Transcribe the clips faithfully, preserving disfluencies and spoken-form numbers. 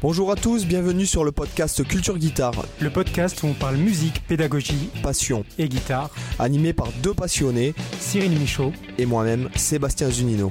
Bonjour à tous, bienvenue sur le podcast Culture Guitare. Le podcast où on parle musique, pédagogie, passion et guitare. Animé par deux passionnés, Cyril Michaud et moi-même, Sébastien Zunino.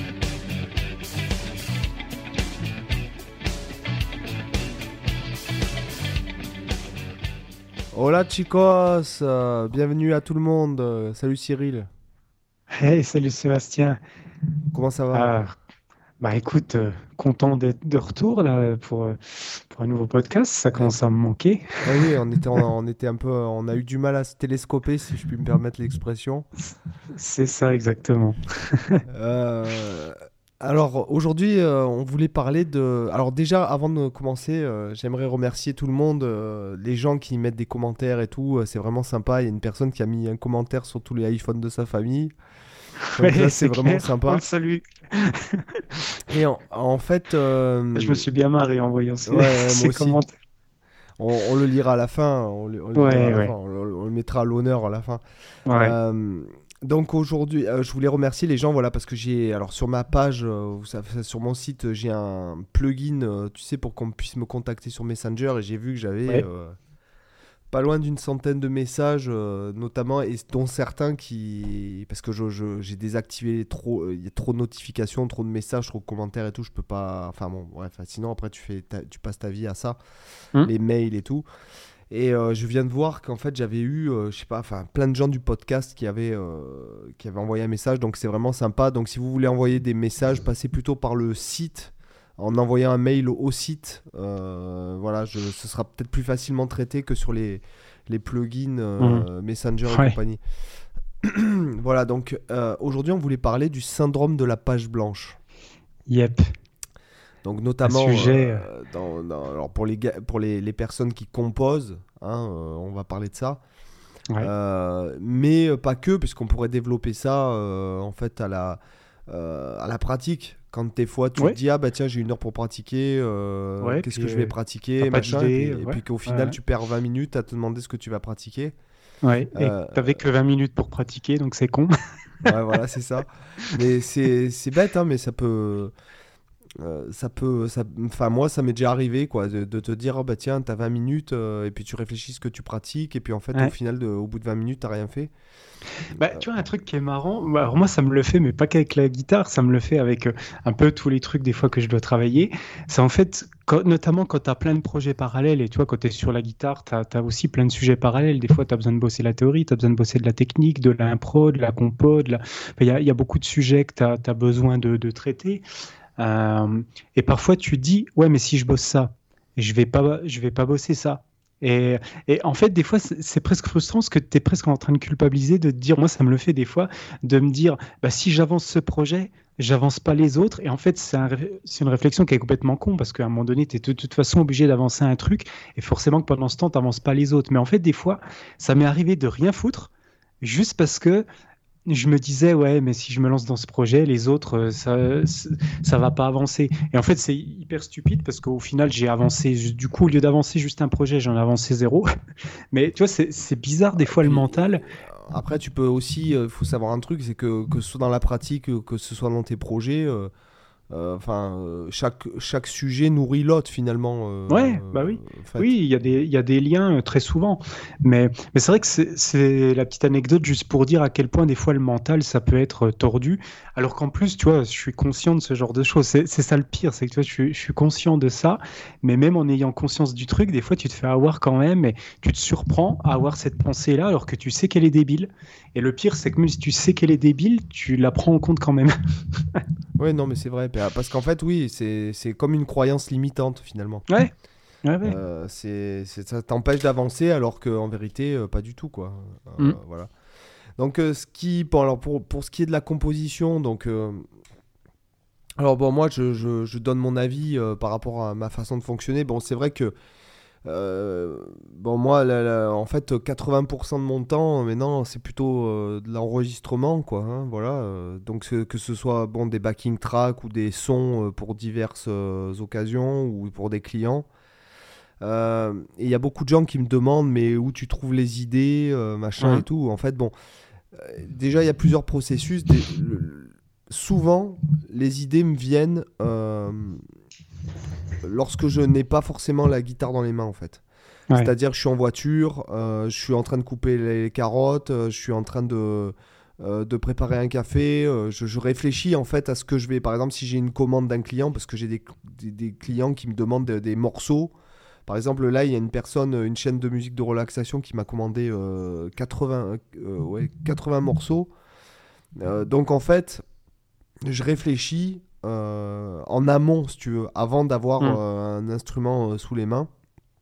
Hola chicos, euh, bienvenue à tout le monde. Euh, salut Cyril. Hey, salut Sébastien. Comment ça va? Ah, bah écoute, euh, content d'être de retour là pour, euh, pour un nouveau podcast. Ça commence à me manquer. Ah oui, on était, on, on était un peu, on a eu du mal à se télescoper, si je puis me permettre l'expression. C'est ça exactement. Euh, alors aujourd'hui, euh, on voulait parler de. Alors déjà, avant de commencer, euh, j'aimerais remercier tout le monde, euh, les gens qui mettent des commentaires et tout. euh, C'est vraiment sympa. Il y a une personne qui a mis un commentaire sur tous les iPhones de sa famille. Donc Ouais, ça, c'est vraiment clair. sympa. On le salue. Et en, en fait, euh, Je me suis bien marré en voyant ces, Ouais, ouais, ces moi aussi. commentaires. On, on le lira à la fin, on le, on le Ouais, lira à la ouais. fin, on le, on le mettra à l'honneur à la fin. Ouais. Euh, donc aujourd'hui, euh, je voulais remercier les gens, voilà, parce que j'ai, alors sur ma page, euh, vous savez, sur mon site, j'ai un plugin, euh, tu sais, pour qu'on puisse me contacter sur Messenger, et j'ai vu que j'avais Ouais. euh, pas loin d'une centaine de messages, euh, notamment, et dont certains qui, parce que je, je- j'ai désactivé trop, euh, il y a trop de notifications, trop de messages, trop de commentaires et tout, je peux pas, enfin bon, bref, sinon après tu fais, ta- tu passes ta vie à ça, Hmm. les mails et tout. Et euh, je viens de voir qu'en fait j'avais eu, euh, je sais pas, enfin plein de gens du podcast qui avaient, euh, qui avaient envoyé un message, donc c'est vraiment sympa. Donc si vous voulez envoyer des messages, passez plutôt par le site, en envoyant un mail au, au site. Euh, voilà, je, ce sera peut-être plus facilement traité que sur les, les plugins euh, Messenger et Ouais. compagnie. Voilà, donc euh, aujourd'hui on voulait parler du syndrome de la page blanche. Yep. Donc notamment sujet, euh, dans, dans- alors pour les ga- pour les, les personnes qui composent, hein, euh, on va parler de ça. Ouais. Euh, mais euh, pas que, puisqu'on pourrait développer ça euh, en fait à la euh, à la pratique. Quand des fois tu Ouais. te dis ah bah tiens j'ai une heure pour pratiquer, euh, Ouais, qu'est-ce puis, que je vais euh, pratiquer, t'as pas machin, et puis, d'idée, et ouais. puis qu'au final Ouais. tu perds vingt minutes à te demander ce que tu vas pratiquer. Ouais. Et Euh, t'avais que vingt minutes pour pratiquer, donc c'est con. Ouais, voilà, c'est ça. Mais c'est c'est bête, hein, mais ça peut. Euh, ça peut, ça, enfin moi ça m'est déjà arrivé quoi, de, de te dire oh, bah tiens t'as vingt minutes euh, et puis tu réfléchis ce que tu pratiques et puis en fait Ouais. au final de, au bout de vingt minutes t'as rien fait. Bah, tu vois, un truc qui est marrant, bah, alors moi ça me le fait, mais pas qu'avec la guitare, ça me le fait avec euh, un peu tous les trucs des fois que je dois travailler. C'est en fait, quand- notamment quand tu as plein de projets parallèles, et tu vois, quand tu es sur la guitare, tu as aussi plein de sujets parallèles. Des fois, tu as besoin de bosser la théorie, tu as besoin de bosser de la technique, de l'impro, de la compo, de la... Enfin, il y a, il y a beaucoup de sujets que tu as besoin de, de traiter. Euh, et parfois, tu dis, ouais, mais si je bosse ça, je vais pas, je vais pas bosser ça. Et, et en fait, des fois, c'est c'est presque frustrant parce que tu es presque en train de culpabiliser, de te dire, moi, ça me le fait des fois, de me dire, bah, si j'avance ce projet, j'avance pas les autres. Et en fait, c'est un ré- c'est une réflexion qui est complètement con parce qu'à un moment donné, tu es de toute façon obligé d'avancer un truc et forcément que pendant ce temps, tu n'avances pas les autres. Mais en fait, des fois, ça m'est arrivé de rien foutre juste parce que je me disais, ouais, mais si je me lance dans ce projet, les autres, euh, ça, ça va pas avancer. Et en fait, c'est hyper stupide parce qu'au final, j'ai avancé. Du coup, au lieu d'avancer juste un projet, j'en ai avancé zéro. Mais tu vois, c'est c'est bizarre des fois le Puis, mental. Après tu peux aussi, il faut savoir un truc, c'est que que ce soit dans la pratique, euh, que ce soit dans tes projets, euh, euh, enfin euh, chaque chaque sujet nourrit l'autre finalement. euh, Ouais, bah oui. en fait. Oui, il y a des, il y a des liens euh, très souvent. Mais, mais c'est vrai que c'est c'est la petite anecdote juste pour dire à quel point des fois le mental, ça peut être euh, tordu. Alors qu'en plus, tu vois, je suis conscient de ce genre de choses. C'est c'est ça le pire, c'est que tu vois, je suis, je suis conscient de ça. Mais même en ayant conscience du truc, des fois, tu te fais avoir quand même et tu te surprends à avoir cette pensée-là alors que tu sais qu'elle est débile. Et le pire, c'est que même si tu sais qu'elle est débile, tu la prends en compte quand même. Ouais non mais c'est vrai parce qu'en fait oui c'est c'est comme une croyance limitante finalement. Ouais. Ouais, ouais. Euh, c'est, c'est- ça t'empêche d'avancer alors qu'en vérité, euh, pas du tout, quoi. Euh, Mm. Voilà. Donc, euh, ce qui, bon, alors pour, pour ce qui est de la composition, donc, euh, alors bon, moi, je, je- je donne mon avis euh, par rapport à ma façon de fonctionner. Bon, c'est vrai que, euh, bon, moi, la- la- en fait, quatre-vingts pour cent de mon temps, maintenant, c'est plutôt euh, de l'enregistrement, quoi. Hein, voilà. Euh, donc, que que ce soit, bon, des backing tracks ou des sons euh, pour diverses euh, occasions ou pour des clients. Euh, et il y a beaucoup de gens qui me demandent mais où tu trouves les idées, euh, machin Mhm. et tout. En fait, bon, euh, déjà il y a plusieurs processus. Des- le- souvent, les idées me viennent euh, lorsque je n'ai pas forcément la guitare dans les mains en fait. Ouais. C'est-à-dire que je suis en voiture, euh, je suis en train de couper les carottes, euh, je suis en train de, euh, de préparer un café, euh, je, je réfléchis en fait à ce que je vais, par exemple si j'ai une commande d'un client, parce que j'ai des, des, des clients qui me demandent des, des morceaux. Par exemple là il y a une personne, une chaîne de musique de relaxation qui m'a commandé euh, quatre-vingts, euh, ouais, quatre-vingts morceaux. Euh, donc en fait je réfléchis euh, en amont si tu veux, avant d'avoir mmh. euh, un instrument euh, sous les mains.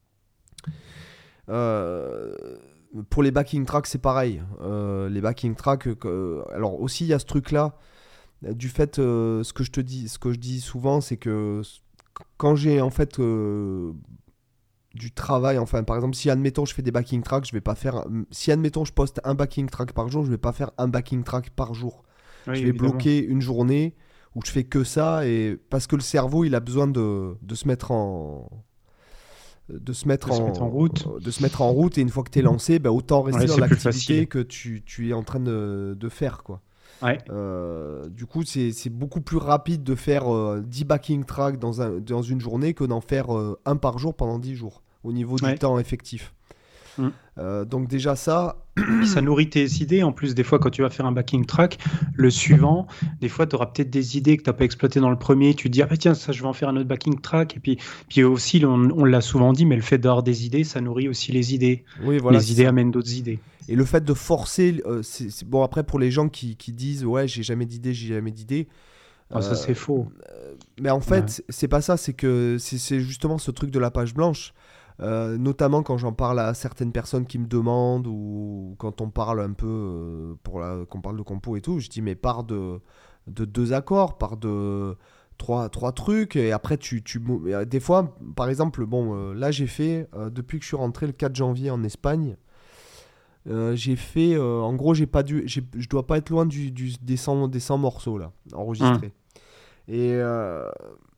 Euh, pour les backing tracks c'est pareil, euh, les backing tracks euh, alors aussi il y a ce truc là du fait euh, ce que je te dis ce que je dis souvent c'est que quand j'ai en fait euh, du travail, enfin par exemple si admettons je fais des backing tracks, je vais pas faire si admettons je poste un backing track par jour, je vais pas faire un backing track par jour. Oui, je vais évidemment. bloquer une journée où je fais que ça, et parce que le cerveau il a besoin de, de se mettre en de se mettre, de, en, se mettre en route de se mettre en route et une fois que tu es lancé, bah, autant rester ouais, dans l'activité que tu, tu es en train de, de faire quoi. Ouais. Euh, du coup c'est, c'est beaucoup plus rapide de faire euh, dix backing tracks dans, un, dans une journée que d'en faire euh, un par jour pendant dix jours au niveau du ouais. temps effectif. Mmh. Euh, donc déjà ça ça nourrit tes idées. En plus des fois quand tu vas faire un backing track, le suivant des fois tu auras peut-être des idées que tu n'as pas exploitées dans le premier, tu te dis ah bah tiens ça je vais en faire un autre backing track, et puis, puis aussi on, on l'a souvent dit mais le fait d'avoir des idées ça nourrit aussi les idées. Oui, voilà, les idées ça. amènent d'autres idées, et le fait de forcer euh, c'est, c'est... bon après pour les gens qui, qui disent ouais j'ai jamais d'idée j'ai jamais d'idée ah, ça euh, c'est faux euh, mais en fait ouais. c'est pas ça, c'est que c'est, c'est justement ce truc de la page blanche. Euh, notamment quand j'en parle à certaines personnes qui me demandent, ou quand on parle un peu euh, pour la, qu'on parle de compo et tout, je dis mais pars de, de deux accords, pars de trois, trois trucs, et après tu, tu des fois par exemple bon euh, là j'ai fait euh, depuis que je suis rentré le quatre janvier en Espagne, euh, j'ai fait euh, en gros j'ai pas dû j'ai, je dois pas être loin du, du, des, cent, des cent morceaux là enregistrés. Mmh. Et euh,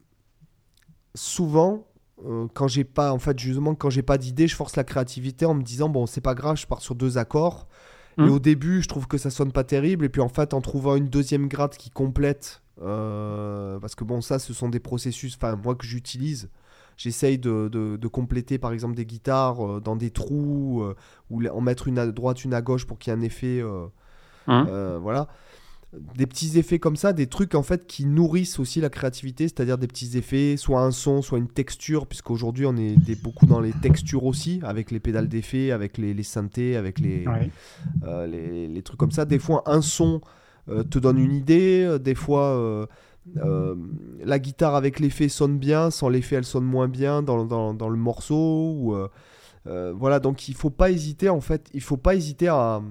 souvent Euh, quand j'ai pas en fait justement quand j'ai pas d'idée, je force la créativité en me disant bon c'est pas grave, je pars sur deux accords. Mmh. Et au début je trouve que ça sonne pas terrible, et puis en fait en trouvant une deuxième gratte qui complète euh, parce que bon ça ce sont des processus enfin moi que j'utilise, j'essaye de, de, de compléter par exemple des guitares euh, dans des trous euh, ou en mettre une à droite une à gauche pour qu'il y ait un effet euh, mmh. euh, voilà, des petits effets comme ça, des trucs en fait qui nourrissent aussi la créativité, c'est-à-dire des petits effets, soit un son, soit une texture, puisqu'aujourd'hui on est des, beaucoup dans les textures aussi, avec les pédales d'effets, avec les, les synthés, avec les, ouais. euh, les, les trucs comme ça. Des fois un son euh, te donne une idée, des fois euh, euh, la guitare avec l'effet sonne bien, sans l'effet elle sonne moins bien dans, dans, dans le morceau. Ou, euh, euh, voilà, donc il faut pas hésiter en fait, il faut pas hésiter à...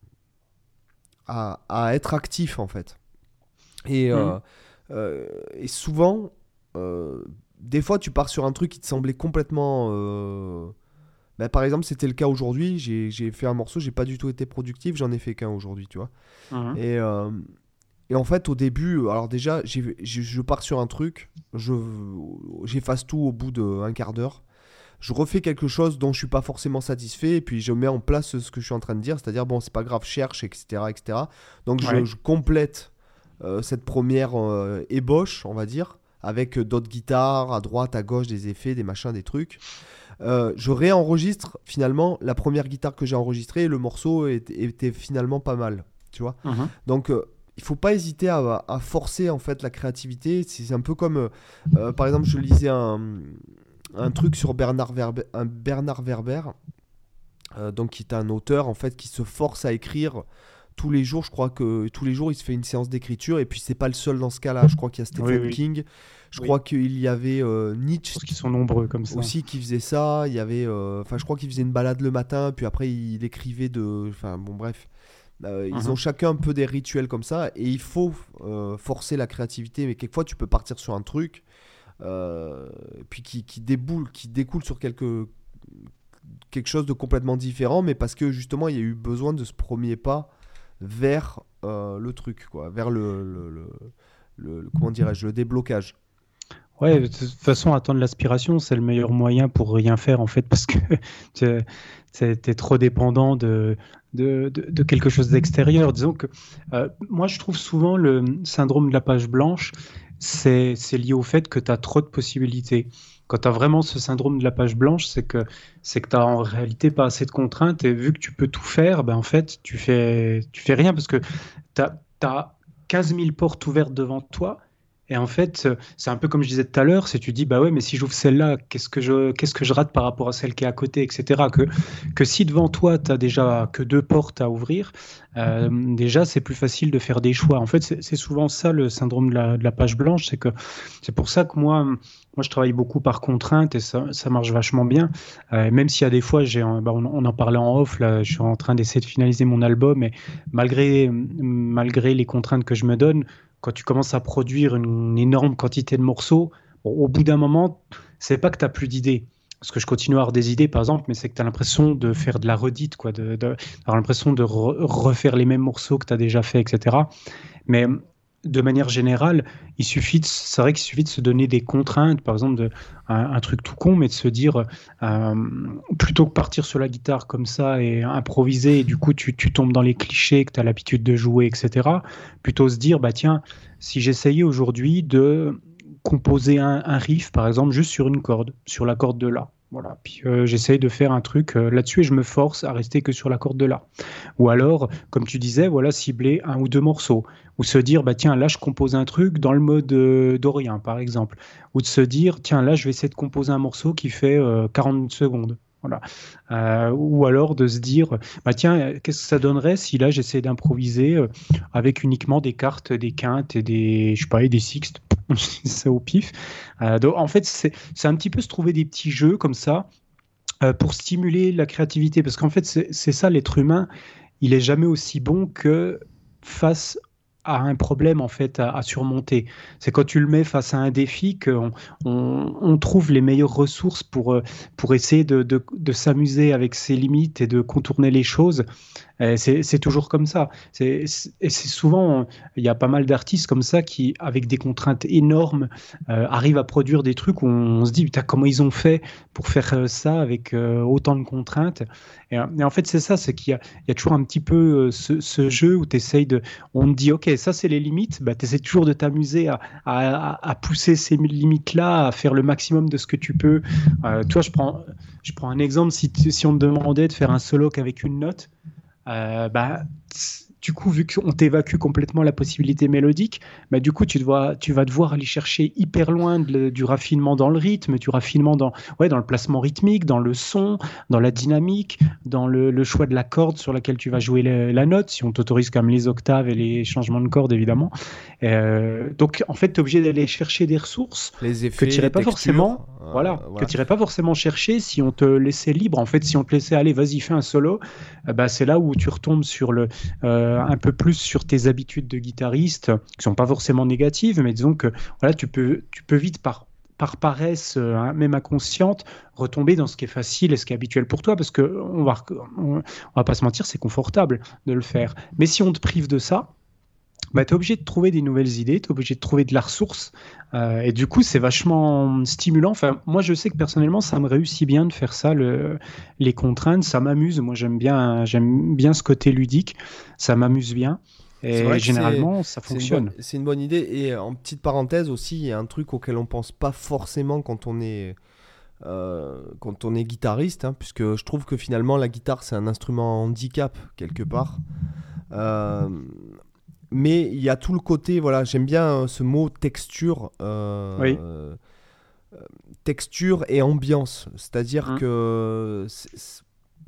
À, à être actif en fait, et, mmh. euh, euh, et souvent euh, des fois tu pars sur un truc qui te semblait complètement euh... bah, par exemple c'était le cas aujourd'hui, j'ai, j'ai fait un morceau, j'ai pas du tout été productif, j'en ai fait qu'un aujourd'hui tu vois. Mmh. et, euh, et en fait au début alors déjà j'ai, j'ai, je pars sur un truc, je, j'efface tout au bout d'un quart d'heure, je refais quelque chose dont je suis pas forcément satisfait, et puis je mets en place ce que je suis en train de dire, c'est-à-dire bon c'est pas grave, cherche, etc etc. Donc ouais. je, je complète euh, cette première euh, ébauche on va dire, avec d'autres guitares à droite à gauche, des effets, des machins, des trucs. Euh, je réenregistre finalement la première guitare que j'ai enregistrée, et le morceau était, était finalement pas mal, tu vois. Uh-huh. Donc euh, il faut pas hésiter à, à forcer en fait la créativité. C'est un peu comme euh, par exemple je lisais un un truc sur Bernard Werber, un Bernard Werber euh, donc qui est un auteur en fait qui se force à écrire tous les jours. Je crois que tous les jours il se fait une séance d'écriture, et puis c'est pas le seul dans ce cas-là. Je crois qu'il y a Stephen oui, oui. King, je oui. crois qu'il y avait euh, Nietzsche, parce qu'ils sont nombreux comme ça aussi qui faisait ça. Il y avait, enfin euh, je crois qu'il faisait une balade le matin, puis après il écrivait de, enfin bon bref. Euh, ils uh-huh. ont chacun un peu des rituels comme ça, et il faut euh, forcer la créativité, mais quelquefois tu peux partir sur un truc. Euh, puis qui, qui déboule, qui découle sur quelque, quelque chose de complètement différent, mais parce que justement il y a eu besoin de ce premier pas vers euh, le truc, quoi, vers le, le, le, le, le comment dirais-je, le déblocage. Ouais, de toute façon, attendre l'aspiration, c'est le meilleur moyen pour rien faire en fait, parce que tu es trop dépendant de, de, de, de quelque chose d'extérieur. Disons que euh, moi je trouve souvent le syndrome de la page blanche, c'est, c'est lié au fait que tu as trop de possibilités. quand tu as vraiment ce syndrome de la page blanche, c'est que c'est que tu as en réalité pas assez de contraintes et vu que tu peux tout faire, ben en fait, tu fais, tu fais rien parce que tu as quinze mille portes ouvertes devant toi. Et en fait, c'est un peu comme je disais tout à l'heure, c'est tu dis, bah ouais, mais si j'ouvre celle-là, qu'est-ce que je, qu'est-ce que je rate par rapport à celle qui est à côté, et cetera. Que, que si devant toi, tu n'as déjà que deux portes à ouvrir, euh, déjà, c'est plus facile de faire des choix. En fait, c'est, c'est souvent ça le syndrome de la, de la page blanche, c'est que c'est pour ça que moi, moi je travaille beaucoup par contrainte et ça, ça marche vachement bien. Euh, même s'il y a des fois, j'ai, bah, on, on en parlait en off, là, je suis en train d'essayer de finaliser mon album et malgré, malgré les contraintes que je me donne, quand tu commences à produire une énorme quantité de morceaux, bon, au bout d'un moment, c'est pas que tu n'as plus d'idées. Parce que je continue à avoir des idées, par exemple, mais c'est que tu as l'impression de faire de la redite, quoi, de, de, avoir l'impression de re- refaire les mêmes morceaux que tu as déjà fait, et cetera. Mais de manière générale, il suffit de, c'est vrai qu'il suffit de se donner des contraintes, par exemple, de, un, un truc tout con, mais de se dire, euh, plutôt que partir sur la guitare comme ça et improviser, et du coup tu, tu tombes dans les clichés que tu as l'habitude de jouer, et cetera, plutôt se dire, bah tiens, si j'essayais aujourd'hui de composer un, un riff, par exemple, juste sur une corde, sur la corde de La. Voilà. Puis euh, j'essaye de faire un truc euh, là-dessus et je me force à rester que sur la corde de La. Ou alors, comme tu disais, voilà, cibler un ou deux morceaux. Ou se dire, bah tiens, là je compose un truc dans le mode euh, Dorian, par exemple. Ou de se dire, tiens, là je vais essayer de composer un morceau qui fait euh, quarante secondes. Voilà. Euh, ou alors de se dire, bah tiens, qu'est-ce que ça donnerait si là j'essaie d'improviser euh, avec uniquement des cartes, des quintes et des, je sais pas, et des sixtes, ça au pif. Euh, donc, en fait, c'est, c'est un petit peu se trouver des petits jeux comme ça euh, pour stimuler la créativité, parce qu'en fait, c'est, c'est ça, l'être humain, il est jamais aussi bon que face à un problème en fait à, à surmonter. C'est quand tu le mets face à un défi qu'on on, on trouve les meilleures ressources pour, pour essayer de, de, de s'amuser avec ses limites et de contourner les choses. Et c'est, c'est toujours comme ça. C'est, c'est, et c'est souvent, il y a pas mal d'artistes comme ça qui, avec des contraintes énormes, euh, arrivent à produire des trucs où on se dit, putain, comment ils ont fait pour faire ça avec euh, autant de contraintes. Et, et en fait, c'est ça, c'est qu'il y a, il y a toujours un petit peu euh, ce, ce jeu où tu essayes de, on te dit, ok, ça c'est les limites, bah, tu essaies toujours de t'amuser à, à, à pousser ces limites-là, à faire le maximum de ce que tu peux. Euh, toi, je prends, je prends un exemple, si, tu, si on te demandait de faire un solo qu'avec une note, Euh, bah, du coup, vu qu'on t'évacue complètement la possibilité mélodique, bah, du coup, tu, dois, tu vas devoir aller chercher hyper loin de, du raffinement dans le rythme, du raffinement dans, ouais, dans le placement rythmique, dans le son, dans la dynamique, dans le, le choix de la corde sur laquelle tu vas jouer le, la note, si on t'autorise quand même les octaves et les changements de cordes, évidemment. Euh, donc, en fait, tu es obligé d'aller chercher des ressources les effets, que tu n'irais pas textures, forcément, euh, voilà, voilà. que tu n'irais pas forcément chercher si on te laissait libre. En fait, si on te laissait aller, vas-y, fais un solo, euh, bah, c'est là où tu retombes sur le, euh, un peu plus sur tes habitudes de guitariste, qui sont pas forcément négatives, mais disons que voilà, tu peux, tu peux vite par par paresse, hein, même inconsciente, retomber dans ce qui est facile et ce qui est habituel pour toi, parce que on va, on, on va pas se mentir, c'est confortable de le faire. Mais si on te prive de ça, bah, tu es obligé de trouver des nouvelles idées, tu es obligé de trouver de la ressource, euh, et du coup, c'est vachement stimulant. Enfin, moi, je sais que personnellement, ça me réussit bien de faire ça, le, les contraintes, ça m'amuse. Moi, j'aime bien, j'aime bien ce côté ludique, ça m'amuse bien. Et généralement, ça fonctionne. C'est une, bonne, c'est une bonne idée. Et en petite parenthèse aussi, il y a un truc auquel on pense pas forcément quand on est, euh, quand on est guitariste, hein, puisque je trouve que finalement, la guitare, c'est un instrument handicap, quelque part. Euh, mais il y a tout le côté, voilà, j'aime bien ce mot texture. Euh, oui. euh, texture et ambiance. C'est-à-dire mmh. que c'est, c'est,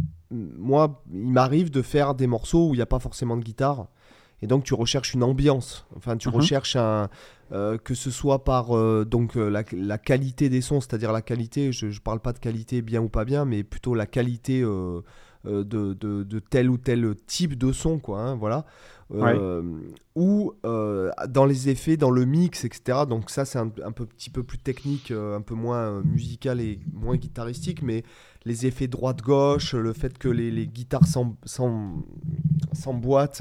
moi, il m'arrive de faire des morceaux où il n'y a pas forcément de guitare. Et donc tu recherches une ambiance, enfin tu mmh. recherches un, euh, que ce soit par euh, donc, euh, la, la qualité des sons, c'est-à-dire la qualité, je ne parle pas de qualité bien ou pas bien, mais plutôt la qualité euh, euh, de, de, de tel ou tel type de son, quoi, hein, voilà. Euh, ouais. Ou euh, dans les effets, dans le mix, et cetera. Donc ça c'est un, un peu, petit peu plus technique, euh, un peu moins euh, musical et moins guitaristique, mais les effets droite-gauche, le fait que les, les guitares s'em, s'em, s'emboîtent,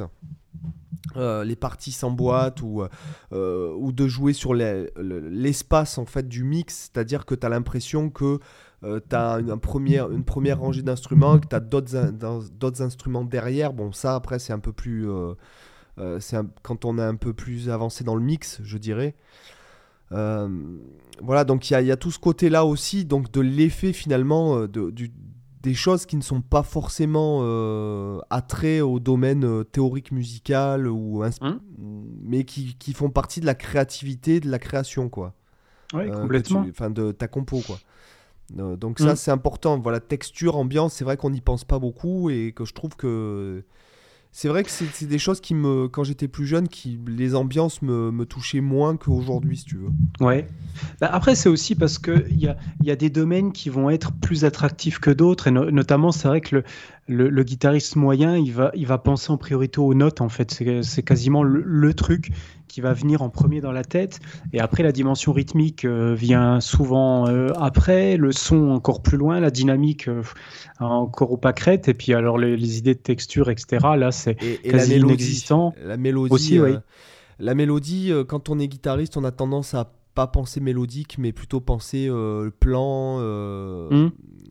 Euh, les parties s'emboîtent ou, euh, ou de jouer sur les, l'espace en fait, du mix, c'est-à-dire que tu as l'impression que euh, tu as une, un premier, une première rangée d'instruments, que tu as d'autres, in, d'autres instruments derrière. Bon, ça après c'est un peu plus... Euh, euh, c'est un, quand on est un peu plus avancé dans le mix, je dirais. Euh, voilà, donc il y, y a tout ce côté-là aussi, donc de l'effet finalement euh, de, du, des choses qui ne sont pas forcément euh, attraits au domaine euh, théorique musical, ou insp- Hum. mais qui, qui font partie de la créativité, de la création, quoi. Oui, Euh, complètement. Enfin, de ta compo, quoi. Euh, donc ça, Hum. c'est important. Voilà, texture, ambiance, c'est vrai qu'on n'y pense pas beaucoup et que je trouve que... C'est vrai que c'est, c'est des choses qui me, quand j'étais plus jeune, qui, les ambiances me, me touchaient moins qu'aujourd'hui, si tu veux. Ouais. Bah, après, c'est aussi parce qu'il y a, y a des domaines qui vont être plus attractifs que d'autres. Et no- notamment, c'est vrai que le, le, le guitariste moyen, il va, il va penser en priorité aux notes, en fait. C'est, c'est quasiment le, le truc qui va venir en premier dans la tête. Et après, la dimension rythmique euh, vient souvent euh, après, le son encore plus loin, la dynamique euh, encore au pâquerette. Et puis, alors, les, les idées de texture, et cetera, là, c'est Et, et la quasi mélodie, inexistant. la mélodie, Aussi, euh, oui. la mélodie, euh, quand on est guitariste, on a tendance à pas penser mélodique, mais plutôt penser euh, plan, euh, Hum.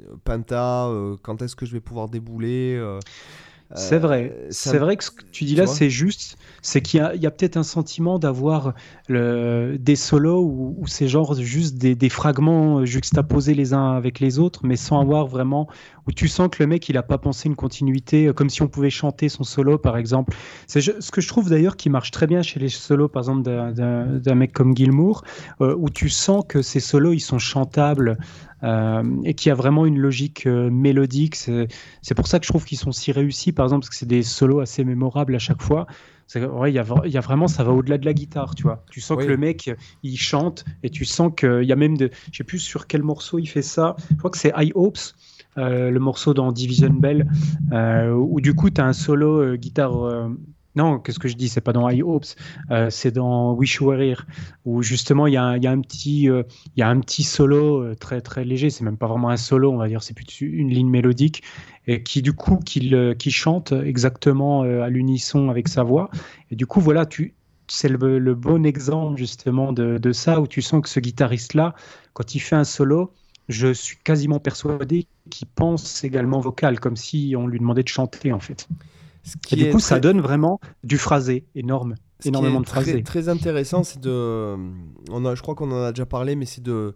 penta, euh, quand est-ce que je vais pouvoir débouler. euh, C'est vrai, euh, c'est ça- vrai que ce que tu dis tu là, vois c'est juste, c'est qu'il y a, il y a peut-être un sentiment d'avoir le, des solos où, où c'est genre juste des, des fragments juxtaposés les uns avec les autres, mais sans avoir vraiment, où tu sens que le mec, il a pas pensé une continuité, euh, comme si on pouvait chanter son solo, par exemple. C'est je- ce que je trouve d'ailleurs qui marche très bien chez les solos, par exemple, d'un, d'un, d'un mec comme Gilmour, euh, où tu sens que ces solos, ils sont chantables, euh, et qu'il y a vraiment une logique euh, mélodique. C'est, c'est pour ça que je trouve qu'ils sont si réussis, par exemple, parce que c'est des solos assez mémorables à chaque fois. C'est, ouais, il y a, vra- il y a vraiment, ça va au-delà de la guitare, tu vois. Tu sens Oui. que le mec, il chante, et tu sens qu'il y a même de, je sais plus sur quel morceau il fait ça. Je crois que c'est High Hopes, euh, le morceau dans Division Bell, euh, où du coup, tu as un solo euh, guitare. euh, non, qu'est-ce que je dis? C'est pas dans High Hopes, euh, c'est dans Wish You Were Here, où justement il y a, un- il y a un petit, euh, il y a un petit solo euh, très très léger. C'est même pas vraiment un solo, on va dire, c'est plutôt une ligne mélodique, et qui du coup qui, le- qui chante exactement euh, à l'unisson avec sa voix. Et du coup, voilà, tu, c'est le, le bon exemple justement de, de ça, où tu sens que ce guitariste-là, quand il fait un solo, je suis quasiment persuadé qu'il pense également vocal, comme si on lui demandait de chanter en fait. Ce Et qui du est coup, ça très- donne vraiment du phrasé énorme, Ce qui énormément est de très, phrasé. très intéressant, c'est de. On a, je crois qu'on en a déjà parlé, mais c'est de.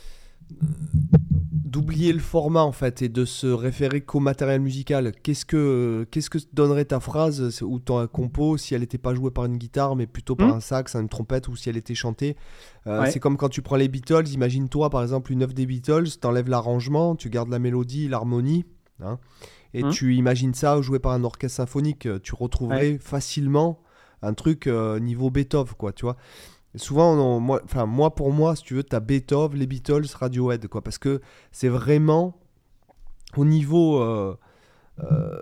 D'oublier le format en fait et de se référer qu'au matériel musical. Qu'est-ce que, qu'est-ce que donnerait ta phrase ou ton compo si elle n'était pas jouée par une guitare mais plutôt par Hmm. un sax, une trompette, ou si elle était chantée. Euh, Ouais. C'est comme quand tu prends les Beatles, imagine-toi par exemple une œuvre des Beatles, t'enlèves l'arrangement, tu gardes la mélodie, l'harmonie, hein, et Hmm. tu imagines ça joué par un orchestre symphonique. Tu retrouverais facilement un truc euh, niveau Beethoven, quoi, tu vois. Et souvent, on- moi, enfin, moi, pour moi, si tu veux, t'as Beethoven, les Beatles, Radiohead, quoi, parce que c'est vraiment au niveau, euh, euh,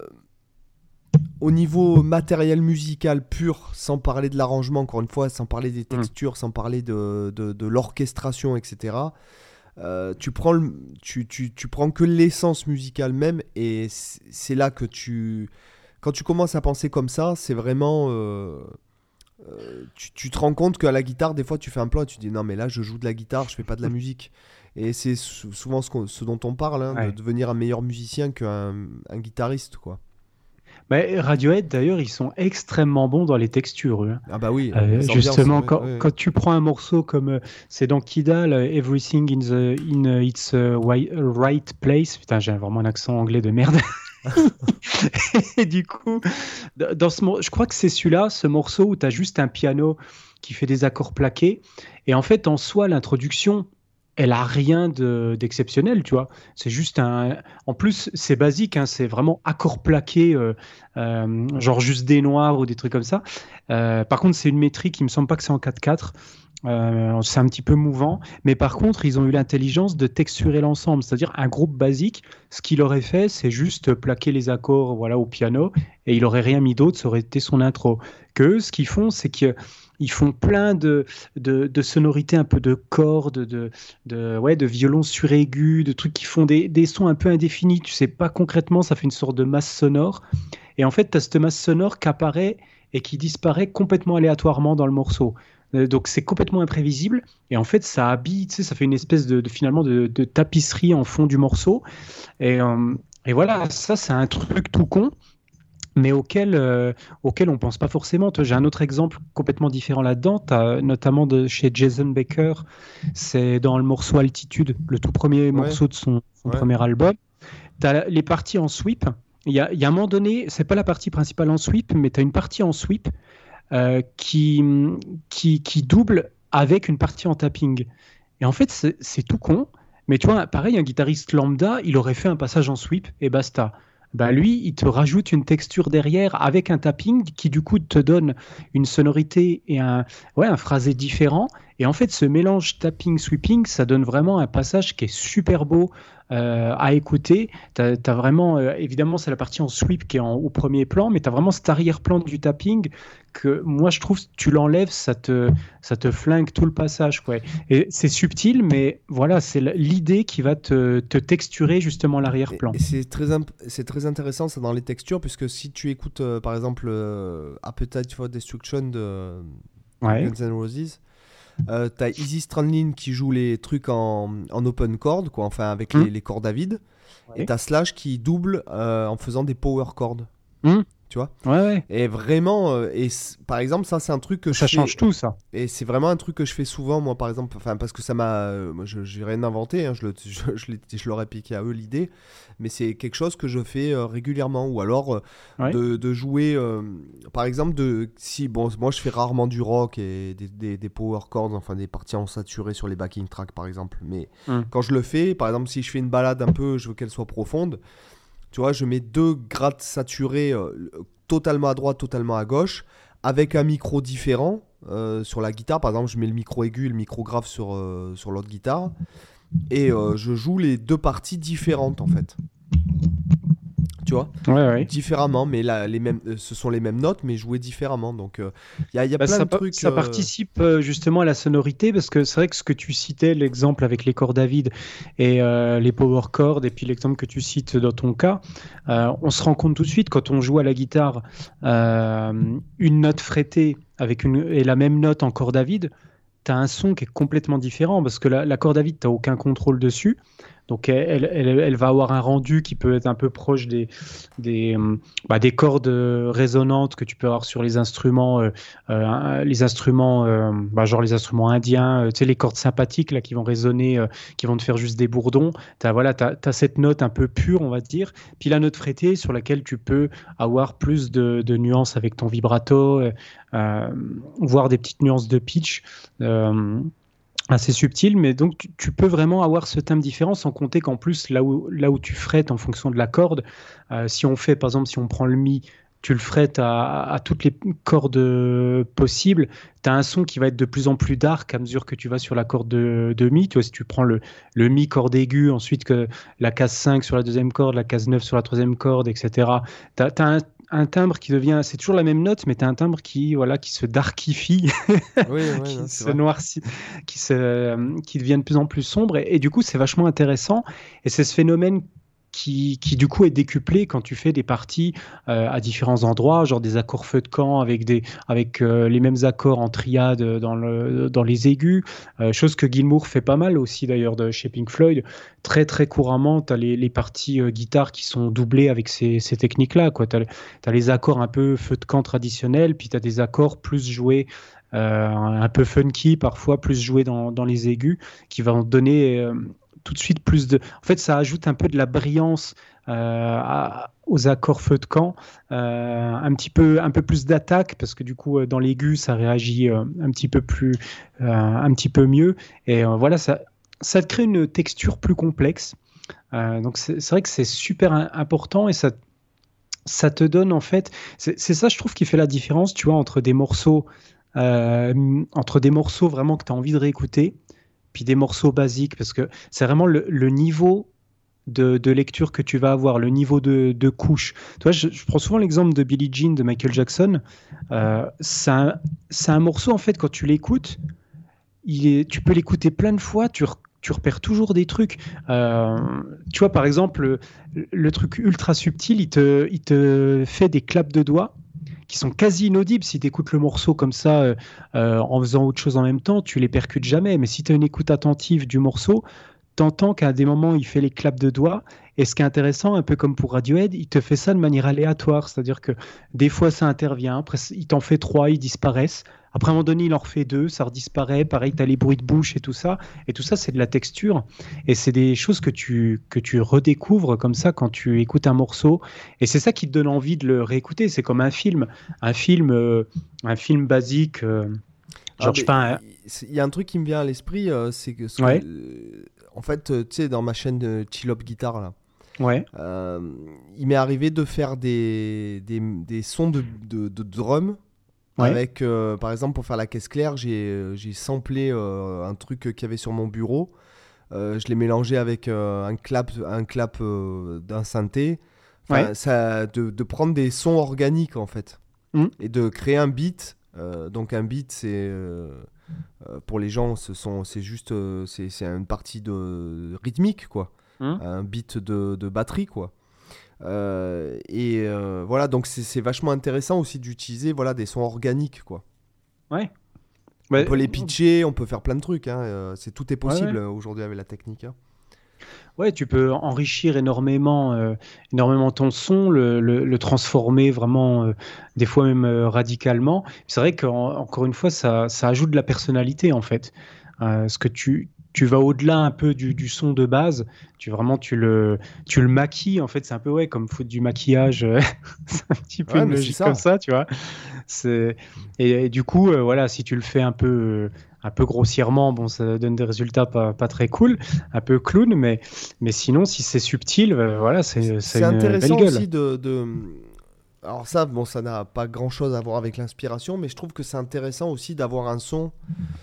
au niveau matériel musical pur, sans parler de l'arrangement, encore une fois, sans parler des textures, sans parler de, de, de l'orchestration, et cetera. Euh, tu prends le, tu, tu, tu prends que l'essence musicale même, et c'est c'est là que tu, quand tu commences à penser comme ça, c'est vraiment euh, euh, tu, tu te rends compte qu'à la guitare, des fois, tu fais un plan et tu dis non, mais là, je joue de la guitare, je fais pas de la musique. Et c'est sou- souvent ce, qu'on- ce dont on parle, hein, Ouais. de devenir un meilleur musicien qu'un un guitariste, quoi. Mais Radiohead, d'ailleurs, ils sont extrêmement bons dans les textures, eux, hein. Ah bah oui, Euh, les ambiances, justement, ouais, quand, ouais. quand tu prends un morceau comme euh, c'est dans Kidal, euh, Everything in the in uh, its uh, wi- right place. Putain, j'ai vraiment un accent anglais de merde. Et du coup, d- dans ce, mor- je crois que c'est celui-là, ce morceau où tu as juste un piano qui fait des accords plaqués. Et en fait, en soi, l'introduction, elle a rien de- d'exceptionnel, tu vois. C'est juste un. En plus, c'est basique, hein, c'est vraiment accords plaqués, euh, euh, genre juste des noirs ou des trucs comme ça. Euh, par contre, c'est une métrique, il me semble pas que c'est en quatre quatre. Euh, c'est un petit peu mouvant, mais par contre, ils ont eu l'intelligence de texturer l'ensemble, c'est-à-dire un groupe basique. Ce qu'il aurait fait, c'est juste plaquer les accords, voilà, au piano, et il aurait rien mis d'autre, ça aurait été son intro. Que eux, ce qu'ils font, c'est qu'ils font plein de, de, de sonorités, un peu de cordes, de, de, ouais, de violons suraigus, de trucs qui font des, des sons un peu indéfinis. Tu sais pas concrètement, ça fait une sorte de masse sonore. Et en fait, tu as cette masse sonore qui apparaît et qui disparaît complètement aléatoirement dans le morceau. Euh, Donc c'est complètement imprévisible et en fait ça habille, tu sais, ça fait une espèce de, de finalement de, de tapisserie en fond du morceau et, euh, et voilà, ça c'est un truc tout con, mais auquel, euh, auquel on ne pense pas forcément. Toi, j'ai un autre exemple complètement différent là-dedans, t'as, notamment de chez Jason Baker, c'est dans le morceau Altitude, le tout premier Ouais. morceau de son, son Ouais. premier album. Tu as les parties en sweep. Il y a, il y a un moment donné, c'est pas la partie principale en sweep, mais tu as une partie en sweep euh, qui, qui, qui double avec une partie en tapping. Et en fait, c'est, c'est tout con, mais tu vois, pareil, un guitariste lambda, il aurait fait un passage en sweep et basta. Ben lui, il te rajoute une texture derrière avec un tapping qui du coup te donne une sonorité et un, ouais, un phrasé différent. Et en fait, ce mélange tapping-sweeping, ça donne vraiment un passage qui est super beau euh, à écouter. T'as, t'as vraiment, euh, évidemment, c'est la partie en sweep qui est en, au premier plan, mais tu as vraiment cet arrière-plan du tapping que moi, je trouve, tu l'enlèves, ça te, ça te flingue tout le passage, quoi. Et c'est subtil, mais voilà, c'est l'idée qui va te, te texturer justement l'arrière-plan. Et, et c'est, très imp- c'est très intéressant ça dans les textures, puisque si tu écoutes euh, par exemple euh, Appetite for Destruction de, de Ouais. Guns N' Roses, euh, t'as Izzy Stradlin qui joue les trucs en, en open chord, quoi, enfin avec Mm. les, les cordes à vide, Ouais. et t'as Slash qui double euh, en faisant des power chords. Mm. Tu vois, Ouais, ouais. et vraiment, euh, et c- par exemple, ça c'est un truc que Ça je change fais, tout, ça. et c'est vraiment un truc que je fais souvent, moi par exemple, enfin parce que ça m'a, euh, moi je j'ai rien inventé, hein, je, le, je, je, l'ai- je leur ai piqué à eux l'idée, mais c'est quelque chose que je fais euh, régulièrement, ou alors euh, Ouais. de, de jouer, euh, par exemple, de si bon, moi je fais rarement du rock et des, des, des power chords, enfin des parties en saturé sur les backing tracks par exemple, mais Mm. quand je le fais, par exemple si je fais une balade un peu, je veux qu'elle soit profonde. Tu vois, je mets deux grattes saturées euh, totalement à droite, totalement à gauche, avec un micro différent euh, sur la guitare. Par exemple, je mets le micro aigu et le micro grave sur, euh, sur l'autre guitare. Et euh, je joue les deux parties différentes, en fait. Tu vois, Ouais, ouais. différemment, mais là, les mêmes, euh, ce sont les mêmes notes, mais jouées différemment. Donc, il euh, y a, y a Bah, plein ça, de pa- trucs. ça euh, participe euh, justement à la sonorité parce que c'est vrai que ce que tu citais, l'exemple avec les cordes à vide et euh, les power chords, et puis l'exemple que tu cites dans ton cas, euh, on se rend compte tout de suite quand on joue à la guitare euh, une note frettée avec une, et la même note en corde à vide, tu as un son qui est complètement différent parce que la, la corde à vide, tu n'as aucun contrôle dessus. Donc elle, elle, elle va avoir un rendu qui peut être un peu proche des, des, euh, bah, des cordes euh, résonantes que tu peux avoir sur les instruments, euh, euh, les instruments, euh, bah, genre les instruments indiens, euh, tu sais, les cordes sympathiques là, qui vont résonner, euh, qui vont te faire juste des bourdons. Tu as voilà, t'as, t'as cette note un peu pure, on va dire. Puis la note frettée sur laquelle tu peux avoir plus de, de nuances avec ton vibrato, euh, euh, voire des petites nuances de pitch. Euh, assez subtil, mais donc tu, tu peux vraiment avoir ce thème différent sans compter qu'en plus, là où, là où tu frettes en fonction de la corde, euh, si on fait, par exemple, si on prend le mi, tu le frettes à, à toutes les cordes euh, possibles, tu as un son qui va être de plus en plus dark à mesure que tu vas sur la corde de, de mi. Tu vois, si tu prends le, le mi corde aiguë, ensuite que la case cinq sur la deuxième corde, la case neuf sur la troisième corde, et cetera, tu as un un timbre qui devient, c'est toujours la même note, mais tu as un timbre qui, voilà, qui se darkifie, Oui, ouais, qui non, c'est se vrai. noircit, qui, se, qui devient de plus en plus sombre. Et, et du coup, c'est vachement intéressant. Et c'est ce phénomène qui, qui, du coup, est décuplé quand tu fais des parties euh, à différents endroits, genre des accords feu de camp avec, des, avec euh, les mêmes accords en triade dans, le, dans les aigus, euh, chose que Gilmour fait pas mal aussi, d'ailleurs, de chez Pink Floyd. Très, très couramment, tu as les, les parties euh, guitare qui sont doublées avec ces, ces techniques-là. Tu as les accords un peu feu de camp traditionnels, puis tu as des accords plus joués Euh, un peu funky, parfois plus joué dans, dans les aigus, qui vont donner euh, tout de suite plus de... En fait, ça ajoute un peu de la brillance euh, à, aux accords feu de camp, euh, un petit peu, un peu plus d'attaque, parce que du coup, euh, dans l'aigu, ça réagit euh, un petit peu plus, euh, un petit peu mieux. Et euh, voilà, ça, ça te crée une texture plus complexe. Euh, donc, c'est, c'est vrai que c'est super un, important et ça, ça te donne, en fait... C'est, c'est ça, je trouve, qui fait la différence, tu vois, entre des morceaux Euh, entre des morceaux vraiment que tu as envie de réécouter, puis des morceaux basiques, parce que c'est vraiment le, le niveau de, de lecture que tu vas avoir, le niveau de, de couche. Tu vois, je, je prends souvent l'exemple de Billie Jean de Michael Jackson. Euh, c'est, un, c'est un morceau, en fait, quand tu l'écoutes, il est, tu peux l'écouter plein de fois, tu, tu repères toujours des trucs. Euh, tu vois, par exemple, le, le truc ultra subtil, il te, il te fait des claps de doigts qui sont quasi inaudibles. Si tu écoutes le morceau comme ça, euh, euh, en faisant autre chose en même temps, tu les percutes jamais. Mais si tu as une écoute attentive du morceau, tu entends qu'à des moments, il fait les claps de doigts. Et ce qui est intéressant, un peu comme pour Radiohead, il te fait ça de manière aléatoire. C'est-à-dire que des fois, ça intervient. Après, il t'en fait trois, ils disparaissent. Après, à un moment donné, il en refait deux, ça redisparaît. Pareil, tu as les bruits de bouche et tout ça. Et tout ça, c'est de la texture. Et c'est des choses que tu, que tu redécouvres comme ça quand tu écoutes un morceau. Et c'est ça qui te donne envie de le réécouter. C'est comme un film. Un film, euh, un film basique. Euh, genre, Ah, je mais fais un... il y a un truc qui me vient à l'esprit, euh, c'est que, ce Ouais. que, euh, en fait, euh, tu sais, dans ma chaîne de Chill Up Guitare, là, Ouais, euh, il m'est arrivé de faire des, des, des sons de, de, de drum. Ouais. Avec, euh, par exemple, pour faire la caisse claire, j'ai, euh, j'ai samplé euh, un truc qu'il y avait sur mon bureau. Euh, je l'ai mélangé avec euh, un clap, un clap euh, d'un synthé. Enfin, Ouais. ça, de, de prendre des sons organiques, en fait. Mm. Et de créer un beat. Euh, donc, un beat, c'est... Euh, euh, pour les gens, ce sont, c'est juste... euh, c'est, c'est une partie de, rythmique, quoi. Mm. Un beat de, de batterie, quoi. Euh, et euh, voilà, donc c'est, c'est vachement intéressant aussi d'utiliser voilà, des sons organiques, quoi. ouais. On Bah, peut les pitcher, on peut faire plein de trucs. Hein. euh, c'est, tout est possible ouais. euh, aujourd'hui avec la technique. Hein. Ouais, tu peux enrichir énormément, euh, énormément ton son, le, le, le transformer vraiment, euh, des fois même euh, radicalement. C'est vrai qu'encore une fois, ça, ça ajoute de la personnalité en fait. Euh, ce que tu, tu vas au-delà un peu du, du son de base. Tu vraiment tu le, tu le maquilles en fait. C'est un peu ouais comme foutre du maquillage. euh, c'est un petit peu Ouais, une mais c'est logique ça. comme ça, tu vois. C'est et, et du coup, euh, voilà, si tu le fais un peu, euh, un peu grossièrement, bon, ça donne des résultats pas, pas très cool, un peu clown, mais, mais sinon, si c'est subtil, euh, voilà, c'est, c'est C'est une intéressant belle gueule. aussi de, de... Alors ça, bon, ça n'a pas grand-chose à voir avec l'inspiration, mais je trouve que c'est intéressant aussi d'avoir un son,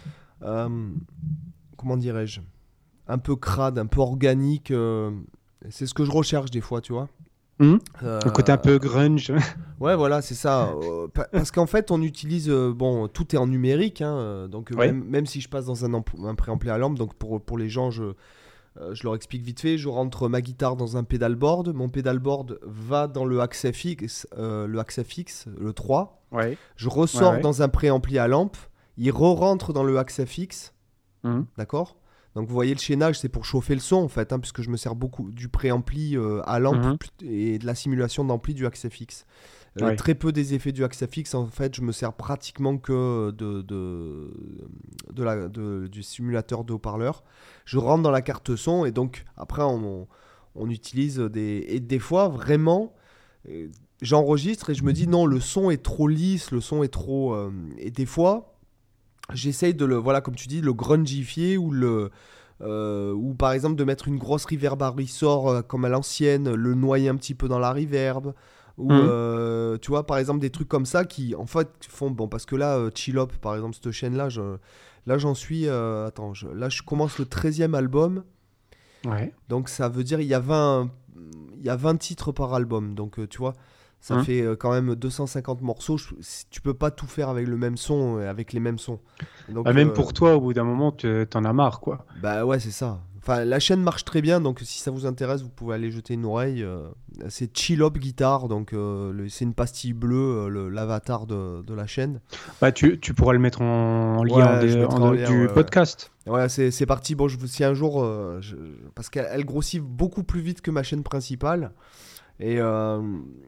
euh, comment dirais-je, un peu crade, un peu organique. euh, C'est ce que je recherche des fois, tu vois. Hum Euh, Le côté un peu grunge. Ouais, voilà, c'est ça. Euh, pa- parce qu'en fait, on utilise, euh, bon, tout est en numérique, hein, euh, donc euh, Ouais. même, même si je passe dans un, ampl- un préampli à lampe, donc pour, pour les gens, je, euh, je leur explique vite fait, je rentre ma guitare dans un pedalboard, mon pedalboard va dans le axe F X, euh, le axe F X, le trois, Ouais. je ressors Ouais, ouais. dans un préampli à lampe, il re-rentre dans le axe F X, Hum. d'accord? Donc vous voyez le chaînage, c'est pour chauffer le son en fait, hein, puisque je me sers beaucoup du préampli euh, à lampe Mhm. plut- et de la simulation d'ampli du axe F X. Euh, Ouais. Très peu des effets du axe F X, en fait, je me sers pratiquement que de, de, de la, de- du simulateur de haut-parleur. Je rentre dans la carte son et donc après on, on utilise des... Et des fois vraiment, euh, j'enregistre et je me dis non, le son est trop lisse, le son est trop... euh, et des fois, j'essaye de le, voilà, comme tu dis, le grungifier ou le... euh, ou par exemple de mettre une grosse reverb à ressort euh, comme à l'ancienne, le noyer un petit peu dans la reverb. Ou Mhm. euh, tu vois, par exemple, des trucs comme ça qui, en fait, font... Bon, parce que là, euh, Chill Up, par exemple, cette chaîne-là, je, là, j'en suis... euh, attends, je- là, je commence le treizième album. Ouais. Donc, ça veut dire il y a vingt, il y a vingt titres par album. Donc, euh, tu vois, ça Mhm. fait euh, quand même deux cent cinquante morceaux. Je- si- tu peux pas tout faire avec le même son, euh, avec les mêmes sons. Donc, Bah, même euh, pour toi, au bout d'un moment, te- t'en as marre, quoi. bah ouais, c'est ça. Enfin, la chaîne marche très bien, donc si ça vous intéresse, vous pouvez aller jeter une oreille. euh, c'est Chill Up Guitar, donc euh, le- c'est une pastille bleue, euh, le- l'avatar de, de la chaîne. Bah, tu, tu pourras le mettre en, en lien en Ouais, dé- je mettrai en- en lien, du ouais, ouais. podcast. Ouais, c'est, c'est parti. Bon, je, vous- si un jour, euh, je- parce qu'elle elle grossit beaucoup plus vite que ma chaîne principale. Et euh,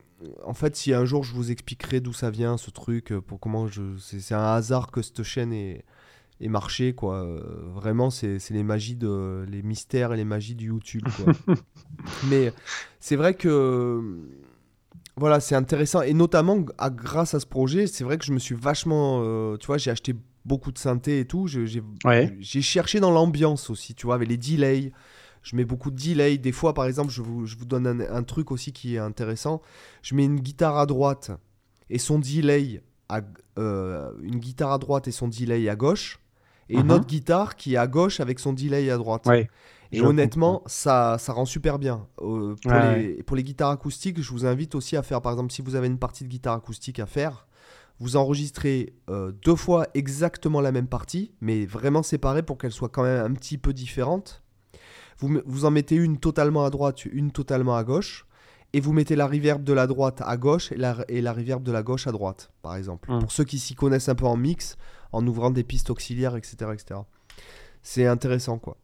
en fait, si un jour je vous expliquerai d'où ça vient, ce truc, euh, pour comment je, c'est, c'est un hasard que cette chaîne ait, ait marché, quoi. Euh, vraiment, c'est, c'est les magies de, les mystères et les magies du YouTube, quoi. Mais c'est vrai que voilà, c'est intéressant et notamment à- grâce à ce projet, c'est vrai que je me suis vachement, euh, tu vois, j'ai acheté beaucoup de synthé et tout. je- J'ai Ouais. j'ai cherché dans l'ambiance aussi, tu vois, avec les delays. Je mets beaucoup de delays. Des fois, par exemple, je vous, je vous donne un, un truc aussi qui est intéressant. Je mets une guitare à droite et son delay à, euh, une guitare à droite et son delay à gauche, et une Mhm. autre guitare qui est à gauche avec son delay à droite. Ouais. Et Je honnêtement, ça, ça rend super bien. Euh, pour, Ouais, les, pour les guitares acoustiques, je vous invite aussi à faire, par exemple, si vous avez une partie de guitare acoustique à faire, vous enregistrez euh, deux fois exactement la même partie, mais vraiment séparée pour qu'elle soit quand même un petit peu différente. Vous, me- vous en mettez une totalement à droite, une totalement à gauche, et vous mettez la reverb de la droite à gauche et la, et la reverb de la gauche à droite, par exemple. Mm. Pour ceux qui s'y connaissent un peu en mix, en ouvrant des pistes auxiliaires, et cetera, et cetera. C'est intéressant, quoi.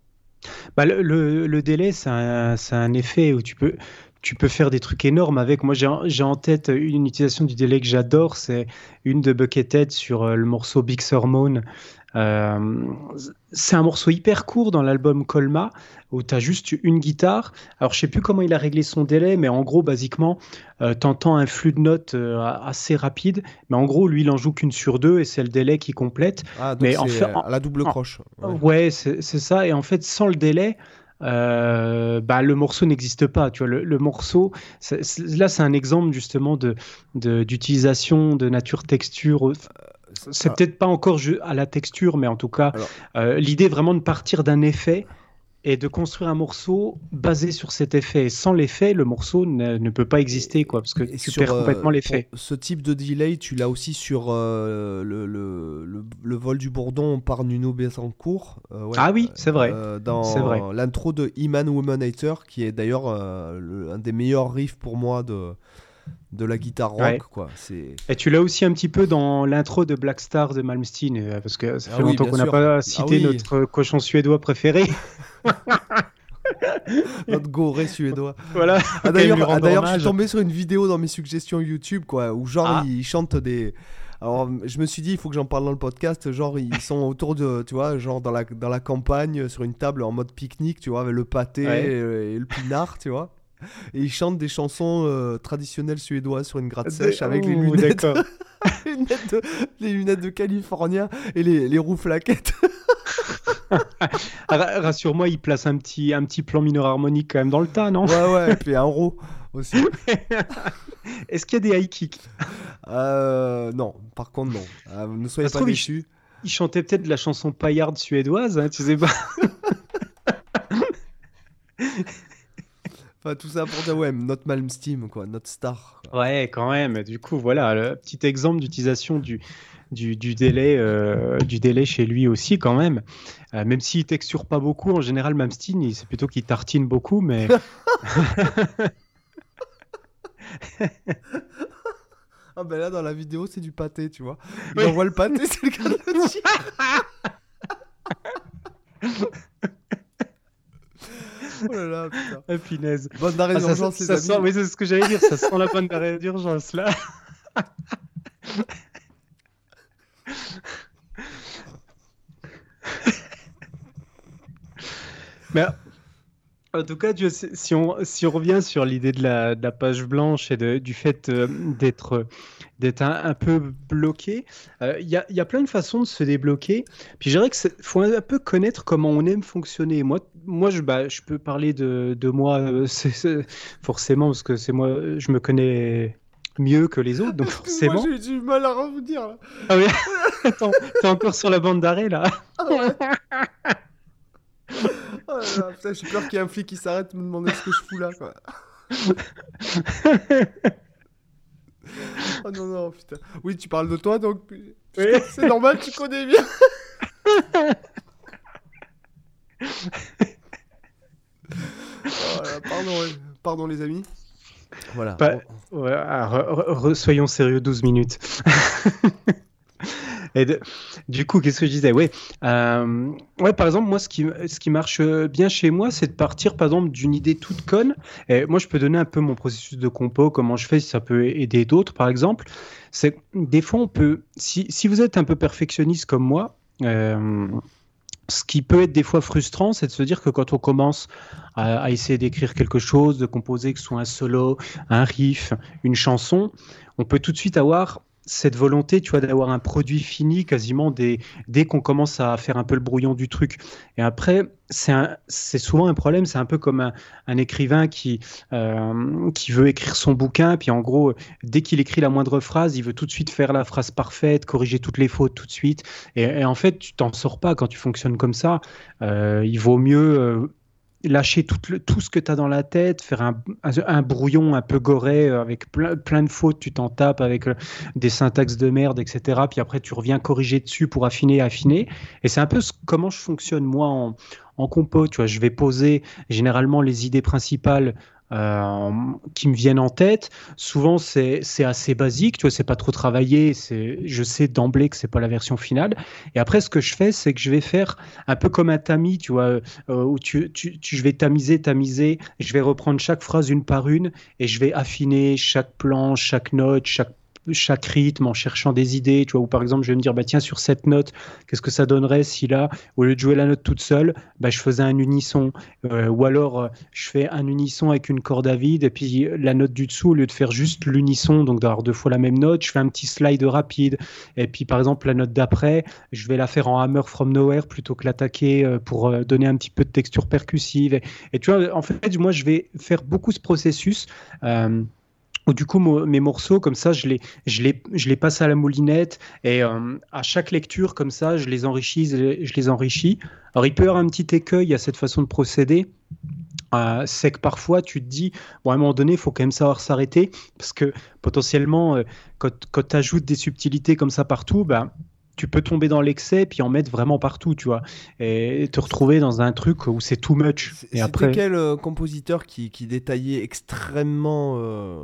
Bah, le, le, le délai, c'est un, c'est un effet où tu peux, tu peux faire des trucs énormes avec. Moi, j'ai, en- j'ai en tête une utilisation du délai que j'adore, c'est une de Buckethead sur euh, le morceau Big Sur Moon. Euh, c'est un morceau hyper court dans l'album Colma où tu as juste une guitare. Alors, je sais plus comment il a réglé son délai, mais en gros, basiquement, euh, tu entends un flux de notes euh, assez rapide. Mais en gros, lui, il en joue qu'une sur deux et c'est le délai qui complète. Ah, donc Mais en c'est fait, à la double en- croche. Ouais. Ouais, c'est c'est ça. Et en fait, sans le délai, euh, bah, le morceau n'existe pas. Tu vois, le, le morceau, c'est- c'est- là, c'est un exemple justement de, de- d'utilisation de nature texture. C'est Ah, peut-être pas encore ju- à la texture, mais en tout cas, alors, euh, l'idée est vraiment de partir d'un effet et de construire un morceau basé sur cet effet. Et sans l'effet, le morceau ne, ne peut pas exister, quoi, parce que et tu sur, perds complètement euh, l'effet. pour ce type de delay, tu l'as aussi sur euh, le, le, le, le vol du bourdon par Nuno Bétancourt. Euh, ouais, Ah oui, c'est vrai. euh, C'est vrai. dans l'intro de Iman Woman Hater, qui est d'ailleurs euh, le- un des meilleurs riffs pour moi de, de la guitare rock. Ouais. Quoi. C'est... Et tu l'as aussi un petit peu dans l'intro de Black Star de Malmsteen, euh, parce que ça Ah fait oui, longtemps bien qu'on n'a sûr. pas Ah cité oui. notre cochon suédois préféré. Notre goré suédois. Voilà. Ah, Quand même d'ailleurs, lui ah, rendre d'ailleurs je suis hommage. tombé sur une vidéo dans mes suggestions YouTube, quoi, où genre Ah. ils chantent des. Alors je me suis dit, il faut que j'en parle dans le podcast. Genre ils sont autour de, tu vois, genre dans la, dans la campagne, sur une table en mode pique-nique, tu vois, avec le pâté Ouais. et, et le pinard, tu vois. Et ils chantent des chansons euh, traditionnelles suédoises sur une gratte Des- sèche avec les Oh, lunettes, d'accord. les lunettes, de, les lunettes de Californien et les, les roues flaquettes. Ra- Rassure-moi, il place un petit, un petit plan mineur harmonique quand même dans le tas, non? Ouais, ouais, et puis un row aussi. Est-ce qu'il y a des high kicks? Euh, non, par contre, non. Euh, ne soyez Ça se pas trouve, il- déçus. Il chantait peut-être de la chanson paillarde suédoise, hein, tu sais pas. Enfin, tout ça pour dire, ouais, notre Malmsteen, quoi, notre star. quoi. Ouais, quand même. Du coup, voilà, le petit exemple d'utilisation du, du, du délai, euh, du délai chez lui aussi, quand même. Euh, même s'il texture pas beaucoup, en général, Malmsteen, il- c'est plutôt qu'il tartine beaucoup, mais Ah ben là, dans la vidéo, c'est du pâté, tu vois. Il Oui. envoie le pâté, c'est le cas de le dire. Oh là là, putain. ah, punaise. Bonne d'arrêt Ah, ça, d'urgence, ça les sent, amis. oui, c'est ce que j'allais dire, ça sent la bonne d'arrêt d'urgence, là. Mais en tout cas, Dieu, si si on, si on revient sur l'idée de la, de la page blanche et de- du fait euh, d'être d'être un, un peu bloqué, euh, il y a, il y a plein de façons de se débloquer. Puis je dirais qu'il faut un peu connaître comment on aime fonctionner. Moi, moi je, bah, je peux parler de, de moi, euh, c'est- c'est- forcément, parce que c'est moi, je me connais mieux que les autres, donc Excuse-moi, forcément. j'ai du mal à revenir, là. Ah oui, attends, t'es encore sur la bande d'arrêt là. Oh là là, putain, j'ai peur qu'il y ait un flic qui s'arrête de me demander ce que je fous là, quoi. Oh non, non, putain. Oui, tu parles de toi, donc... Oui. C'est normal, tu connais bien. Oh là là, pardon, ouais. Pardon, les amis. Voilà. Pas- Ouais, ah, re- re- re- soyons sérieux, douze minutes. Et de- du coup, qu'est-ce que je disais? Ouais, euh, ouais, par exemple, moi, ce qui, ce qui marche bien chez moi, c'est de partir, par exemple, d'une idée toute conne. Et moi, je peux donner un peu mon processus de compo, comment je fais, si ça peut aider d'autres, par exemple. C'est que des fois, on peut, si, si vous êtes un peu perfectionniste comme moi, euh, ce qui peut être des fois frustrant, c'est de se dire que quand on commence à, à essayer d'écrire quelque chose, de composer, que ce soit un solo, un riff, une chanson, on peut tout de suite avoir cette volonté, tu vois, d'avoir un produit fini quasiment dès, dès qu'on commence à faire un peu le brouillon du truc. Et après, c'est, un, c'est souvent un problème, c'est un peu comme un, un écrivain qui, euh, qui veut écrire son bouquin, puis en gros, dès qu'il écrit la moindre phrase, il veut tout de suite faire la phrase parfaite, corriger toutes les fautes tout de suite. Et, et en fait, tu t'en sors pas quand tu fonctionnes comme ça. Euh, il vaut mieux... Euh, lâcher tout, le, tout ce que tu as dans la tête, faire un, un, un brouillon un peu goré euh, avec plein, plein de fautes, tu t'en tapes avec euh, des syntaxes de merde, et cetera. Puis après, tu reviens corriger dessus pour affiner, affiner. Et c'est un peu ce, comment je fonctionne, moi, en, en compo. Tu vois, je vais poser généralement les idées principales euh, qui me viennent en tête. Souvent, c'est, c'est assez basique, tu vois, c'est pas trop travaillé. C'est, je sais d'emblée que c'est pas la version finale. Et après, ce que je fais, c'est que je vais faire un peu comme un tamis, tu vois, euh, où tu, tu, tu, je vais tamiser, tamiser. Je vais reprendre chaque phrase une par une et je vais affiner chaque plan, chaque note, chaque chaque rythme en cherchant des idées, tu vois, ou par exemple je vais me dire bah tiens sur cette note qu'est-ce que ça donnerait si là au lieu de jouer la note toute seule bah, je faisais un unisson euh, ou alors euh, je fais un unisson avec une corde à vide et puis la note du dessous au lieu de faire juste l'unisson donc d'avoir deux fois la même note je fais un petit slide rapide et puis par exemple la note d'après je vais la faire en hammer from nowhere plutôt que l'attaquer euh, pour euh, donner un petit peu de texture percussive et, et tu vois en fait moi je vais faire beaucoup ce processus euh, Ou du coup, mo- mes morceaux, comme ça, je les, je les, je les passe à la moulinette et euh, à chaque lecture, comme ça, je les enrichis, je les je les enrichis. Alors, il peut y avoir un petit écueil à cette façon de procéder. Euh, c'est que parfois, tu te dis, bon, à un moment donné, il faut quand même savoir s'arrêter parce que potentiellement, euh, quand, quand tu ajoutes des subtilités comme ça partout, bah, tu peux tomber dans l'excès puis en mettre vraiment partout, tu vois, et te retrouver dans un truc où c'est too much. C- Et C'était après, quel euh, compositeur qui, qui détaillait extrêmement, euh,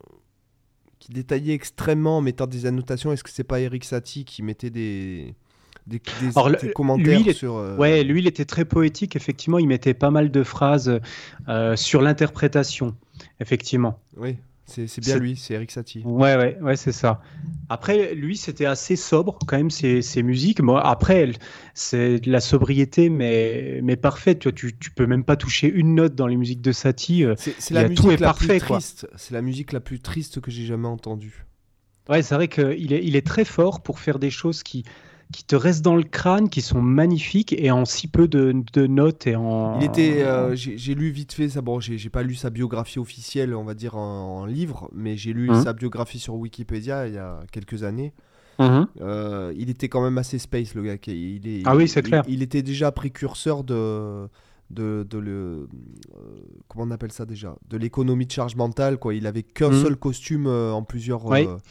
qui détaillait extrêmement en mettant des annotations? Est-ce que c'est pas Eric Satie qui mettait des, des, des- alors, le- des lui, commentaires il est- sur euh, ouais, lui, il était très poétique, effectivement. Il mettait pas mal de phrases euh, sur l'interprétation, effectivement. Oui, c'est c'est bien C'est- lui, c'est Eric Satie. Ouais, ouais, ouais, c'est ça. Après, lui, c'était assez sobre, quand même, ses, ses musiques. Moi, après, elle- c'est de la sobriété, mais, mais parfaite. Tu vois, tu, tu peux même pas toucher une note dans les musiques de Satie. euh, C'est c'est il y la a tout musique est la parfait, plus quoi. triste. C'est la musique la plus triste que j'ai jamais entendue. Ouais, c'est vrai qu'il est, il est très fort pour faire des choses qui, qui te restent dans le crâne, qui sont magnifiques et en si peu de, de notes et Il était, en. euh, j'ai j'ai lu vite fait ça. Bon, j'ai j'ai pas lu sa biographie officielle, on va dire en, en livre, mais j'ai lu Mhm. sa biographie sur Wikipédia il y a quelques années. Mhm. Euh, il était quand même assez space, le gars. qui- Il, est, Ah oui, c'est il, clair. il était déjà précurseur de, de, de le, euh, comment on appelle ça déjà? De l'économie de charge mentale, quoi. Il avait qu'un Mhm. seul costume euh, en plusieurs, Oui. euh,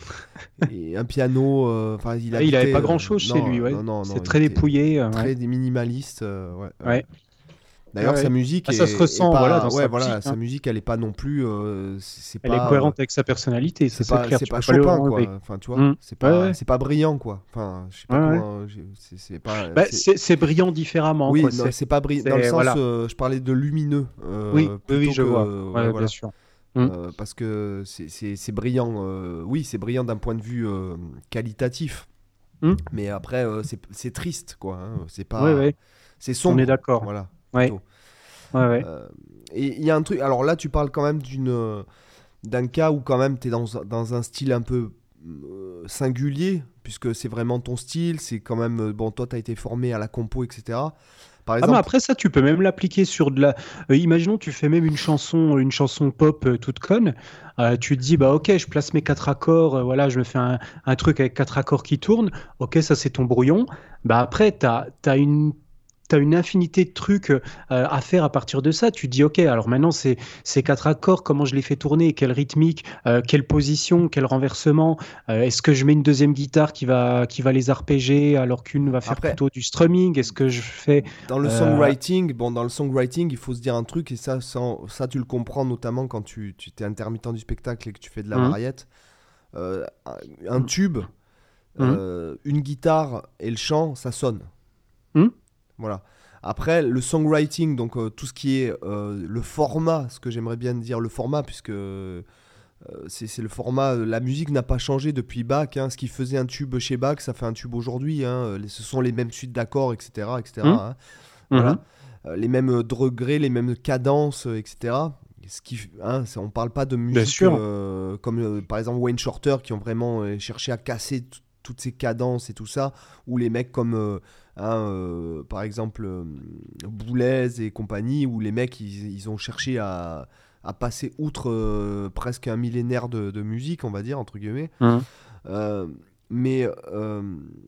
et un piano. euh, Enfin, il Ah, il avait habitait. pas euh, grand-chose chez non, lui, ouais. non, non, C'est non. Il très était dépouillé, euh, très ouais. minimaliste. euh, ouais, ouais. Ouais. D'ailleurs, Ouais, sa ouais. musique Ah, est, ça se est ressent, pas, voilà, dans ouais, sa voilà, musique, sa hein. musique, elle est pas non plus, euh, c'est c'est Elle est pas, euh, cohérente avec sa personnalité, ça c'est c'est pas, clair. c'est Tu pas peux pas le Chopin, enlever. quoi. Enfin, tu vois, Mm. c'est Ouais, pas, ouais. c'est pas brillant, quoi. Enfin, je sais pas Ouais, ouais. comment, j'ai- c'est c'est pas, Bah, c'est- c'est c'est brillant différemment, oui, quoi. non, C'est, c'est pas brillant dans le c'est- sens, voilà. euh, je parlais de lumineux, Oui, euh, oui, oui, plutôt je que, vois. ouais, Ouais, bien voilà. sûr. Mm. Euh, parce que c'est c'est- c'est brillant, euh, oui, c'est brillant d'un point de vue euh, qualitatif, Mm. mais après, euh, c'est c'est triste, quoi. Hein. C'est Ouais, pas, ouais. c'est On est sombre, d'accord. voilà, Ouais, plutôt. ouais, ouais. Euh, et il y a un truc, alors là, tu parles quand même d'une, euh, d'un cas où quand même tu es dans, dans un style un peu euh, singulier, puisque c'est vraiment ton style, c'est quand même, euh, bon, toi, tu as été formé à la compo, et cetera. Par Ah, mais exemple, après ça, tu peux même l'appliquer sur de la. euh, imaginons, tu fais même une chanson, une chanson pop euh, toute conne. Euh, tu te dis, bah ok, je place mes quatre accords. euh, voilà, je me fais un, un truc avec quatre accords qui tournent. Ok, ça c'est ton brouillon. Bah après, t'as, t'as une t'as une infinité de trucs euh, à faire à partir de ça. Tu te dis, ok, alors maintenant, c'est ces quatre accords, comment je les fais tourner, quelle rythmique, euh, quelle position, quel renversement. Euh, est-ce que je mets une deuxième guitare qui va, qui va les arpéger alors qu'une va faire après, plutôt du strumming? Est-ce que je fais. dans le euh, songwriting, bon, dans le songwriting, il faut se dire un truc, et ça, sans- ça tu le comprends notamment quand tu, tu es intermittent du spectacle et que tu fais de la Mhm. variette. Euh, un, un tube, Mhm. euh, une guitare et le chant, ça sonne. Mhm. Voilà. Après, le songwriting, donc euh, tout ce qui est euh, le format, ce que j'aimerais bien dire, le format, puisque euh, c'est c'est le format, euh, la musique n'a pas changé depuis Bach. Hein. Ce qui faisait un tube chez Bach, ça fait un tube aujourd'hui. Hein. Les- Ce sont les mêmes suites d'accords, et cetera et cetera Mhm. hein. Mhm. Voilà. Euh, les mêmes euh, degrés, les mêmes cadences, euh, et cetera. Ce qui, hein, c'est- on parle pas de musique sûr. euh, comme euh, par exemple Wayne Shorter qui ont vraiment euh, cherché à casser t- toutes ces cadences et tout ça, ou les mecs comme euh, hein, euh, par exemple euh, Boulez et compagnie, où les mecs ils, ils ont cherché à, à passer outre euh, presque un millénaire de, de musique, on va dire entre guillemets. Mhm. Euh, mais euh,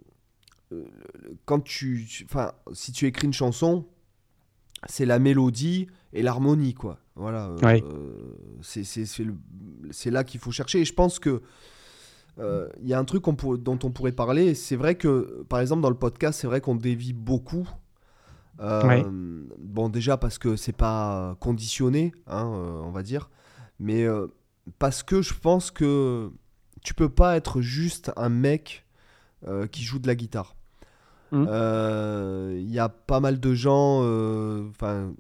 euh, quand tu, tu- enfin, si tu écris une chanson, c'est la mélodie et l'harmonie, quoi. Voilà. euh, Ouais. euh, c'est, c'est, c'est, le- c'est là qu'il faut chercher. Et je pense que euh, il y a un truc qu'on pour- dont on pourrait parler. C'est vrai que, par exemple, dans le podcast, c'est vrai qu'on dévie beaucoup. Euh, Ouais. Bon, déjà parce que c'est pas conditionné, hein, euh, on va dire, mais euh, parce que je pense que tu peux pas être juste un mec euh, qui joue de la guitare. Mm. Euh, Il y a pas mal de gens, euh, enfin,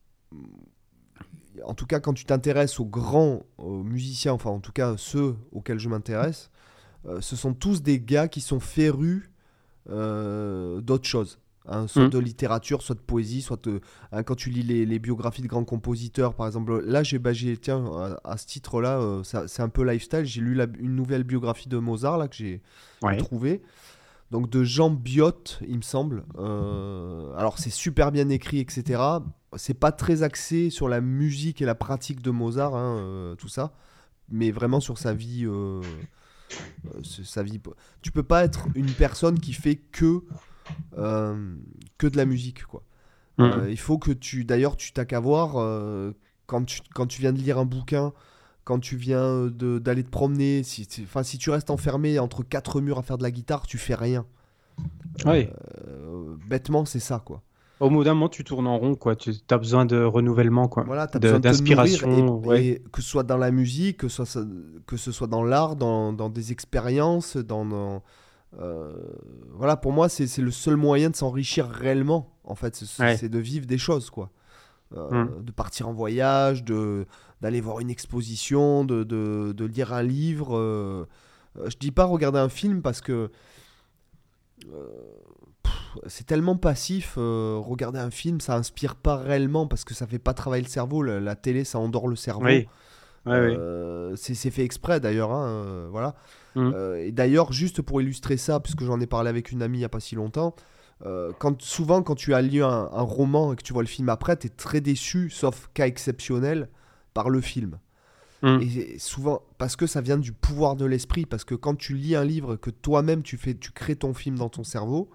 en tout cas, quand tu t'intéresses aux grands aux musiciens, enfin, en tout cas, ceux auxquels je m'intéresse, euh, ce sont tous des gars qui sont férus euh, d'autres choses. Hein, soit Mm. de littérature, soit de poésie, soit de, hein, quand tu lis les, les biographies de grands compositeurs, par exemple, là, j'ai, bah, j'ai tiens, à, à ce titre-là, euh, ça- c'est un peu lifestyle, j'ai lu la- une nouvelle biographie de Mozart, là, que j'ai Ouais. trouvée. Donc de Jean Biot, il me semble. Euh, alors c'est super bien écrit, et cetera. C'est pas très axé sur la musique et la pratique de Mozart, hein, euh, tout ça, mais vraiment sur sa vie, euh, euh, sa vie. Tu peux pas être une personne qui fait que euh, que de la musique, quoi. Euh, Mm. il faut que tu, d'ailleurs, tu t'as qu'à voir euh, quand tu quand tu viens de lire un bouquin. Quand tu viens de- d'aller te promener, si, si- enfin, si tu restes enfermé entre quatre murs à faire de la guitare, tu fais rien. Ouais. Euh, bêtement, c'est ça, quoi. Au bout d'un moment, tu tournes en rond, quoi. Tu as besoin de renouvellement, quoi. Voilà, tu as De- besoin de te nourrir, et, d'inspiration, ouais. et que ce soit dans la musique, que ce soit, que ce soit dans l'art, dans, dans des expériences, dans... dans, euh, voilà, pour moi, c'est c'est le seul moyen de s'enrichir réellement, en fait, c'est Ouais. c'est de vivre des choses, quoi. Euh, Mm. de partir en voyage, de d'aller voir une exposition, de, de, de lire un livre. Euh, euh, je dis pas regarder un film parce que euh, pff, c'est tellement passif. Euh, regarder un film, ça inspire pas réellement parce que ça fait pas travailler le cerveau. La, la télé, ça endort le cerveau. Oui. Ouais, oui. Euh, c'est c'est fait exprès d'ailleurs. Hein, euh, voilà. Mm. Euh, et d'ailleurs, juste pour illustrer ça, puisque j'en ai parlé avec une amie il n'y a pas si longtemps, euh, quand, souvent quand tu as lu un, un roman et que tu vois le film après, tu es très déçu, sauf cas exceptionnel, par le film. Mm. Et souvent, parce que ça vient du pouvoir de l'esprit, parce que quand tu lis un livre, que toi-même tu, fais, tu crées ton film dans ton cerveau,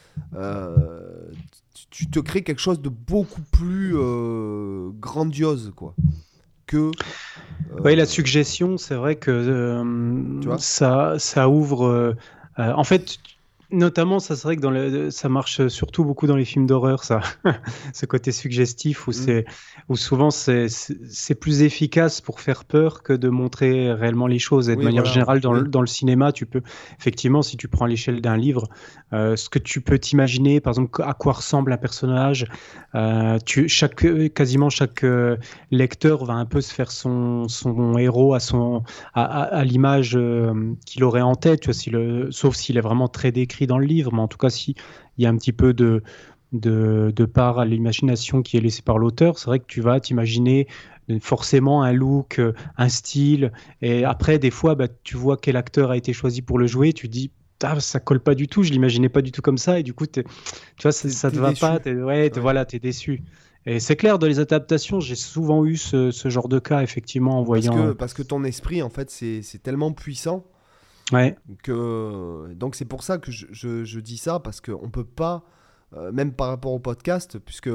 euh, tu, tu te crées quelque chose de beaucoup plus euh, grandiose, quoi. Que... euh, Oui, la suggestion, c'est vrai que euh, Tu vois ça, ça ouvre. euh, euh, en fait, notamment, ça c'est vrai que dans le, ça marche surtout beaucoup dans les films d'horreur, ça, ce côté suggestif où Mm. c'est, où souvent c'est, c'est c'est plus efficace pour faire peur que de montrer réellement les choses. Et de Oui, manière voilà, générale, dans, oui. le, dans le cinéma, tu peux effectivement, si tu prends l'échelle d'un livre, euh, ce que tu peux t'imaginer, par exemple, à quoi ressemble un personnage, euh, tu, chaque, quasiment chaque euh, lecteur va un peu se faire son, son héros à, son, à, à, à l'image euh, qu'il aurait en tête, tu vois, si le, sauf s'il est vraiment très décrit dans le livre, mais en tout cas, s'il y a un petit peu de, de, de part à l'imagination qui est laissée par l'auteur, c'est vrai que tu vas t'imaginer forcément un look, euh, un style, et après, des fois, bah, tu vois quel acteur a été choisi pour le jouer, tu dis, ah, ça colle pas du tout, je l'imaginais pas du tout comme ça, et du coup, t'es- tu vois, ça, T'es- ça te t'es va déçu. pas, t'es, ouais, t'es- Ouais. voilà, t'es déçu. Et c'est clair, dans les adaptations, j'ai souvent eu ce, ce genre de cas, effectivement, en Parce voyant. que, euh, parce que ton esprit, en fait, c'est c'est tellement puissant Ouais, que... Donc c'est pour ça que je, je- je dis ça, parce qu'on peut pas, euh, même par rapport au podcast, puisque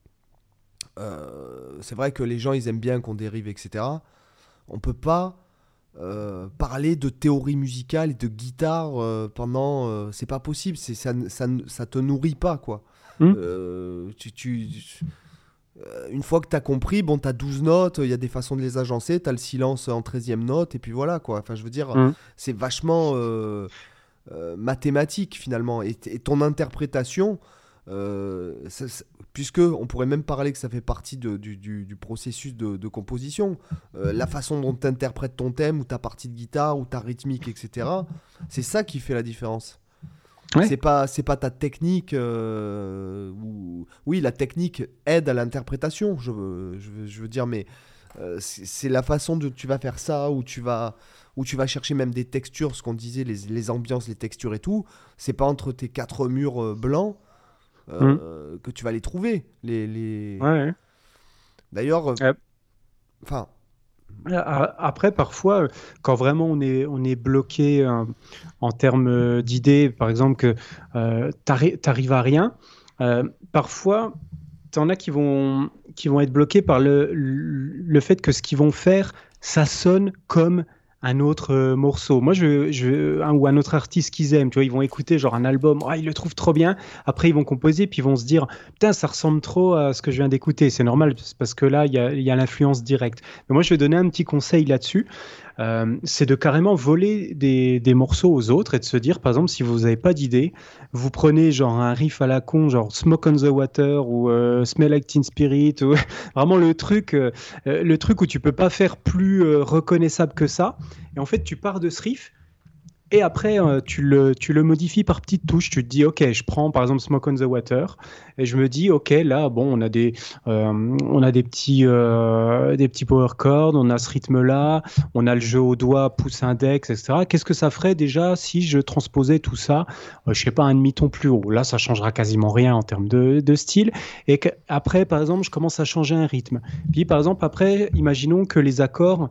euh, c'est vrai que les gens, ils aiment bien qu'on dérive, et cetera. On peut pas euh, parler de théorie musicale et de guitare euh, pendant... euh, c'est pas possible, c'est, ça, ça, ça te nourrit pas, quoi. Mm. Euh, tu... tu euh, une fois que tu as compris, bon, tu as douze notes, il y a des façons de les agencer, tu as le silence en treizième note, et puis voilà, quoi. Enfin, je veux dire, Mm. c'est vachement euh, euh, mathématique, finalement. Et, et ton interprétation, euh, ça- ça- puisque on pourrait même parler que ça fait partie de- du, du- du processus de, de composition, euh, la façon dont tu interprètes ton thème, ou ta partie de guitare, ou ta rythmique, et cetera, c'est ça qui fait la différence. Ouais. C'est pas, c'est pas ta technique. euh, ou... Oui, la technique aide à l'interprétation, je veux, je veux, je veux dire, mais euh, c'est, c'est la façon dont tu vas faire ça, où tu vas, où tu vas chercher même des textures, ce qu'on disait, les, les ambiances, les textures et tout. C'est pas entre tes quatre murs euh, blancs euh, que tu vas les trouver. Les, les... Ouais, ouais. D'ailleurs, euh, Ouais. enfin, A- Après, parfois, euh, quand vraiment on est, on est bloqué euh, en termes euh, d'idées, par exemple, que euh, t'arri- t'arrives à rien, euh, parfois, t'en as qui vont, qui vont être bloqués par le, le fait que ce qu'ils vont faire, ça sonne comme un autre euh, morceau. Moi, je, je, un, ou un autre artiste qu'ils aiment, tu vois, ils vont écouter genre un album, ah, ils le trouvent trop bien. Après, ils vont composer, puis ils vont se dire, putain, ça ressemble trop à ce que je viens d'écouter. C'est normal, c'est parce que là, il y a, y a l'influence directe. Mais moi, je vais donner un petit conseil là-dessus. Euh, c'est de carrément voler des, des morceaux aux autres et de se dire, par exemple, si vous n'avez pas d'idée, vous prenez genre un riff à la con, genre Smoke on the Water ou euh, Smell Like Teen Spirit, ou vraiment le truc, euh, le truc où tu peux pas faire plus euh, reconnaissable que ça. Et en fait, tu pars de ce riff. Et après, euh, tu, le, tu le modifies par petites touches. Tu te dis, OK, je prends par exemple Smoke on the Water. Et je me dis, OK, là, bon, on a des, euh, on a des, petits, euh, des petits power chords, on a ce rythme-là, on a le jeu au doigt, pouce index, et cetera. Qu'est-ce que ça ferait déjà si je transposais tout ça, euh, je sais pas, un demi-ton plus haut? Là, ça changera quasiment rien en termes de, de style. Et après, par exemple, je commence à changer un rythme. Puis, par exemple, après, imaginons que les accords,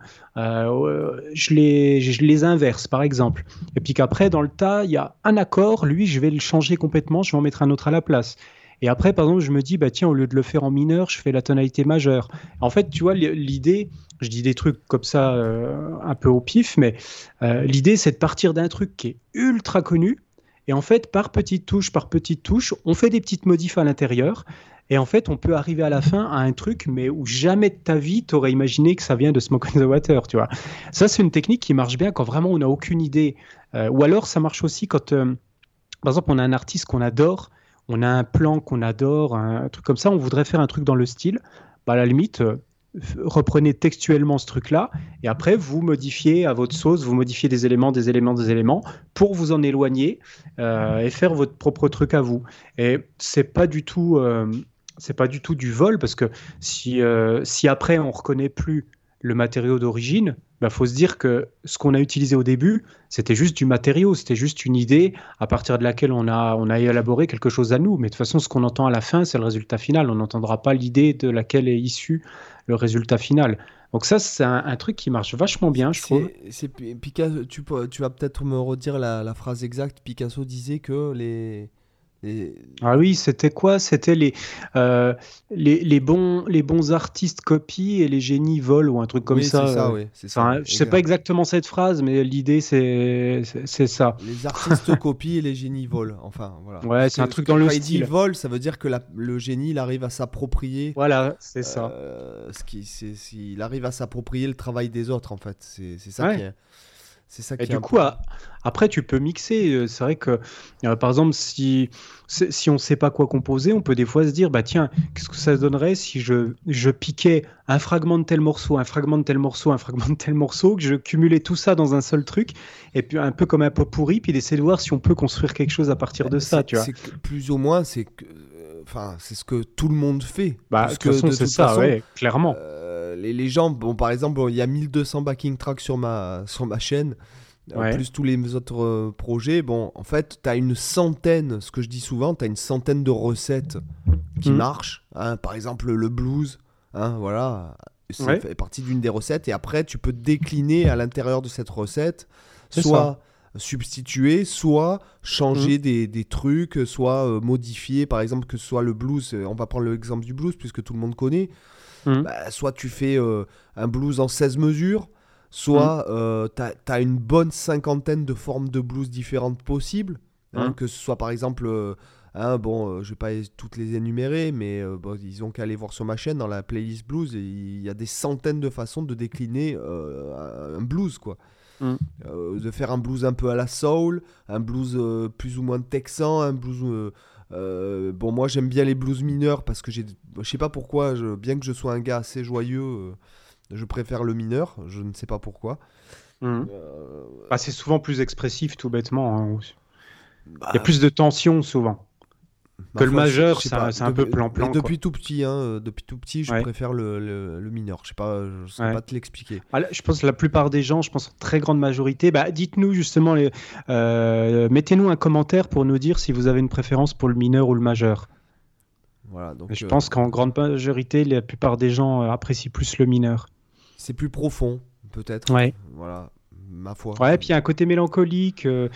euh, je, les, je les inverse, par exemple. Et puis qu'après, dans le tas, il y a un accord, lui, je vais le changer complètement, je vais en mettre un autre à la place. Et après, par exemple, je me dis, bah tiens, au lieu de le faire en mineur, je fais la tonalité majeure. En fait, tu vois, l'idée, je dis des trucs comme ça, euh, un peu au pif, mais euh, l'idée, c'est de partir d'un truc qui est ultra connu. Et en fait, par petite touche, par petite touche, on fait des petites modifs à l'intérieur. Et en fait, on peut arriver à la fin à un truc, mais où jamais de ta vie, tu aurais imaginé que ça vient de Smoke on the Water, tu vois. Ça, c'est une technique qui marche bien quand vraiment on n'a aucune idée. Euh, ou alors, ça marche aussi quand, euh, par exemple, on a un artiste qu'on adore, on a un plan qu'on adore, un truc comme ça, on voudrait faire un truc dans le style. Bah, à la limite, euh, reprenez textuellement ce truc-là, et après, vous modifiez à votre sauce, vous modifiez des éléments, des éléments, des éléments, pour vous en éloigner euh, et faire votre propre truc à vous. Et c'est pas du tout... Euh, c'est pas du tout du vol, parce que si, euh, si après on reconnaît plus le matériau d'origine, bah, faut se dire que ce qu'on a utilisé au début, c'était juste du matériau, c'était juste une idée à partir de laquelle on a, on a élaboré quelque chose à nous. Mais de toute façon, ce qu'on entend à la fin, c'est le résultat final. On n'entendra pas l'idée de laquelle est issu le résultat final. Donc ça, c'est un, un truc qui marche vachement bien, je trouve. C'est, c'est Picasso, tu, tu vas peut-être me redire la, la phrase exacte. Picasso disait que les... Et... Ah oui, c'était quoi? C'était les, euh, les, les, bons, les bons artistes copient et les génies volent, ou un truc comme oui, ça. C'est ça, oui, c'est ça. Enfin, je ne sais pas exactement cette phrase, mais l'idée, c'est, c'est, c'est ça. Les artistes copient et les génies volent. Enfin, voilà. Ouais, c'est un truc dans le quand style. Quand il dit vol, ça veut dire que la, le génie, il arrive à s'approprier. Voilà, c'est ça. Euh, ce qui, c'est, c'est, il arrive à s'approprier le travail des autres, en fait. C'est, c'est ça ouais. qui est... C'est ça qui et du coup, à, après, tu peux mixer. C'est vrai que, euh, par exemple, si, si on ne sait pas quoi composer, on peut des fois se dire, bah tiens, qu'est-ce que ça donnerait si je, je piquais un fragment de tel morceau, un fragment de tel morceau, un fragment de tel morceau, que je cumulais tout ça dans un seul truc, et puis un peu comme un pot pourri, puis d'essayer de voir si on peut construire quelque chose à partir de c'est, ça, tu vois. C'est que, plus ou moins, c'est que... Enfin, c'est ce que tout le monde fait. Bah, de toute façon, de c'est toute ça, façon, ouais, clairement. Euh, les, les gens, bon, par exemple, il y a mille deux cents backing tracks sur ma, sur ma chaîne, ouais. plus tous les autres euh, projets. Bon, en fait, tu as une centaine, ce que je dis souvent, tu as une centaine de recettes qui mmh. marchent. Hein, par exemple, le blues, hein, voilà, ça ouais. fait partie d'une des recettes. Et après, tu peux décliner à l'intérieur de cette recette, c'est soit... Ça. substituer, soit changer mmh. des, des trucs, soit euh, modifier, par exemple, que ce soit le blues, on va prendre l'exemple du blues puisque tout le monde connaît, mmh. bah, soit tu fais euh, un blues en seize mesures, soit mmh. euh, tu as une bonne cinquantaine de formes de blues différentes possibles, hein, mmh. que ce soit par exemple, euh, hein, bon, euh, je vais pas toutes les énumérer, mais euh, bon, ils ont qu'à aller voir sur ma chaîne, dans la playlist blues, il y a des centaines de façons de décliner euh, un blues, quoi. Mm. Euh, de faire un blues un peu à la soul, un blues euh, plus ou moins texan, un blues euh, euh, bon moi j'aime bien les blues mineurs parce que j'ai, je sais pas pourquoi, je, bien que je sois un gars assez joyeux, euh, je préfère le mineur, je ne sais pas pourquoi. Mm. Euh... Ah, c'est souvent plus expressif tout bêtement, hein. Bah... il y a plus de tension souvent. Que le majeur, c'est un, c'est un peu plan-plan. Depuis quoi. tout petit, hein, depuis tout petit, je ouais. préfère le, le, le mineur. Je sais pas, je ne saurais ouais. pas te l'expliquer. Ah, là, je pense que la plupart des gens, je pense en très grande majorité, bah, dites-nous justement, les, euh, mettez-nous un commentaire pour nous dire si vous avez une préférence pour le mineur ou le majeur. Voilà, donc, je euh, pense qu'en grande majorité, la plupart des gens apprécient plus le mineur. C'est plus profond, peut-être. Ouais. Voilà, ma foi. Ouais, puis il y a un côté mélancolique. Euh,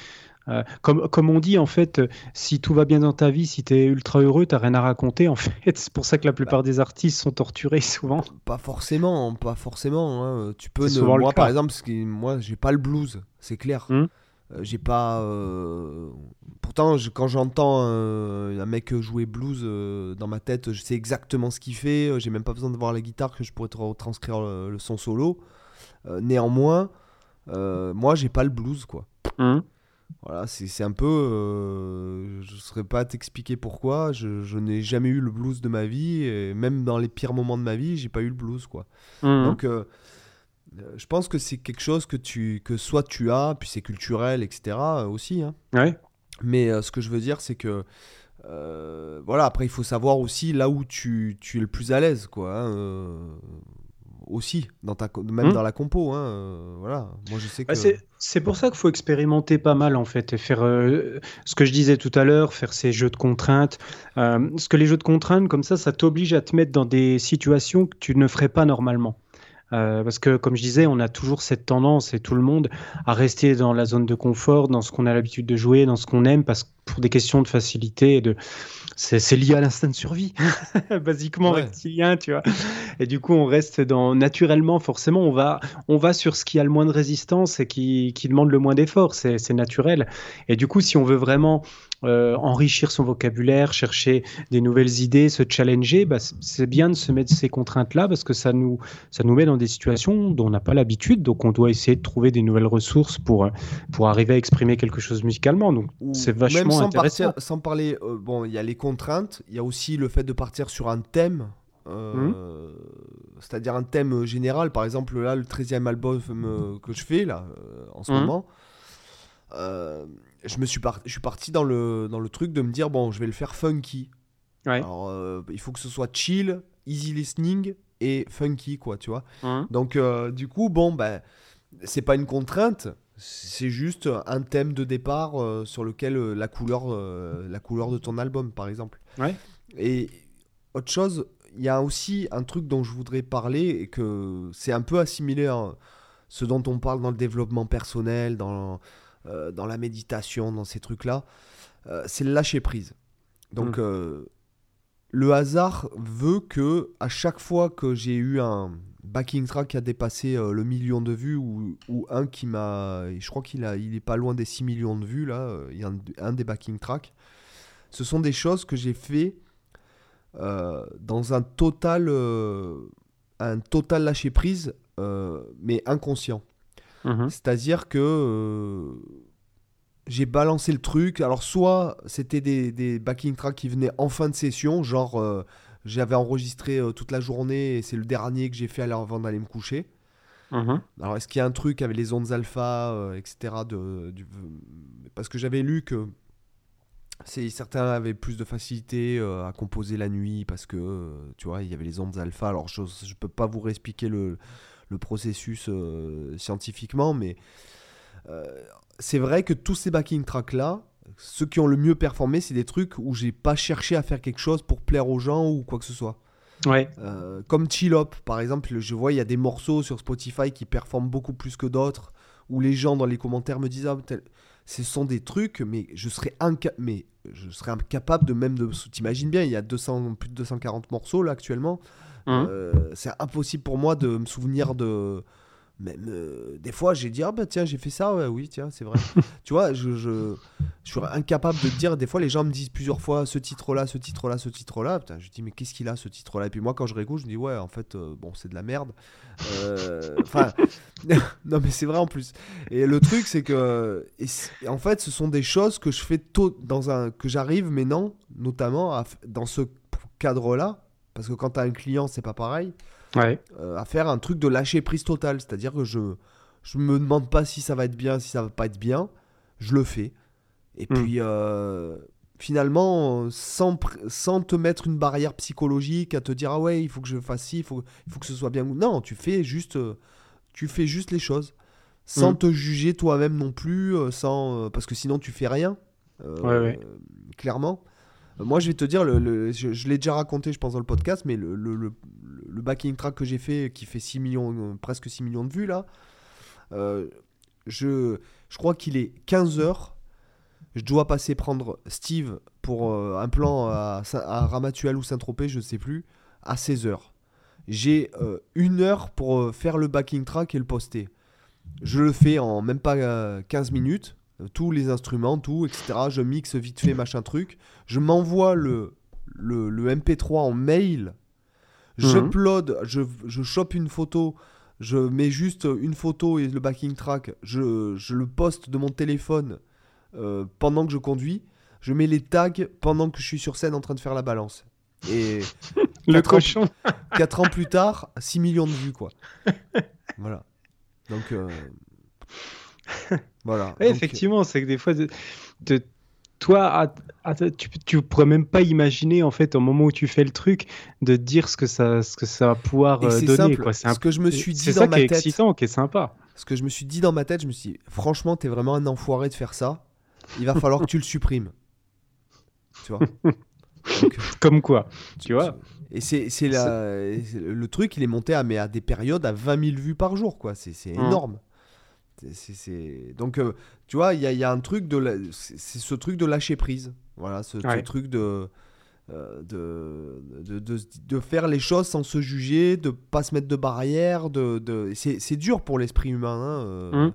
Euh, comme, comme on dit, en fait, euh, si tout va bien dans ta vie, si tu es ultra heureux, tu rien à raconter, en fait. C'est pour ça que la plupart Bah, des artistes sont torturés souvent. pas forcément, pas forcément. Hein. Tu peux C'est ne... souvent le Moi, par cas. exemple, ce qui- moi, j'ai pas le blues, c'est clair. Hmm. Euh, j'ai pas. euh, Pourtant, je- quand j'entends euh, un mec jouer blues euh, dans ma tête, je sais exactement ce qu'il fait. euh, J'ai même pas besoin de voir la guitare que je pourrais te retranscrire le, le son solo. Euh, néanmoins, euh, moi, j'ai pas le blues, quoi. Hmm. Voilà, c'est c'est un peu. Euh, je ne saurais pas t'expliquer pourquoi. Je, je n'ai jamais eu le blues de ma vie. Et même dans les pires moments de ma vie, j'ai pas eu le blues, quoi. Hmm. Donc, euh, euh, je pense que c'est quelque chose que, tu, que soit tu as, puis c'est culturel, et cetera euh, aussi. Hein. Ouais. Mais euh, ce que je veux dire, c'est que. euh, voilà, après, il faut savoir aussi là où tu, tu es le plus à l'aise, quoi. Hein, euh, aussi, dans ta, co- même Hmm. dans la compo. Hein, euh, voilà, moi je sais Bah, que. c'est, c'est pour ça qu'il faut expérimenter pas mal en fait et faire euh, ce que je disais tout à l'heure, faire ces jeux de contraintes. Euh, parce que les jeux de contraintes, comme ça, ça t'oblige à te mettre dans des situations que tu ne ferais pas normalement. Euh, parce que, comme je disais, on a toujours cette tendance, et tout le monde, à rester dans la zone de confort, dans ce qu'on a l'habitude de jouer, dans ce qu'on aime, parce que pour des questions de facilité, et de... c'est, c'est lié à l'instinct de survie, basiquement Ouais. reptilien, tu vois. Et du coup, on reste dans naturellement, forcément, on va, on va sur ce qui a le moins de résistance et qui, qui demande le moins d'effort. C'est, c'est naturel. Et du coup, si on veut vraiment euh, enrichir son vocabulaire, chercher des nouvelles idées, se challenger, bah, c'est- c'est bien de se mettre ces contraintes-là parce que ça nous, ça nous met dans des situations dont on n'a pas l'habitude. Donc, on doit essayer de trouver des nouvelles ressources pour, euh, pour arriver à exprimer quelque chose musicalement. Donc, Ou, c'est ou même vachement sans intéressant. partir, sans parler, euh, bon, il y a les contraintes, il y a aussi le fait de partir sur un thème, euh, c'est-à-dire un thème général. Par exemple, là, le treizième album euh, que je fais là euh, en ce Mhm. moment, euh, je me suis par- je suis parti dans le dans le truc de me dire bon, je vais le faire funky. Ouais. Alors, euh, il faut que ce soit chill, easy listening et funky, quoi, tu vois. Mhm. Donc, euh, du coup, bon, ben, c'est pas une contrainte, c'est juste un thème de départ euh, sur lequel euh, la couleur, euh, la couleur de ton album, par exemple. Ouais. Et autre chose, il y a aussi un truc dont je voudrais parler et que c'est un peu assimilé à ce dont on parle dans le développement personnel, dans, euh, dans la méditation, dans ces trucs-là. Euh, c'est le lâcher prise. Donc, Mm. euh, le hasard veut que à chaque fois que j'ai eu un backing track qui a dépassé euh, le million de vues ou, ou un qui m'a, je crois qu'il a, il est pas loin des six millions de vues là, euh, il y a un, un des backing tracks. Ce sont des choses que j'ai fait euh, dans un total, euh, un total lâcher prise, euh, mais inconscient. Mhm. C'est-à-dire que euh, j'ai balancé le truc. Alors, soit c'était des, des backing tracks qui venaient en fin de session, genre euh, j'avais enregistré euh, toute la journée et c'est le dernier que j'ai fait avant d'aller me coucher. Mhm. Alors, est-ce qu'il y a un truc avec les ondes alpha, euh, et cetera de, du- Parce que j'avais lu que c'est, certains avaient plus de facilité euh, à composer la nuit parce que, euh, tu vois, il y avait les ondes alpha. Alors, je ne peux pas vous réexpliquer le, le processus euh, scientifiquement, mais euh, c'est vrai que tous ces backing tracks là, ceux qui ont le mieux performé, c'est des trucs où j'ai pas cherché à faire quelque chose pour plaire aux gens ou quoi que ce soit. Ouais. Euh, comme Chill Hop, par exemple, je vois il y a des morceaux sur Spotify qui performent beaucoup plus que d'autres, où les gens dans les commentaires me disent ah, tel... ce sont des trucs, mais je serais inca... mais je serais incapable de même de. T'imagines bien, il y a deux cents, plus de deux cent quarante morceaux là actuellement. Mhm. Euh, c'est impossible pour moi de me souvenir de. Même euh, des fois, j'ai dit ah bah tiens j'ai fait ça, ouais, oui tiens c'est vrai. Tu vois, je, je je suis incapable de te dire. Des fois, les gens me disent plusieurs fois ce titre-là, ce titre-là, ce titre-là. Putain, je dis mais qu'est-ce qu'il a ce titre-là? Et puis moi, quand je réécoute, je me dis ouais en fait euh, bon c'est de la merde. Euh, Enfin non mais c'est vrai en plus. Et le truc c'est que et c'est- et en fait ce sont des choses que je fais tôt dans un que j'arrive mais non notamment à f- dans ce cadre-là parce que quand t'as un client c'est pas pareil. Ouais. Euh, à faire un truc de lâcher prise totale. C'est-à-dire que je je me demande pas si ça va être bien, si ça va pas être bien. Je le fais. Et Mm. puis, euh, finalement, sans, pr- sans te mettre une barrière psychologique à te dire ah ouais, il faut que je fasse ci, il faut, il faut que ce soit bien. Non, tu fais juste, euh, tu fais juste les choses. Sans Mm. te juger toi-même non plus, euh, sans, euh, parce que sinon tu fais rien. Euh, Ouais, ouais. Clairement. Euh, Moi, je vais te dire, le, le- je, je l'ai déjà raconté, je pense, dans le podcast, mais le, le, le, le backing track que j'ai fait, qui fait six millions, euh, presque six millions de vues, là, euh, je, je crois qu'il est quinze heures je dois passer prendre Steve pour euh, un plan à, à Ramatuelle ou Saint-Tropez, je ne sais plus, à seize heures. J'ai euh, une heure pour euh, faire le backing track et le poster. Je le fais en même pas euh, quinze minutes, euh, tous les instruments, tout, et cetera. Je mixe vite fait, machin truc. Je m'envoie le, le, le M P trois en mail. J'upload, je, je chope une photo, je mets juste une photo et le backing track. Je, je le poste de mon téléphone euh, pendant que je conduis. Je mets les tags pendant que je suis sur scène en train de faire la balance. Et le cochon. quatre ans plus tard, six millions de vues, quoi. Voilà. Donc, euh... voilà. Ouais, Donc, effectivement, c'est que des fois, de, de, toi, à, à, tu, tu pourrais même pas imaginer, en fait, au moment où tu fais le truc, de dire ce que ça, ce que ça va pouvoir et euh, c'est donner. simple. Quoi. C'est ce un... que je me suis dit c'est dans ça ma qui est tête. excitant, qui est sympa. Ce que je me suis dit dans ma tête, je me suis dit, franchement, t'es vraiment un enfoiré de faire ça. Il va falloir que tu le supprimes. Tu vois. Donc, comme quoi, tu vois. Et c'est, c'est, la, c'est le truc, il est monté à, mais à des périodes à vingt mille vues par jour, quoi. C'est, c'est énorme. Mmh. C'est, c'est... Donc, euh, tu vois, il y, y a un truc de... La... C'est, c'est ce truc de lâcher prise. Voilà, ce, ouais. ce truc de, euh, de, de, de, de faire les choses sans se juger, de pas se mettre de barrières. De, de... C'est, c'est dur pour l'esprit humain, hein, euh, mmh.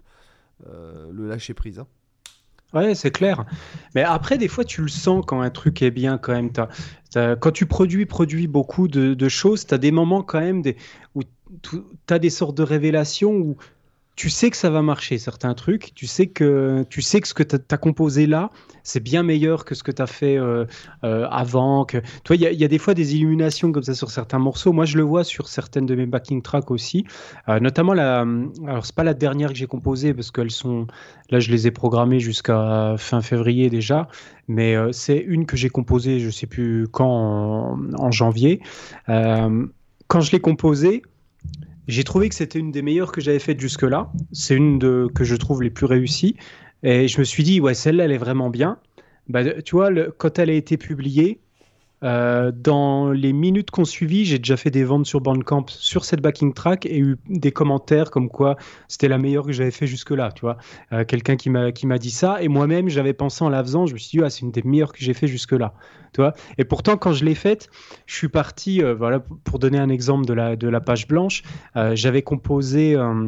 euh, le lâcher prise. Hein. Ouais, c'est clair. Mais après, des fois, tu le sens quand un truc est bien quand même. T'as, t'as, quand tu produis, produis beaucoup de, de choses, tu as des moments quand même des, où tu as des sortes de révélations où tu sais que ça va marcher, certains trucs. Tu sais que, tu sais que ce que tu as composé là, c'est bien meilleur que ce que tu as fait euh, euh, avant. Que... Toi, il y, y a des fois des illuminations comme ça sur certains morceaux. Moi, je le vois sur certaines de mes backing tracks aussi. Euh, notamment, la... alors, c'est pas la dernière que j'ai composée parce qu'elles sont... Là, je les ai programmées jusqu'à fin février déjà. Mais euh, c'est une que j'ai composée, je sais plus quand, en, en janvier. Euh, quand je l'ai composée, j'ai trouvé que c'était une des meilleures que j'avais faites jusque-là. C'est une de, que je trouve les plus réussies. Et je me suis dit, ouais, celle-là, elle est vraiment bien. Bah, tu vois, le, quand elle a été publiée, euh, dans les minutes qu'on suivit, j'ai déjà fait des ventes sur Bandcamp sur cette backing track et eu des commentaires comme quoi c'était la meilleure que j'avais fait jusque-là. Tu vois, euh, quelqu'un qui m'a, qui m'a dit ça. Et moi-même, j'avais pensé en la faisant, je me suis dit, ah, c'est une des meilleures que j'ai fait jusque-là. Tu vois, et pourtant, quand je l'ai faite, je suis parti, euh, voilà, pour donner un exemple de la, de la page blanche, euh, j'avais composé euh,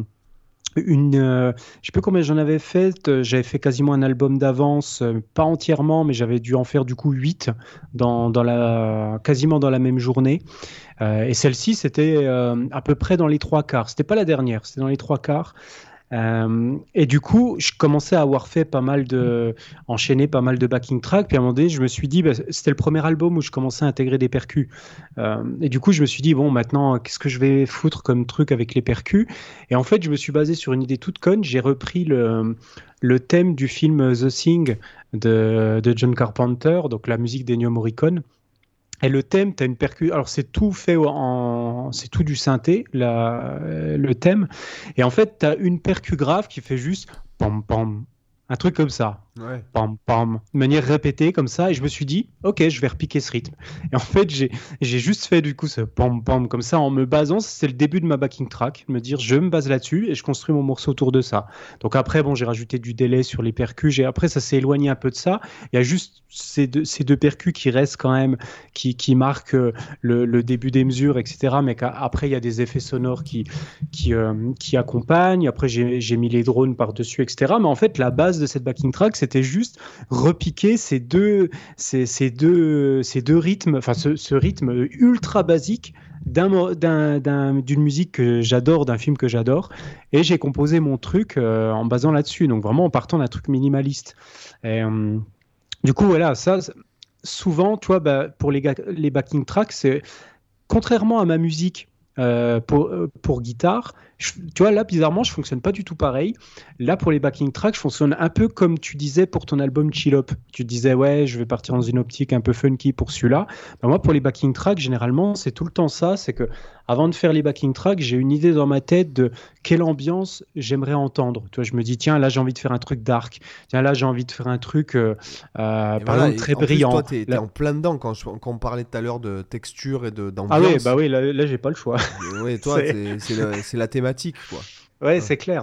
une, euh, je ne sais plus combien j'en avais fait, euh, j'avais fait quasiment un album d'avance, euh, pas entièrement, mais j'avais dû en faire du coup huit, dans, dans la, quasiment dans la même journée. Euh, et celle-ci, c'était euh, à peu près dans les trois quarts. C'était pas la dernière, c'était dans les trois quarts. Euh, et du coup, je commençais à avoir fait pas mal de, enchaîné pas mal de backing tracks. Puis à un moment donné, je me suis dit, bah, c'était le premier album où je commençais à intégrer des percus. Euh, et du coup, je me suis dit, bon, maintenant, qu'est-ce que je vais foutre comme truc avec les percus ? Et en fait, je me suis basé sur une idée toute conne. J'ai repris le, le thème du film The Thing de, de John Carpenter, donc la musique d'Ennio Morricone. Et le thème, tu as une percussion. Alors, c'est tout fait en. C'est tout du synthé, la... le thème. Et en fait, tu as une percu grave qui fait juste pam pam. Un truc comme ça. Ouais. Pam pam. De manière répétée, comme ça. Et je me suis dit, ok, je vais repiquer ce rythme. Et en fait, j'ai, j'ai juste fait du coup ce pam pam comme ça en me basant. C'est le début de ma backing track. Me dire, je me base là-dessus et je construis mon morceau autour de ça. Donc après, bon, j'ai rajouté du délai sur les percus. J'ai... Après, ça s'est éloigné un peu de ça. Il y a juste ces deux, ces deux percus qui restent quand même, qui, qui marquent le, le début des mesures, et cetera. Mais après, il y a des effets sonores qui, qui, euh, qui accompagnent. Après, j'ai, j'ai mis les drones par-dessus, et cetera. Mais en fait, la base de cette backing track, c'était juste repiquer ces deux, ces, ces deux, ces deux rythmes, enfin ce, ce rythme ultra basique d'un, d'un, d'un, d'une musique que j'adore, d'un film que j'adore, et j'ai composé mon truc euh, en basant là-dessus, donc vraiment en partant d'un truc minimaliste. Et, euh, du coup, voilà, ça, souvent, tu vois, bah, pour les, les backing tracks, c'est contrairement à ma musique euh, pour, pour guitare, je, tu vois, là, bizarrement, je fonctionne pas du tout pareil. Là, pour les backing tracks, je fonctionne un peu comme tu disais pour ton album Chill Up. Tu disais, ouais, je vais partir dans une optique un peu funky pour celui-là. Ben, moi, pour les backing tracks, généralement, c'est tout le temps ça. C'est que avant de faire les backing tracks, j'ai une idée dans ma tête de quelle ambiance j'aimerais entendre. Tu vois, je me dis, tiens, là, j'ai envie de faire un truc dark. Tiens, là, j'ai envie de faire un truc, euh, euh, par voilà, exemple, très en brillant. Plus, toi, t'es, t'es là... en plein dedans quand, je, quand on parlait tout à l'heure de texture et de, d'ambiance. Ah oui, bah oui, là, là j'ai pas le choix. Oui, toi, c'est, c'est, le, c'est la thématique, quoi. Ouais, c'est clair.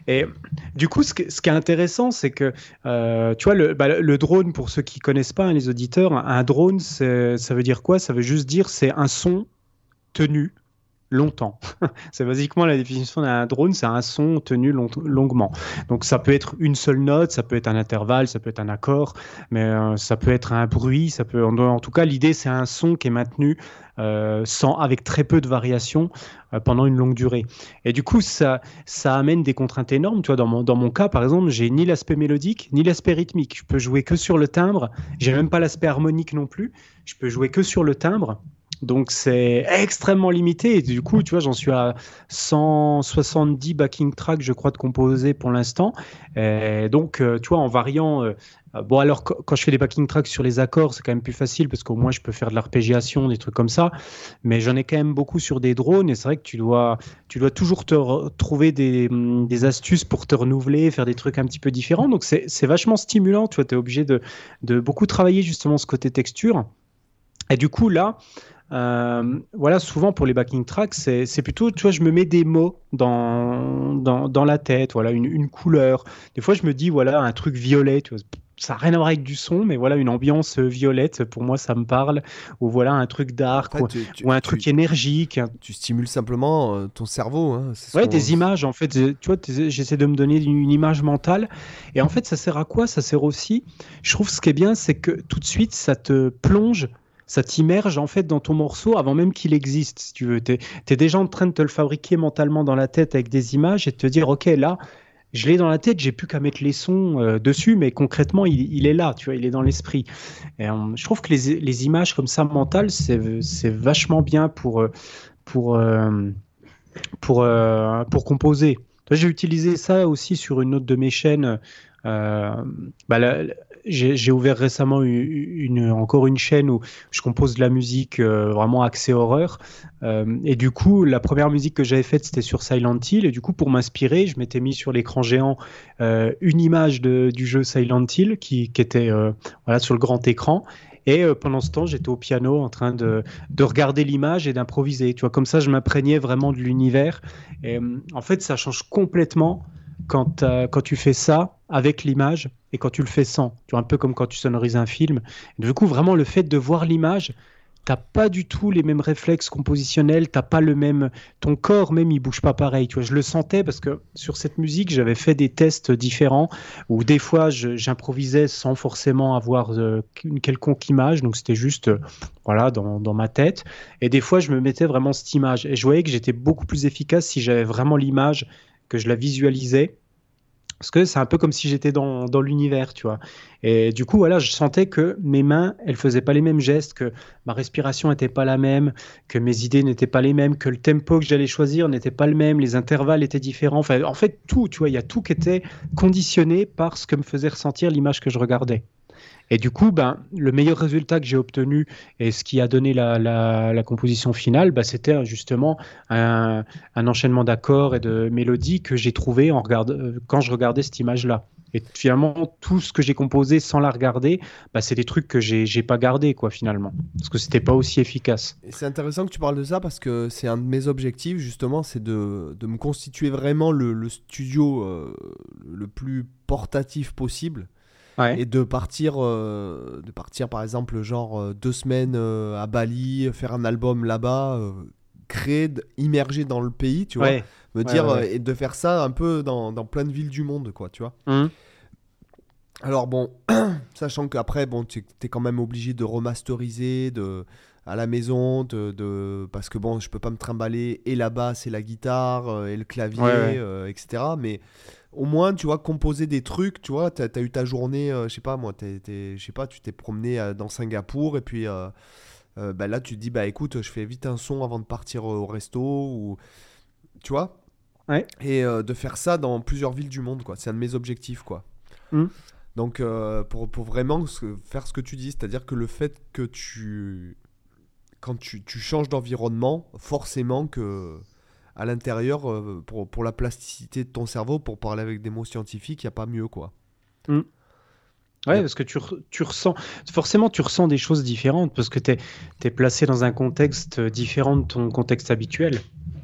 Et du coup, ce, que, ce qui est intéressant, c'est que, euh, tu vois, le, bah, le drone, pour ceux qui connaissent pas, hein, les auditeurs, un drone, c'est, ça veut dire quoi? Ça veut juste dire c'est un son tenu longtemps. C'est basiquement la définition d'un drone, c'est un son tenu long- longuement. Donc ça peut être une seule note, ça peut être un intervalle, ça peut être un accord, mais euh, ça peut être un bruit, ça peut en, en tout cas l'idée c'est un son qui est maintenu euh, sans avec très peu de variations euh, pendant une longue durée. Et du coup ça ça amène des contraintes énormes. Tu vois, dans mon dans mon cas par exemple, j'ai ni l'aspect mélodique ni l'aspect rythmique. Je peux jouer que sur le timbre. J'ai même pas l'aspect harmonique non plus. Je peux jouer que sur le timbre. Donc c'est extrêmement limité et du coup tu vois j'en suis à cent soixante-dix backing tracks je crois de composer pour l'instant et donc euh, tu vois en variant euh, bon alors qu- quand je fais des backing tracks sur les accords c'est quand même plus facile parce qu'au moins je peux faire de l'arpégiation des trucs comme ça mais j'en ai quand même beaucoup sur des drones et c'est vrai que tu dois tu dois toujours te re- trouver des, des astuces pour te renouveler faire des trucs un petit peu différents donc c'est, c'est vachement stimulant tu vois t'es obligé de, de beaucoup travailler justement ce côté texture et du coup là Euh, voilà, souvent pour les backing tracks, c'est, c'est plutôt, tu vois, je me mets des mots dans, dans, dans la tête, voilà, une, une couleur. Des fois, je me dis, voilà, un truc violet, tu vois, ça n'a rien à voir avec du son, mais voilà, une ambiance violette, pour moi, ça me parle. Ou voilà, un truc dark, En fait, ou, tu, tu, ou un tu, truc énergique. tu stimules simplement euh, ton cerveau. Hein, c'est ce Ouais, qu'on- des images, en fait, tu vois, t'es- j'essaie de me donner une, une image mentale. Et en fait, ça sert à quoi? Ça sert aussi, je trouve, ce qui est bien, c'est que tout de suite, ça te plonge ça t'immerge en fait dans ton morceau avant même qu'il existe, si tu veux. T'es, t'es déjà en train de te le fabriquer mentalement dans la tête avec des images et de te dire, ok, là, je l'ai dans la tête, j'ai plus qu'à mettre les sons euh, dessus, mais concrètement, il, il est là, tu vois, il est dans l'esprit. Et, euh, je trouve que les, les images comme ça mentales, c'est, c'est vachement bien pour, pour, euh, pour, euh, pour composer. Toi, j'ai utilisé ça aussi sur une autre de mes chaînes. Euh, bah, la, j'ai, j'ai ouvert récemment une, une, encore une chaîne où je compose de la musique euh, vraiment axée horreur. Euh, et du coup, la première musique que j'avais faite, c'était sur Silent Hill. Et du coup, pour m'inspirer, je m'étais mis sur l'écran géant euh, une image de, du jeu Silent Hill qui, qui était euh, voilà, sur le grand écran. Et euh, pendant ce temps, j'étais au piano en train de, de regarder l'image et d'improviser. Tu vois, comme ça, je m'imprégnais vraiment de l'univers. Et euh, en fait, ça change complètement quand, euh, quand tu fais ça avec l'image et quand tu le fais sans. Tu vois, un peu comme quand tu sonorises un film. Et du coup, vraiment, le fait de voir l'image, t'as pas du tout les mêmes réflexes compositionnels, t'as pas le même, ton corps même il bouge pas pareil. Tu vois, je le sentais parce que sur cette musique j'avais fait des tests différents où des fois je, j'improvisais sans forcément avoir euh, une quelconque image, donc c'était juste euh, voilà dans, dans ma tête. Et des fois je me mettais vraiment cette image et je voyais que j'étais beaucoup plus efficace si j'avais vraiment l'image, que je la visualisais. Parce que c'est un peu comme si j'étais dans, dans l'univers, tu vois. Et du coup, voilà, je sentais que mes mains, elles faisaient pas les mêmes gestes, que ma respiration n'était pas la même, que mes idées n'étaient pas les mêmes, que le tempo que j'allais choisir n'était pas le même, les intervalles étaient différents. Enfin, en fait, tout, tu vois, il y a tout qui était conditionné par ce que me faisait ressentir l'image que je regardais. Et du coup, ben, le meilleur résultat que j'ai obtenu et ce qui a donné la, la, la composition finale, ben, c'était justement un, un enchaînement d'accords et de mélodies que j'ai trouvé en regard... quand je regardais cette image-là. Et finalement, tout ce que j'ai composé sans la regarder, ben, c'est des trucs que j'ai, j'ai pas gardés, quoi, finalement. Parce que c'était pas aussi efficace. Et c'est intéressant que tu parles de ça parce que c'est un de mes objectifs, justement, c'est de, de me constituer vraiment le, le studio euh, le plus portatif possible. Ouais. Et de partir, euh, de partir par exemple genre euh, deux semaines euh, à Bali, faire un album là-bas, euh, créer, d- immerger dans le pays, tu vois, Ouais. me Ouais, dire ouais, ouais. euh, et de faire ça un peu dans, dans plein de villes du monde, quoi, tu vois. Hum. Alors bon, sachant qu'après bon, tu es quand même obligé de remasteriser, de à la maison, de, de parce que bon, je peux pas me trimballer et la basse et la guitare euh, et le clavier, Ouais, ouais. euh, et cetera. Mais au moins, tu vois, composer des trucs, tu vois, t'as, t'as eu ta journée, euh, je sais pas, moi, t'es, t'es- je sais pas, tu t'es promené euh, dans Singapour et puis euh, euh, bah, là, tu te dis, bah écoute, je fais vite un son avant de partir au resto ou, tu vois, Ouais. et euh, de faire ça dans plusieurs villes du monde, quoi. C'est un de mes objectifs, quoi. Hum. Donc, euh, pour, pour vraiment ce- faire ce que tu dis, c'est-à-dire que le fait que tu, quand tu, tu changes d'environnement, forcément que à l'intérieur, euh, pour, pour la plasticité de ton cerveau, pour parler avec des mots scientifiques, il n'y a pas mieux, quoi. Hum. Ouais, Yep. parce que tu, re- tu ressens, forcément, tu ressens des choses différentes parce que tu es placé dans un contexte différent de ton contexte habituel.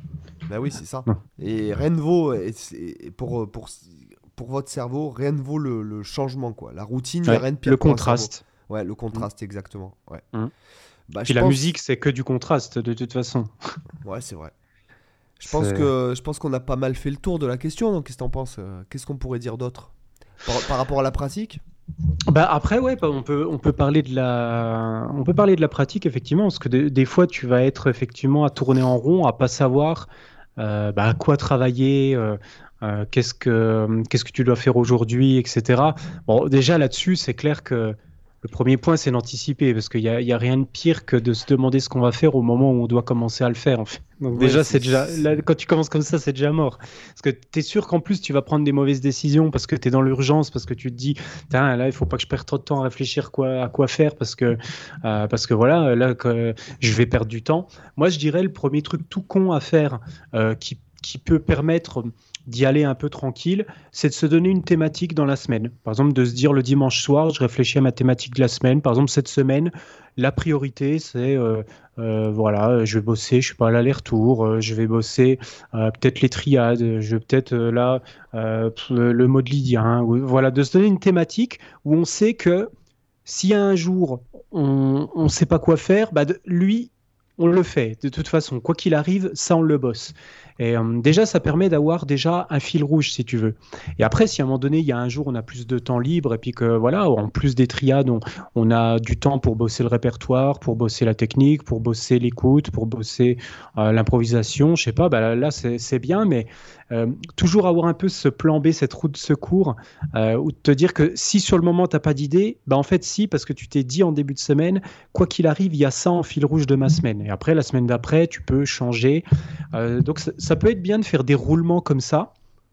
Ben oui, c'est ça. Non. Et rien ne vaut, et c'est- pour, pour, pour votre cerveau, rien ne vaut le, le changement, quoi. La routine, il n'y Ouais, a rien de pire le pour un contraste. cerveau. Ouais, le contraste, exactement. Ouais. Mm. Bah, Puis je la pense... musique, c'est que du contraste, de toute façon. Ouais, c'est vrai. Je pense C'est- que je pense qu'on a pas mal fait le tour de la question. Donc, qu'est-ce que t'en penses? Euh, Qu'est-ce qu'on pourrait dire d'autre par, par rapport à la pratique? Bah après, ouais, bah, on peut, on peut parler de la, on peut parler de la pratique, effectivement, parce que de- des fois, tu vas être effectivement à tourner en rond, à pas savoir euh, bah, à quoi travailler, euh, euh, qu'est-ce que, qu'est-ce que tu dois faire aujourd'hui, et cetera. Bon, déjà là-dessus, c'est clair que le premier point, c'est d'anticiper, parce qu'il y a, il y a rien de pire que de se demander ce qu'on va faire au moment où on doit commencer à le faire, en fait. Donc Ouais, déjà, c'est- c'est déjà, là, quand tu commences comme ça, c'est déjà mort. Parce que tu es sûr qu'en plus, tu vas prendre des mauvaises décisions, parce que tu es dans l'urgence, parce que tu te dis, Tain, là, il faut pas que je perde trop de temps à réfléchir quoi, à quoi faire, parce que, euh, parce que voilà, là, que je vais perdre du temps. Moi, je dirais le premier truc tout con à faire, euh, qui, qui peut permettre d'y aller un peu tranquille, c'est de se donner une thématique dans la semaine. Par exemple, de se dire le dimanche soir, je réfléchis à ma thématique de la semaine. Par exemple, cette semaine, la priorité, c'est euh, euh, voilà, je vais bosser, je suis pas à l'aller-retour, euh, je vais bosser euh, peut-être les triades, je vais peut-être euh, là euh, le, le mode lydien. ou- Voilà, de se donner une thématique où on sait que s'il y a un jour on ne sait pas quoi faire, bah de- lui, on le fait. De toute façon, quoi qu'il arrive, ça, on le bosse. Et euh, déjà, ça permet d'avoir déjà un fil rouge, si tu veux. Et après, si à un moment donné, il y a un jour, on a plus de temps libre, et puis que, voilà, en plus des triades, on, on a du temps pour bosser le répertoire, pour bosser la technique, pour bosser l'écoute, pour bosser euh, l'improvisation, je sais pas, bah, là, c'est c'est bien, mais euh, toujours avoir un peu ce plan B, cette route de secours, euh, ou de te dire que si sur le moment, tu n'as pas d'idée, bah, en fait, si, parce que tu t'es dit en début de semaine, quoi qu'il arrive, il y a ça en fil rouge de ma semaine. Et après, la semaine d'après, tu peux changer. Euh, donc, ça, ça peut être bien de faire des roulements comme ça.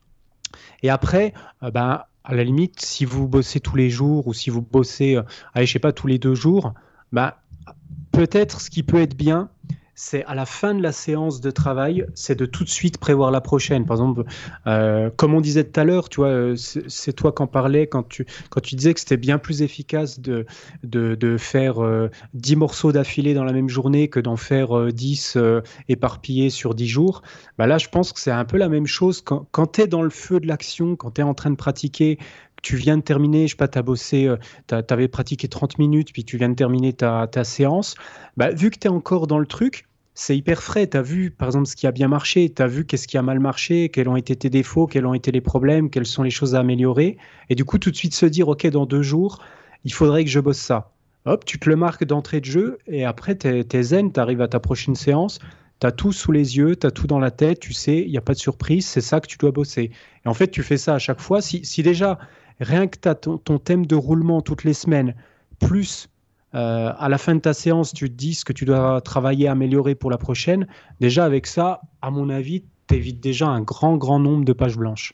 Et après, euh, ben, à la limite, si vous bossez tous les jours ou si vous bossez, euh, allez, je sais pas, tous les deux jours, ben, peut-être ce qui peut être bien, c'est à la fin de la séance de travail, c'est de tout de suite prévoir la prochaine. Par exemple, euh, comme on disait tout à l'heure, tu vois, euh, c'est c'est toi qu'en parlais quand tu, quand tu disais que c'était bien plus efficace de, de, de faire euh, dix morceaux d'affilée dans la même journée que d'en faire euh, dix euh, éparpillés sur dix jours. Bah là, je pense que c'est un peu la même chose quand, quand tu es dans le feu de l'action, quand tu es en train de pratiquer, que tu viens de terminer, je sais pas, tu as bossé, euh, tu avais pratiqué trente minutes, puis tu viens de terminer ta, ta séance. Bah, vu que tu es encore dans le truc, c'est hyper frais. Tu as vu, par exemple, ce qui a bien marché, tu as vu qu'est-ce qui a mal marché, quels ont été tes défauts, quels ont été les problèmes, quelles sont les choses à améliorer. Et du coup, tout de suite se dire, OK, dans deux jours, il faudrait que je bosse ça. Hop, tu te le marques d'entrée de jeu et après, tu es zen, tu arrives à ta prochaine séance, tu as tout sous les yeux, tu as tout dans la tête, tu sais, il n'y a pas de surprise, c'est ça que tu dois bosser. Et en fait, tu fais ça à chaque fois. Si, si déjà, rien que tu as ton, ton thème de roulement toutes les semaines, plus euh, à la fin de ta séance, tu te dis ce que tu dois travailler, améliorer pour la prochaine. Déjà, avec ça, à mon avis, tu évites déjà un grand, grand nombre de pages blanches.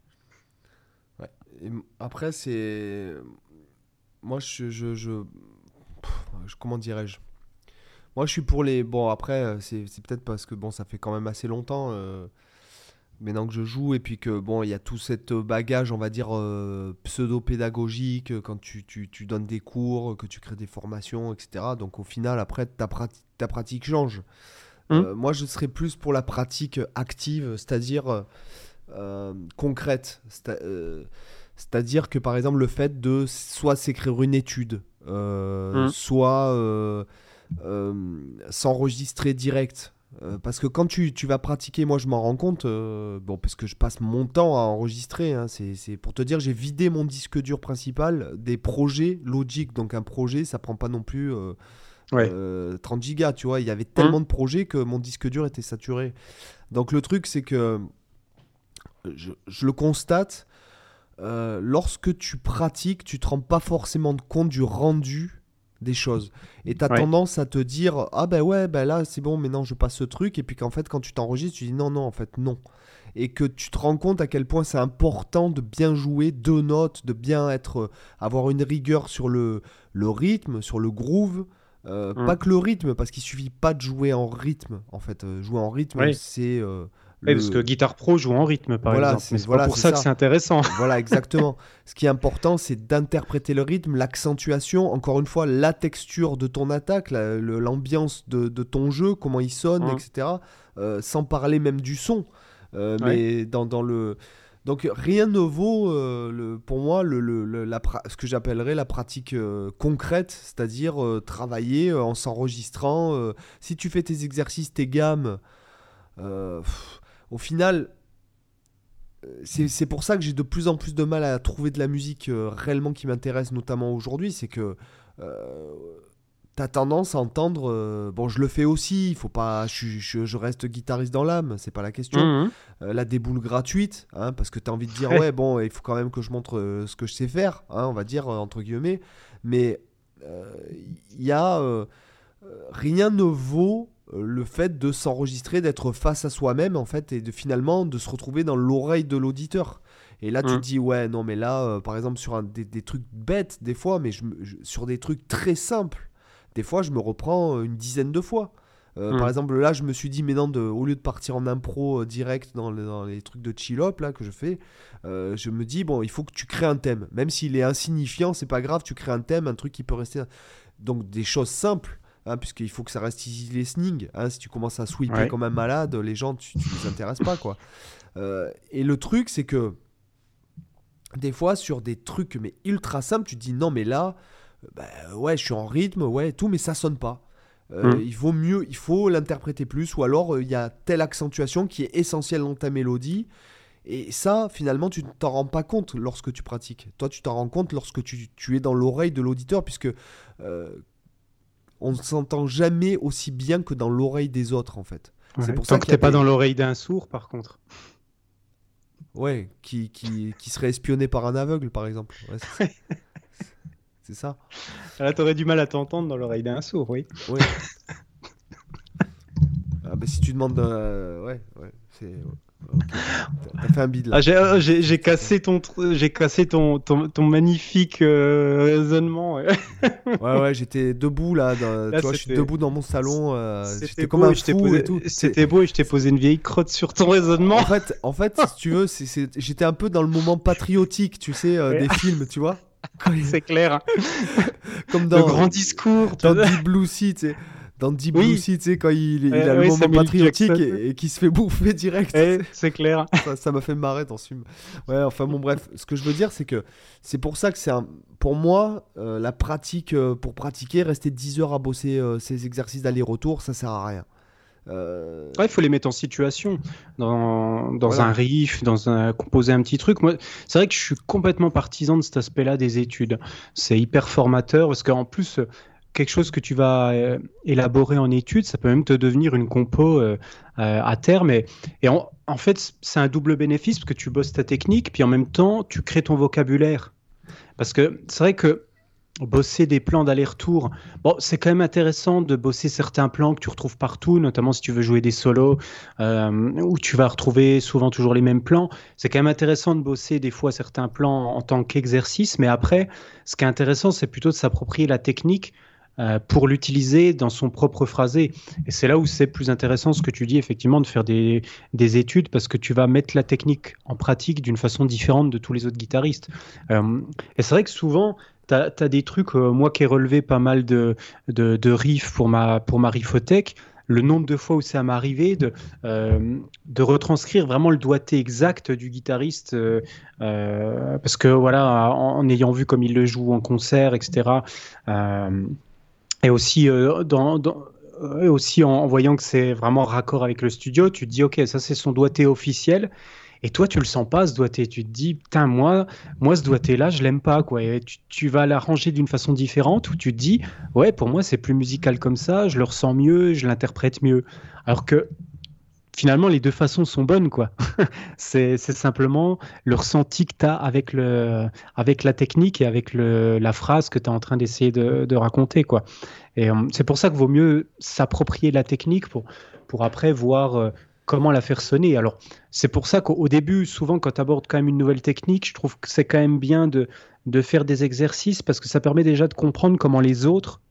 Ouais. Et m- après, c'est. Moi, je. je, je... Pff, je- Comment dirais-je? Moi, je suis pour les. Bon, après, euh, c'est c'est peut-être parce que bon, ça fait quand même assez longtemps euh, maintenant que je joue, et puis que bon, il y a tout cet euh, bagage, on va dire, euh, pseudo-pédagogique, euh, quand tu, tu, tu donnes des cours, que tu crées des formations, et cetera. Donc, au final, après, ta, prati- ta pratique change. Hum. Euh, moi, je serais plus pour la pratique active, c'est-à-dire euh, euh, concrète. C'est- euh, C'est-à-dire que, par exemple, le fait de soit s'écrire une étude, euh, Hum. soit euh, euh, s'enregistrer direct. Euh, parce que quand tu, tu vas pratiquer, moi je m'en rends compte, euh, bon, parce que je passe mon temps à enregistrer, hein, c'est, c'est pour te dire, j'ai vidé mon disque dur principal des projets Logic. Donc un projet, ça prend pas non plus euh, Ouais. euh, trente gigas, tu vois. Il y avait tellement de projets que mon disque dur était saturé. Donc le truc, c'est que je, je le constate, euh, lorsque tu pratiques, tu te rends pas forcément compte du rendu des choses. Et tu as Ouais. tendance à te dire, ah ben ouais, ben là c'est bon, maintenant je passe ce truc. Et puis qu'en fait, quand tu t'enregistres, tu dis non, non, en fait, non. Et que tu te rends compte à quel point c'est important de bien jouer deux notes, de bien être, euh, avoir une rigueur sur le, le rythme, sur le groove. Euh, Mm. Pas que le rythme, parce qu'il suffit pas de jouer en rythme. En fait, Euh, jouer en rythme, Oui. c'est euh, Oui, le... parce que Guitar Pro joue en rythme, par voilà, exemple. c'est, Mais c'est voilà, pas pour c'est ça, ça que c'est intéressant. Voilà, exactement. Ce qui est important, c'est d'interpréter le rythme, l'accentuation, encore une fois, la texture de ton attaque, la, le, l'ambiance de, de ton jeu, comment il sonne, Mmh. et cetera. Euh, sans parler même du son. Euh, Ouais. mais dans, dans le... Donc rien ne vaut, euh, le, pour moi, le, le, le- la pra- ce que j'appellerais la pratique euh, concrète, c'est-à-dire euh, travailler euh, en s'enregistrant. euh, si tu fais tes exercices, tes gammes, euh, pff, au final, c'est, c'est pour ça que j'ai de plus en plus de mal à trouver de la musique euh, réellement qui m'intéresse, notamment aujourd'hui. C'est que euh, t'as tendance à entendre. euh, bon, je le fais aussi. Il faut pas. Je, suis- je- je reste guitariste dans l'âme. C'est pas la question. Mhm. Euh, là, des boules gratuites, hein, parce que t'as envie de dire Ouais. ouais, bon, il faut quand même que je montre euh, ce que je sais faire, hein, on va dire euh, entre guillemets. Mais euh, il y a euh, euh, rien ne vaut euh, le fait de s'enregistrer, d'être face à soi-même en fait, et de finalement de se retrouver dans l'oreille de l'auditeur. Et là, tu Mm. te dis ouais, non, mais là, euh, par exemple sur un, des, des trucs bêtes des fois, mais je, me- je- sur des trucs très simples, des fois, je me reprends euh, une dizaine de fois. Euh, Mm. Par exemple, là, je me suis dit, mais non, de, au lieu de partir en impro euh, direct dans, le- dans les trucs de chill-up là que je fais, euh, je me dis, bon, il faut que tu crées un thème. Même s'il est insignifiant, c'est pas grave, tu crées un thème, un truc qui peut rester. Donc, des choses simples, hein, puisqu'il faut que ça reste easy listening. Hein, si tu commences à sweeper Ouais. comme un malade, les gens, tu, tu les intéresses pas, quoi. Euh, et le truc, c'est que des fois, sur des trucs mais ultra simples, tu te dis, non, mais là, euh, bah, ouais, je suis en rythme, ouais, et tout, mais ça sonne pas. Euh, Mm. Il vaut mieux, il faut l'interpréter plus, ou alors euh, il y a telle accentuation qui est essentielle dans ta mélodie, et ça, finalement, tu ne t'en rends pas compte lorsque tu pratiques. Toi, tu t'en rends compte lorsque tu, tu es dans l'oreille de l'auditeur, puisque euh, on ne s'entend jamais aussi bien que dans l'oreille des autres, en fait. C'est Ouais. pour Tant ça que qu'il y a t'es pas des- dans l'oreille d'un sourd, par contre. Ouais, qui, qui, qui serait espionné par un aveugle, par exemple. Ouais, c'est ça. C'est ça. Là, t'aurais du mal à t'entendre dans l'oreille d'un sourd, oui. Ouais. Ah, bah, si tu demandes. euh, Ouais, ouais. C'est. Ok. T'as t'as fait un bide là. Ah, j'ai, euh, j'ai, j'ai cassé ton, tr- j'ai cassé ton, ton, ton magnifique euh, raisonnement. Ouais. Ouais, ouais, j'étais debout là. Dans- Là, tu vois, je suis c'était- debout dans mon salon. euh, C'était J'étais beau comme un et je t'ai fou posé- et tout. C'était beau et je t'ai posé une vieille crotte sur ton raisonnement. En fait, en fait, si tu veux, c'est- c'est- j'étais un peu dans le moment patriotique, tu sais, euh, Ouais. des films, tu vois. Quand il- C'est clair. Comme Le dans, grand discours. tu dans vois. Deep Blue Sea, tu sais. Dans Deep Oui. Blue Sea, tu sais, quand il, il Ouais, a le ouais, moment Samuel patriotique Jackson. et, et qui se fait bouffer direct. Eh, c'est clair. ça, ça m'a fait marrer dans ce film. Ouais, enfin bon, bref, ce que je veux dire, c'est que c'est pour ça que c'est un. Pour moi, euh, la pratique, euh, pour pratiquer, rester dix heures à bosser euh, ces exercices d'aller-retour, ça sert à rien. Euh, Ouais, il faut les mettre en situation, dans, dans Voilà. un riff, dans un composer un petit truc. Moi, c'est vrai que je suis complètement partisan de cet aspect-là des études. C'est hyper formateur parce qu'en plus, euh, quelque chose que tu vas euh, élaborer en études, ça peut même te devenir une compo euh, euh, à terme. Et, et en, en fait, c'est un double bénéfice parce que tu bosses ta technique, puis en même temps, tu crées ton vocabulaire. Parce que c'est vrai que bosser des plans d'aller-retour, bon, c'est quand même intéressant de bosser certains plans que tu retrouves partout, notamment si tu veux jouer des solos, euh, où tu vas retrouver souvent toujours les mêmes plans. C'est quand même intéressant de bosser des fois certains plans en tant qu'exercice, mais après, ce qui est intéressant, c'est plutôt de s'approprier la technique euh, pour l'utiliser dans son propre phrasé. Et c'est là où c'est plus intéressant ce que tu dis, effectivement, de faire des, des études, parce que tu vas mettre la technique en pratique d'une façon différente de tous les autres guitaristes. Euh, et c'est vrai que souvent, T'as, t'as des trucs, euh, moi qui ai relevé pas mal de, de, de riffs pour ma, pour ma riffothèque, le nombre de fois où ça m'est arrivé de, euh, de retranscrire vraiment le doigté exact du guitariste, euh, euh, parce que voilà, en, en ayant vu comme il le joue en concert, et cetera, euh, et aussi, euh, dans, dans, euh, et aussi en, en voyant que c'est vraiment raccord avec le studio, tu te dis, ok, ça c'est son doigté officiel. Et toi, tu le sens pas, ce doigté. Tu te dis, putain, moi, moi ce doigté-là, je l'aime pas, quoi. Et tu, tu vas l'arranger d'une façon différente où tu te dis, ouais, pour moi, c'est plus musical comme ça, je le ressens mieux, je l'interprète mieux. Alors que finalement, les deux façons sont bonnes, quoi. c'est, c'est simplement le ressenti que tu as avec, le, avec la technique et avec le, la phrase que tu es en train d'essayer de, de raconter, quoi. Et euh, c'est pour ça qu'il vaut mieux s'approprier la technique pour, pour après voir euh, comment la faire sonner. Alors, c'est pour ça qu'au au début, souvent, quand tu abordes quand même une nouvelle technique, je trouve que c'est quand même bien de, de faire des exercices parce que ça permet déjà de comprendre comment les autres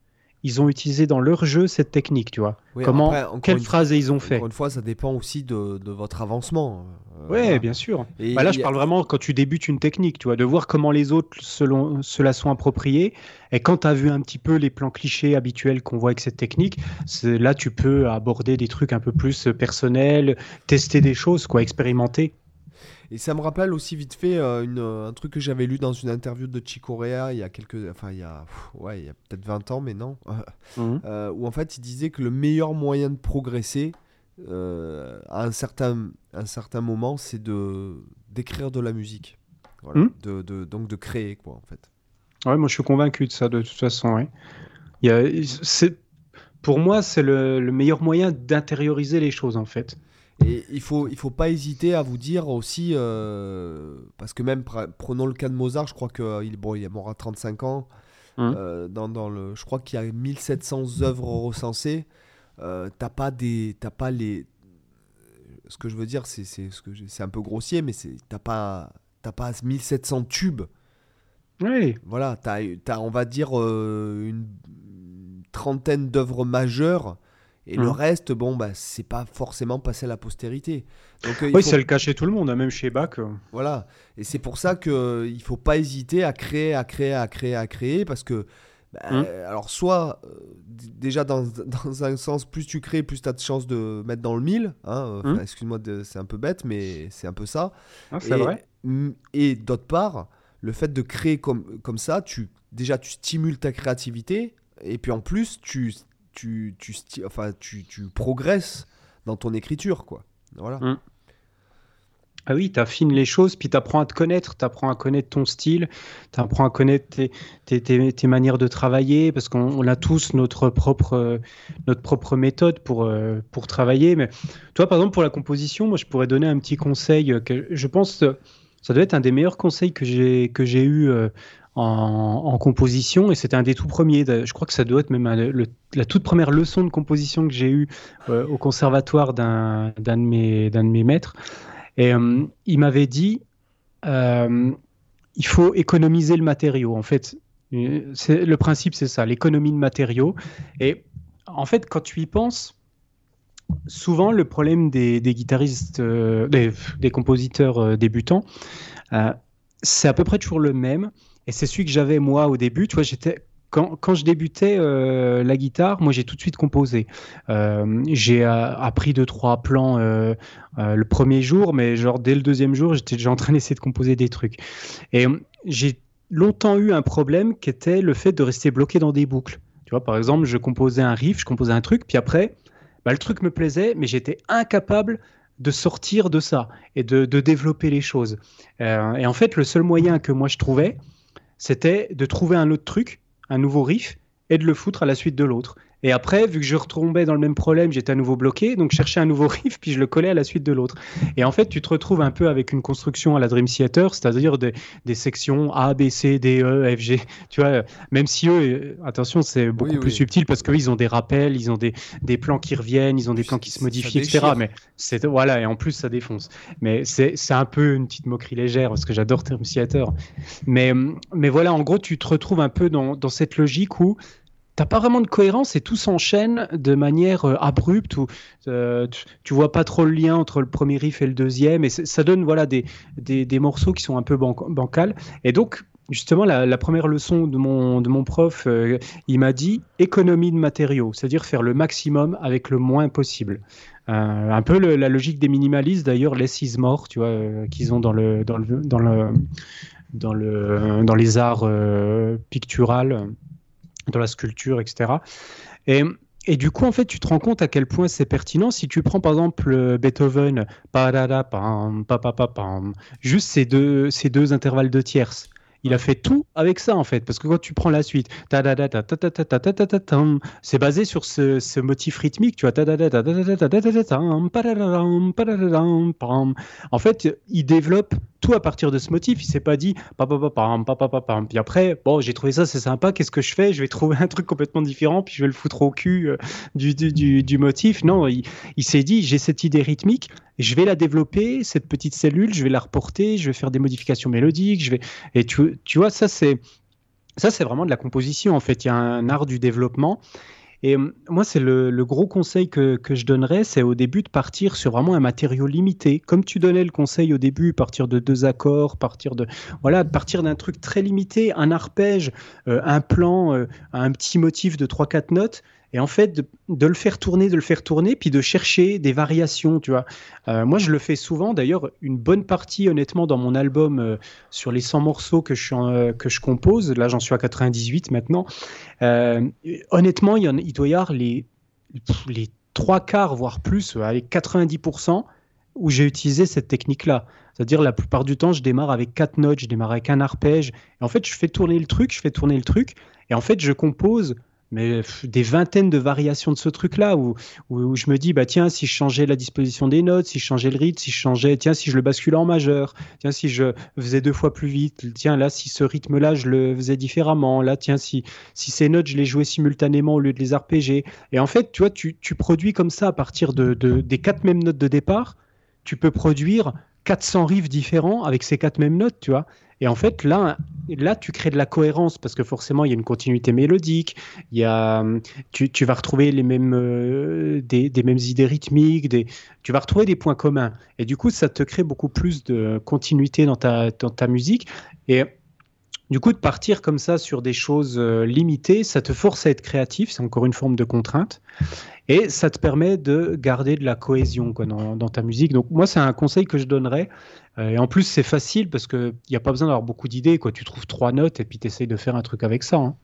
ils ont utilisé dans leur jeu cette technique, tu vois. Oui, Comment, après, quelle une, phrase ils ont fait. Encore une fois, ça dépend aussi de, de votre avancement. Euh, ouais, voilà. Bien sûr. Et bah là, je a... parle vraiment quand tu débutes une technique, tu vois, de voir comment les autres selon, se la sont appropriée. Et quand tu as vu un petit peu les plans clichés habituels qu'on voit avec cette technique, c'est, là, tu peux aborder des trucs un peu plus personnels, tester des choses, quoi, expérimenter. Et ça me rappelle aussi vite fait euh, une, un truc que j'avais lu dans une interview de Chick Corea il y a quelques, enfin il y a, pff, ouais, il y a peut-être vingt ans, mais non, mmh. euh, où en fait il disait que le meilleur moyen de progresser euh, à un certain, un certain moment, c'est de d'écrire de la musique, voilà, mmh. de, de, donc de créer quoi en fait. Ouais, moi je suis convaincu de ça de toute façon. Ouais. Il y a, c'est, pour moi, c'est le, le meilleur moyen d'intérioriser les choses en fait. Et il faut, il faut pas hésiter à vous dire aussi, euh, parce que même pr- prenons le cas de Mozart, je crois qu'il bon, il est mort à trente-cinq ans, mmh. euh, dans, dans le, je crois qu'il y a mille sept cents œuvres recensées, euh, t'as pas des, t'as pas les, ce que je veux dire, c'est, c'est, ce que c'est un peu grossier, mais c'est, t'as pas, t'as pas mille sept cents tubes. Oui. Voilà, t'as, t'as, on va dire euh, une trentaine d'œuvres majeures. Et mmh. le reste, bon, bah, c'est pas forcément passé à la postérité. Donc, euh, oui, faut... c'est le cas chez tout le monde, même chez Bach. Euh... Voilà. Et c'est pour ça qu'il euh, ne faut pas hésiter à créer, à créer, à créer, à créer. Parce que, bah, mmh. euh, alors, soit, euh, d- déjà, dans, dans un sens, plus tu crées, plus tu as de chances de mettre dans le mille. Hein, euh, mmh. Excuse-moi, de, c'est un peu bête, mais c'est un peu ça. Ah, c'est et, vrai. Et d'autre part, le fait de créer comme, comme ça, tu, déjà, tu stimules ta créativité. Et puis, en plus, tu... Tu, tu, enfin, tu, tu progresses dans ton écriture, quoi. Voilà. Mmh. Ah oui, tu affines les choses, puis tu apprends à te connaître, tu apprends à connaître ton style, tu apprends à connaître tes, tes, tes, tes manières de travailler, parce qu'on on a tous notre propre, euh, notre propre méthode pour, euh, pour travailler. Mais toi, par exemple, pour la composition, moi, je pourrais donner un petit conseil que je pense, ça doit être un des meilleurs conseils que j'ai, que j'ai eu euh, En, en composition, et c'était un des tout premiers. Je crois que ça doit être même un, le, la toute première leçon de composition que j'ai eue euh, au conservatoire d'un, d'un, de mes, d'un de mes maîtres. Et euh, il m'avait dit euh, il faut économiser le matériau. En fait, c'est, le principe, c'est ça, l'économie de matériaux. Et en fait, quand tu y penses, souvent, le problème des, des guitaristes, euh, des, des compositeurs euh, débutants, euh, c'est à peu près toujours le même. Et c'est celui que j'avais moi au début. Tu vois, j'étais quand, quand je débutais euh, la guitare, moi j'ai tout de suite composé. Euh, j'ai euh, appris deux trois plans euh, euh, le premier jour, mais genre dès le deuxième jour, j'étais déjà en train d'essayer de composer des trucs. Et euh, j'ai longtemps eu un problème qui était le fait de rester bloqué dans des boucles. Tu vois, par exemple, je composais un riff, je composais un truc, puis après, bah, le truc me plaisait, mais j'étais incapable de sortir de ça et de, de développer les choses. Euh, et en fait, le seul moyen que moi je trouvais, c'était de trouver un autre truc, un nouveau riff, et de le foutre à la suite de l'autre. Et après, vu que je retombais dans le même problème, j'étais à nouveau bloqué, donc je cherchais un nouveau riff, puis je le collais à la suite de l'autre. Et en fait, tu te retrouves un peu avec une construction à la Dream Theater, c'est-à-dire des, des sections A, B, C, D, E, F, G, tu vois, même si eux, attention, c'est beaucoup oui, plus oui. subtil, parce qu'eux, ils ont des rappels, ils ont des, des plans qui reviennent, ils ont des plans qui se modifient, et cetera. Mais c'est, voilà, et en plus, ça défonce. Mais c'est, c'est un peu une petite moquerie légère, parce que j'adore Dream Theater. Mais, mais voilà, en gros, tu te retrouves un peu dans, dans cette logique où t'as pas vraiment de cohérence et tout s'enchaîne de manière euh, abrupte où euh, tu, tu vois pas trop le lien entre le premier riff et le deuxième et ça donne voilà des, des, des morceaux qui sont un peu ban- bancals. Et donc justement la, la première leçon de mon, de mon prof, euh, il m'a dit économie de matériaux, c'est-à-dire faire le maximum avec le moins possible. Euh, un peu le, la logique des minimalistes d'ailleurs, less is more, tu vois, euh, qu'ils ont dans le dans le dans le dans le dans les arts euh, picturales, dans la sculpture, et cetera. Et, et du coup, en fait, tu te rends compte à quel point c'est pertinent. Si tu prends, par exemple, Beethoven, pam, pam, juste ces deux, ces deux intervalles de tierces, il a fait tout avec ça, en fait. Parce que quand tu prends la suite, c'est basé sur ce, ce motif rythmique, tu vois. En fait, il développe tout à partir de ce motif. Il s'est pas dit puis après, bon, j'ai trouvé ça, c'est sympa, qu'est-ce que je fais? Je vais trouver un truc complètement différent, puis je vais le foutre au cul euh, du, du, du, du motif. Non, il, il s'est dit, j'ai cette idée rythmique, je vais la développer, cette petite cellule, je vais la reporter, je vais faire des modifications mélodiques, je vais... Et tu, tu vois, ça, c'est... Ça, c'est vraiment de la composition, en fait. Il y a un art du développement. Et euh, moi, c'est le, le gros conseil que, que je donnerais, c'est au début de partir sur vraiment un matériau limité. Comme tu donnais le conseil au début, partir de deux accords, partir de voilà, de partir d'un truc très limité, un arpège, euh, un plan, euh, un petit motif de trois quatre notes. Et en fait, de, de le faire tourner, de le faire tourner, puis de chercher des variations, tu vois. Euh, moi, je le fais souvent. D'ailleurs, une bonne partie, honnêtement, dans mon album, euh, sur les cent morceaux que je, suis en- euh, que je compose, là, j'en suis à quatre-vingt-dix-huit maintenant. Euh, honnêtement, il, y en, il doit y avoir les, pff, les trois quarts, voire plus, euh, allez, quatre-vingt-dix pour cent, où j'ai utilisé cette technique-là. C'est-à-dire, la plupart du temps, je démarre avec quatre notes, je démarre avec un arpège. Et en fait, je fais tourner le truc, je fais tourner le truc. Et en fait, je compose mais pff, des vingtaines de variations de ce truc-là où, où, où je me dis, bah tiens, si je changeais la disposition des notes, si je changeais le rythme, si je changeais, tiens, si je le basculais en majeur, tiens, si je faisais deux fois plus vite, tiens, là, si ce rythme-là, je le faisais différemment, là, tiens, si, si ces notes, je les jouais simultanément au lieu de les arpéger. Et en fait, tu vois, tu, tu produis comme ça à partir de, de, des quatre mêmes notes de départ, tu peux produire quatre cents riffs différents avec ces quatre mêmes notes, tu vois. Et en fait, là, là, tu crées de la cohérence parce que forcément, il y a une continuité mélodique, il y a, tu, tu vas retrouver les mêmes, euh, des, des mêmes idées rythmiques, des, tu vas retrouver des points communs. Et du coup, ça te crée beaucoup plus de continuité dans ta, dans ta musique. Et du coup, de partir comme ça sur des choses euh, limitées, ça te force à être créatif, c'est encore une forme de contrainte. Et ça te permet de garder de la cohésion quoi, dans, dans ta musique. Donc moi, c'est un conseil que je donnerais. Euh, et en plus, c'est facile parce qu'il n'y a pas besoin d'avoir beaucoup d'idées. Quoi. Tu trouves trois notes et puis tu essayes de faire un truc avec ça. Hein.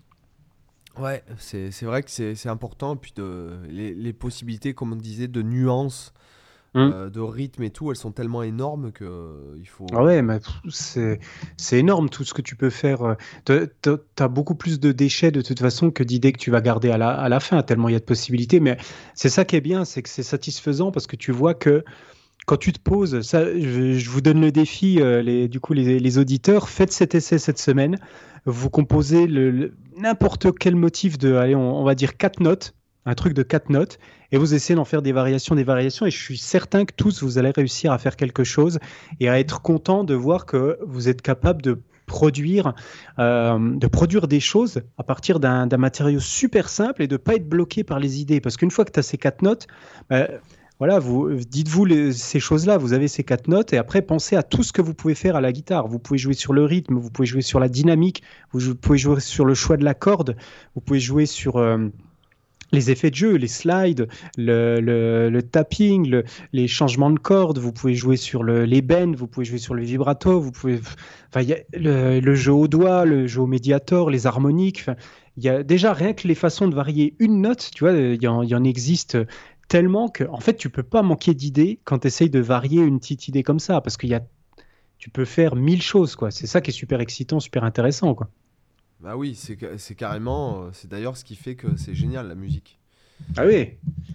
Ouais, c'est c'est vrai que c'est c'est important. Et puis de, les, les possibilités, comme on disait, de nuances, Hum. euh, de rythme et tout, elles sont tellement énormes que euh, il faut. Ah ouais, mais pff, c'est, c'est énorme tout ce que tu peux faire. euh. T'as, t'as- t'as beaucoup plus de déchets de toute façon que d'idées que tu vas garder à la, à la fin, tellement il y a de possibilités. Mais c'est ça qui est bien, c'est que c'est satisfaisant parce que tu vois que quand tu te poses, ça, je, je vous donne le défi, euh, les, du coup, les, les auditeurs, faites cet essai cette semaine. Vous composez le, le- n'importe quel motif de, allez, on, on va dire quatre notes, un truc de quatre notes, et vous essayez d'en faire des variations, des variations, et je suis certain que tous, vous allez réussir à faire quelque chose et à être content de voir que vous êtes capable de produire, euh, de produire des choses à partir d'un, d'un matériau super simple et de ne pas être bloqué par les idées. Parce qu'une fois que tu as ces quatre notes, bah, voilà, vous, dites-vous les- ces choses-là, vous avez ces quatre notes, et après pensez à tout ce que vous pouvez faire à la guitare. Vous pouvez jouer sur le rythme, vous pouvez jouer sur la dynamique, vous jou- pouvez jouer sur le choix de la corde, vous pouvez jouer sur euh, les effets de jeu, les slides, le, le- le tapping, le- les changements de cordes, vous pouvez jouer sur le, les bends, vous pouvez jouer sur le vibrato, vous pouvez, enfin, il y a le, le jeu au doigt, le jeu au médiator, les harmoniques. Enfin, il y a déjà rien que les façons de varier une note, tu vois, il y en, il y en existe tellement que, en fait, tu peux pas manquer d'idées quand tu essayes de varier une petite idée comme ça, parce qu'il y a, tu peux faire mille choses, quoi. C'est ça qui est super excitant, super intéressant, quoi. Bah oui, c'est ca- c'est carrément. euh, C'est d'ailleurs ce qui fait que c'est génial la musique. Ah oui.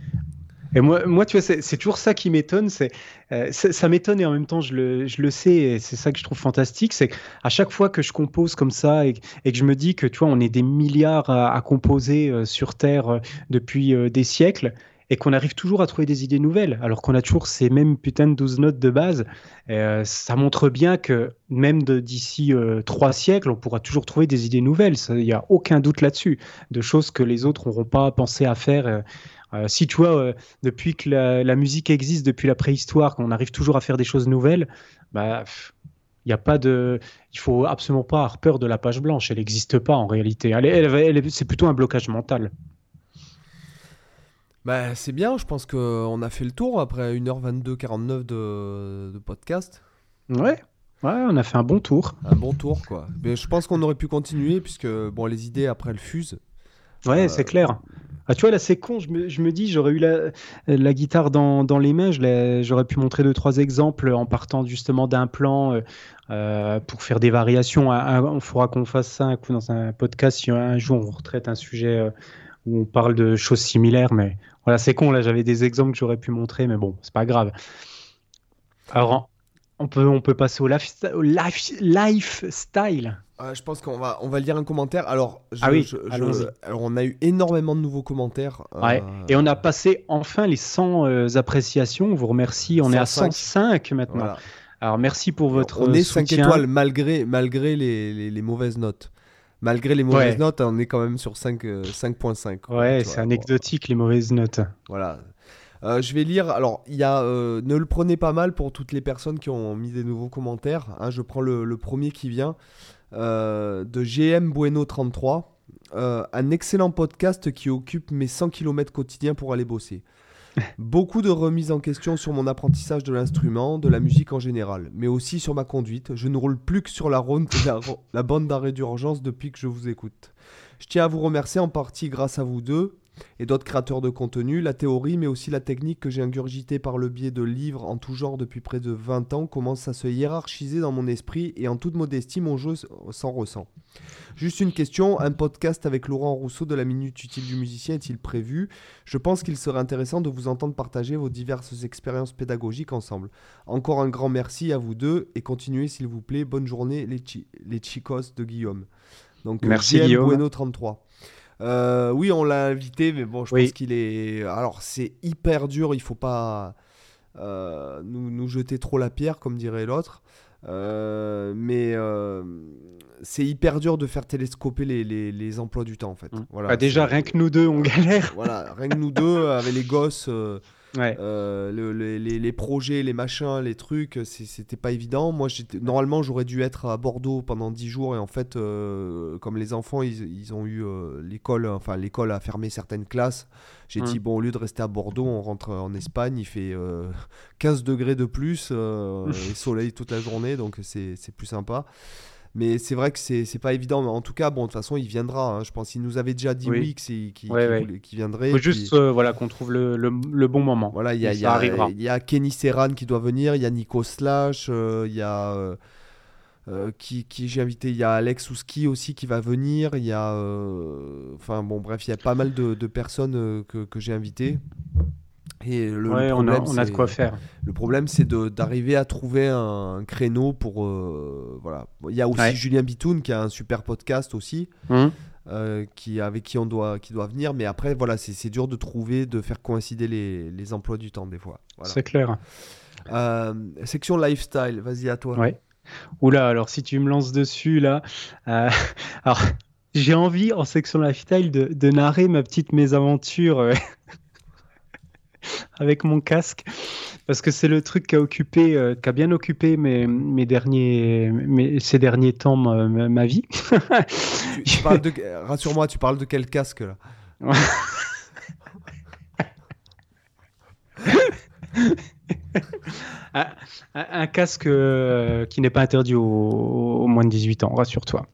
Et moi, moi, tu vois, c'est c'est toujours ça qui m'étonne. C'est, euh, ça, ça m'étonne et en même temps, je le, je le sais. Et c'est ça que je trouve fantastique. C'est qu'à chaque fois que je compose comme ça et, et que je me dis que, tu vois, on est des milliards à, à composer euh, sur Terre euh, depuis euh, des siècles et qu'on arrive toujours à trouver des idées nouvelles, alors qu'on a toujours ces mêmes putains de douze notes de base. Et, euh, ça montre bien que même de- d'ici euh, trois siècles, on pourra toujours trouver des idées nouvelles. Ça, il n'y a aucun doute là-dessus. De choses que les autres n'auront pas pensé à faire. euh, euh, si tu vois, euh, depuis que la, la musique existe, depuis la préhistoire, qu'on arrive toujours à faire des choses nouvelles, bah, pff, il y a pas de, il faut absolument pas avoir peur de la page blanche. Elle n'existe pas en réalité. Elle, est- elle, va- elle est- c'est plutôt un blocage mental. Bah c'est bien, je pense qu'on a fait le tour après une heure vingt-deux quarante-neuf de, de podcast. Ouais, ouais, on a fait un bon tour. Un bon tour quoi. Mais je pense qu'on aurait pu continuer puisque bon les idées après elles fusent. Ouais, Euh, c'est clair. Ah, tu vois, là, c'est con. Je me, je me dis, j'aurais eu la, la guitare dans, dans les mains. je l'ai- J'aurais pu montrer deux, trois exemples en partant justement d'un plan euh, euh, pour faire des variations. Il faudra qu'on fasse ça un coup dans un podcast si un jour on retraite un sujet euh, où on parle de choses similaires. Mais voilà, c'est con. Là, j'avais des exemples que j'aurais pu montrer, mais bon, c'est pas grave. Alors, on peut, on peut passer au life, au life, lifestyle. Euh, je pense qu'on va, on va lire un commentaire. Alors, je- Ah oui, je- je- allons-y. alors, on a eu énormément de nouveaux commentaires. Ouais. euh, Et on a passé enfin les cent euh, appréciations. On vous remercie. On est à cent cinq. cent cinq maintenant. voilà. Alors merci pour votre On est cinq soutien. étoiles malgré, malgré les, les, les mauvaises notes. Malgré les mauvaises Ouais. notes, on est quand même sur cinq, euh, cinq virgule cinq. quoi, Ouais, tu c'est vois. anecdotique les mauvaises notes. Voilà. Euh, je vais lire. Alors, il y a. euh, ne le prenez pas mal pour toutes les personnes qui ont mis des nouveaux commentaires. hein. Je prends le, le premier qui vient euh, de G M Bueno trente-trois. Euh, un excellent podcast qui occupe mes cent kilomètres quotidiens pour aller bosser. Beaucoup de remises en question sur mon apprentissage de l'instrument, de la musique en général, mais aussi sur ma conduite. Je ne roule plus que sur la, ronde, la, la bande d'arrêt d'urgence depuis que je vous écoute. Je tiens à vous remercier en partie grâce à vous deux et d'autres créateurs de contenu. La théorie, mais aussi la technique que j'ai ingurgitée par le biais de livres en tout genre depuis près de vingt ans commence à se hiérarchiser dans mon esprit et en toute modestie, mon jeu s'en ressent. Juste une question, un podcast avec Laurent Rousseau de la Minute Utile du Musicien est-il prévu ? Je pense qu'il serait intéressant de vous entendre partager vos diverses expériences pédagogiques ensemble. Encore un grand merci à vous deux et continuez s'il vous plaît. Bonne journée les, chi- les chicos de Guillaume. Donc, Merci, G M Guillaume. Bueno trente-trois. Euh, oui, on l'a invité, mais bon, je Oui. pense qu'il est... Alors, c'est hyper dur, il faut pas euh, nous, nous jeter trop la pierre, comme dirait l'autre. Euh, mais euh, c'est hyper dur de faire télescoper les, les, les emplois du temps, en fait. Mmh. Voilà, Bah, déjà, c'est- rien que nous deux, on galère. Voilà, rien que nous deux, avec les gosses... euh, Ouais. euh, le- le- les, les projets, les machins, les trucs, c'est- c'était pas évident. Moi, j'étais, normalement, j'aurais dû être à Bordeaux pendant dix jours et en fait, euh, comme les enfants, ils, ils ont eu euh, l'école, enfin l'école a fermé certaines classes. J'ai Mm. dit bon, au lieu de rester à Bordeaux, on rentre en Espagne. Il fait euh, quinze degrés de plus euh, et soleil toute la journée, donc c'est c'est plus sympa. Mais c'est vrai que c'est c'est pas évident. Mais en tout cas, bon, de toute façon, il viendra. hein. Je pense qu'il nous avait déjà dit oui, Oui. que c'est- qu'il Ouais, qu'il ouais. voulait- qu'il viendrait. Faut et puis- juste euh, voilà, qu'on trouve le, le, le bon moment. voilà, il y a, Et il y ça a- arrivera. il y a Kenny Serran qui doit venir, il y a Nico Slash, euh, il y a euh, euh, qui, qui j'ai invité, il y a Alex Ouski aussi qui va venir, il y a euh, enfin bon bref, il y a pas mal de, de personnes euh, que, que j'ai invitées. Et le, le Ouais, on a, problème, on a de c'est- quoi faire. le problème, c'est de- d'arriver à trouver un, un créneau pour euh, voilà. Bon, il y a aussi Ouais. Julien Bitoun qui a un super podcast aussi. Hum. Euh, qui, avec qui on doit, qui doit venir, mais après voilà, c'est c'est dur de trouver, de faire coïncider les, les emplois du temps des fois. Voilà. C'est clair. Euh, section lifestyle, vas-y à toi. Ouais. Oula, alors si tu me lances dessus là, euh, alors j'ai envie en section lifestyle de, de narrer ma petite mésaventure euh, avec mon casque, parce que c'est le truc qui a occupé, euh, qui a bien occupé mes, mes derniers, mes- ces derniers temps ma, ma- ma vie. Tu, tu parles de, rassure-moi, tu parles de quel casque là? un, un- un casque euh, qui n'est pas interdit aux, aux moins de dix-huit ans, rassure-toi.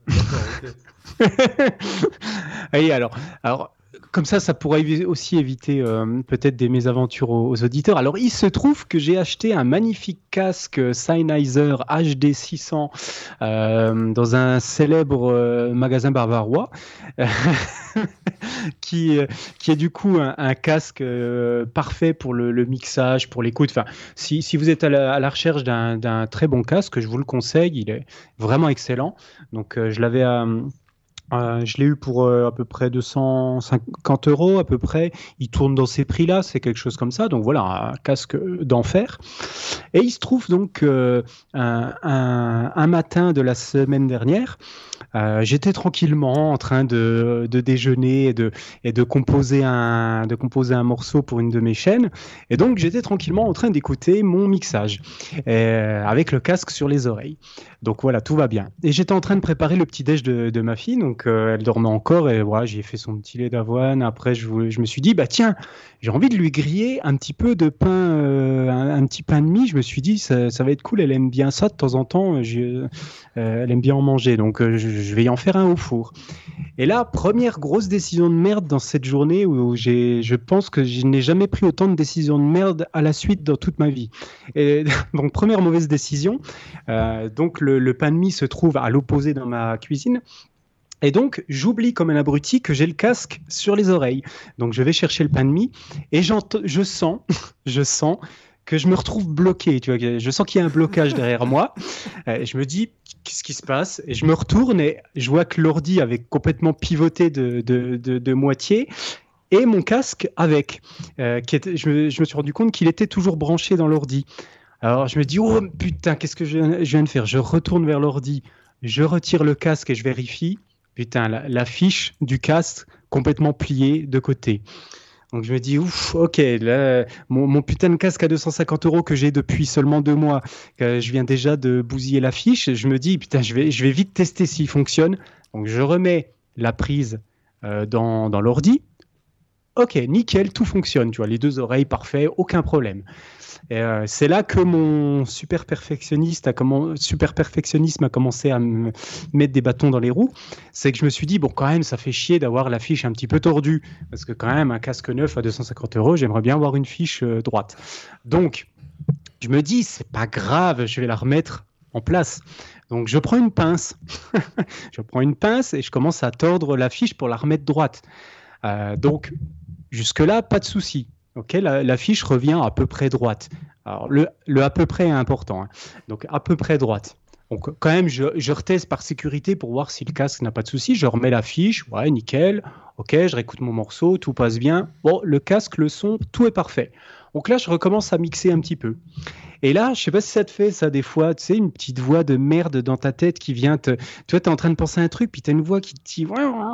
Et alors, alors, comme ça, ça pourrait évi- aussi éviter euh, peut-être des mésaventures aux, aux auditeurs. Alors, il se trouve que j'ai acheté un magnifique casque Sennheiser H D six cents euh, dans un célèbre euh, magasin bavarois. qui, euh, qui est du coup un, un casque euh, parfait pour le, le mixage, pour l'écoute. Enfin, si, si vous êtes à la, à la recherche d'un, d'un très bon casque, je vous le conseille, il est vraiment excellent. Donc, euh, je l'avais à... Euh, je l'ai eu pour euh, à peu près deux cent cinquante euros à peu près. Il tourne dans ces prix-là, c'est quelque chose comme ça. Donc voilà, un casque d'enfer. Et il se trouve donc euh, un, un, un matin de la semaine dernière, euh, j'étais tranquillement en train de, de déjeuner et de, et de composer un, de composer un morceau pour une de mes chaînes. Et donc j'étais tranquillement en train d'écouter mon mixage euh, avec le casque sur les oreilles. Donc voilà, tout va bien. Et j'étais en train de préparer le petit déj de, de ma fille, donc euh, elle dormait encore et voilà, j'ai fait son petit lait d'avoine. Après, je, voulais- je me suis dit, bah tiens, j'ai envie de lui griller un petit peu de pain, euh, un, un petit pain de mie. Je me suis dit, ça, ça va être cool, elle aime bien ça de temps en temps, je- euh, elle aime bien en manger, donc euh, je, je vais y en faire un au four. Et là, première grosse décision de merde dans cette journée où j'ai, je pense que je n'ai jamais pris autant de décisions de merde à la suite dans toute ma vie. Et donc, première mauvaise décision. Euh, donc, le, le pain de mie se trouve à l'opposé dans ma cuisine. Et donc, j'oublie comme un abruti que j'ai le casque sur les oreilles. Donc, je vais chercher le pain de mie et j'entends, je sens, je sens que je me retrouve bloqué. Tu vois, que je sens qu'il y a un blocage derrière moi. Euh, je me dis, qu'est-ce qui se passe? Et je me retourne et je vois que l'ordi avait complètement pivoté de, de, de, de moitié. Et mon casque avec. Euh, qui était, je, me, je me suis rendu compte qu'il était toujours branché dans l'ordi. Alors, je me dis, oh putain, qu'est-ce que je, je viens de faire? Je retourne vers l'ordi, je retire le casque et je vérifie. putain, la, la fiche du casque complètement pliée de côté. Donc je me dis, ouf, ok, là, mon, mon putain de casque à deux cent cinquante euros que j'ai depuis seulement deux mois, que je viens déjà de bousiller la fiche, je me dis, putain, je vais, je vais vite tester s'il fonctionne. Donc je remets la prise euh, dans, dans l'ordi. Ok, nickel, tout fonctionne, tu vois, les deux oreilles, parfait, aucun problème. Et euh, c'est là que mon super, perfectionniste a commen- super perfectionnisme a commencé à me mettre des bâtons dans les roues. C'est que je me suis dit, bon, quand même, ça fait chier d'avoir la fiche un petit peu tordue. Parce que quand même, un casque neuf à deux cent cinquante euros, j'aimerais bien avoir une fiche euh, droite. Donc, je me dis, c'est pas grave, je vais la remettre en place. Donc, je prends une pince. je prends une pince et je commence à tordre la fiche pour la remettre droite. Euh, donc, jusque-là, pas de souci. Okay, la, la fiche revient à peu près droite. Alors, le, le à peu près est important. Hein. Donc, à peu près droite. Donc, quand même, je, je reteste par sécurité pour voir si le casque n'a pas de souci. Je remets la fiche. Ouais, nickel. Ok, je réécoute mon morceau. Tout passe bien. Bon, le casque, le son, tout est parfait. Donc là, je recommence à mixer un petit peu. Et là, je sais pas si ça te fait ça des fois, tu sais, une petite voix de merde dans ta tête qui vient te... Tu vois, t'es en train de penser à un truc, puis t'as une voix qui te dit...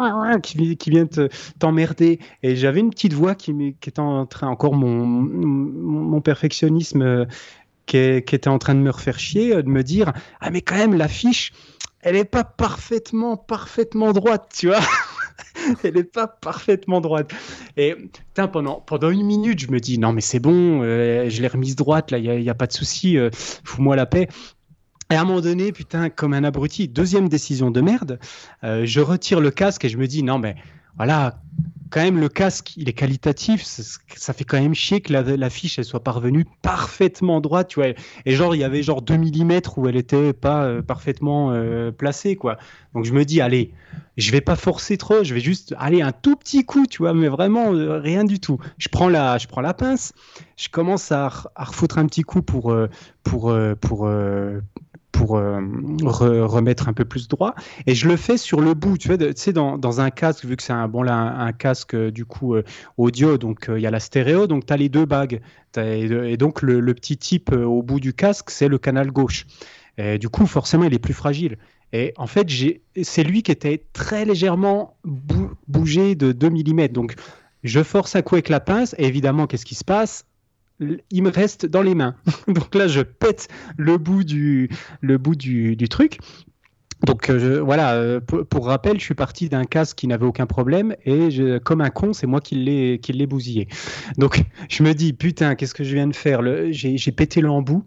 qui, qui vient te, t'emmerder. Et j'avais une petite voix qui, qui était en train... Encore mon, mon, mon perfectionnisme euh, qui, qui était en train de me refaire chier, de me dire « Ah, mais quand même, la fiche, elle est pas parfaitement, parfaitement droite, tu vois ?» Elle n'est pas parfaitement droite. Et putain, pendant, pendant une minute, je me dis, non mais c'est bon, euh, je l'ai remise droite, là, il n'y a, a pas de souci, euh, fous-moi la paix. Et à un moment donné, putain, comme un abruti, deuxième décision de merde, euh, je retire le casque et je me dis, non mais voilà, quand même le casque, il est qualitatif, ça, ça fait quand même chier que la, la fiche, elle soit parvenue parfaitement droite, tu vois. Et genre, il y avait genre deux millimètres où elle était pas euh, parfaitement euh, placée, quoi. Donc je me dis, allez, je vais pas forcer trop, je vais juste aller un tout petit coup, tu vois, mais vraiment euh, rien du tout. Je prends la, je prends la pince, je commence à, à refoutre un petit coup pour, euh, pour, euh, pour, euh, pour euh, re, remettre un peu plus droit, et je le fais sur le bout, tu vois, tu sais, dans, dans un casque, vu que c'est un, bon, là, un, un casque euh, du coup euh, audio, donc il euh, y a la stéréo, donc tu as les deux bagues, et, et donc le, le petit type euh, au bout du casque, c'est le canal gauche. Et du coup, forcément, il est plus fragile. Et en fait, j'ai... c'est lui qui était très légèrement bou- bougé de deux millimètres. Donc, je force un coup avec la pince, et évidemment, qu'est-ce qui se passe ? Il me reste dans les mains. Donc là, je pète le bout du, le bout du, du truc. Donc euh, je, voilà, euh, pour, pour rappel, je suis parti d'un casque qui n'avait aucun problème, et je, comme un con, c'est moi qui l'ai, qui l'ai bousillé. Donc, je me dis, putain, qu'est-ce que je viens de faire ? le, j'ai, j'ai pété l'embout.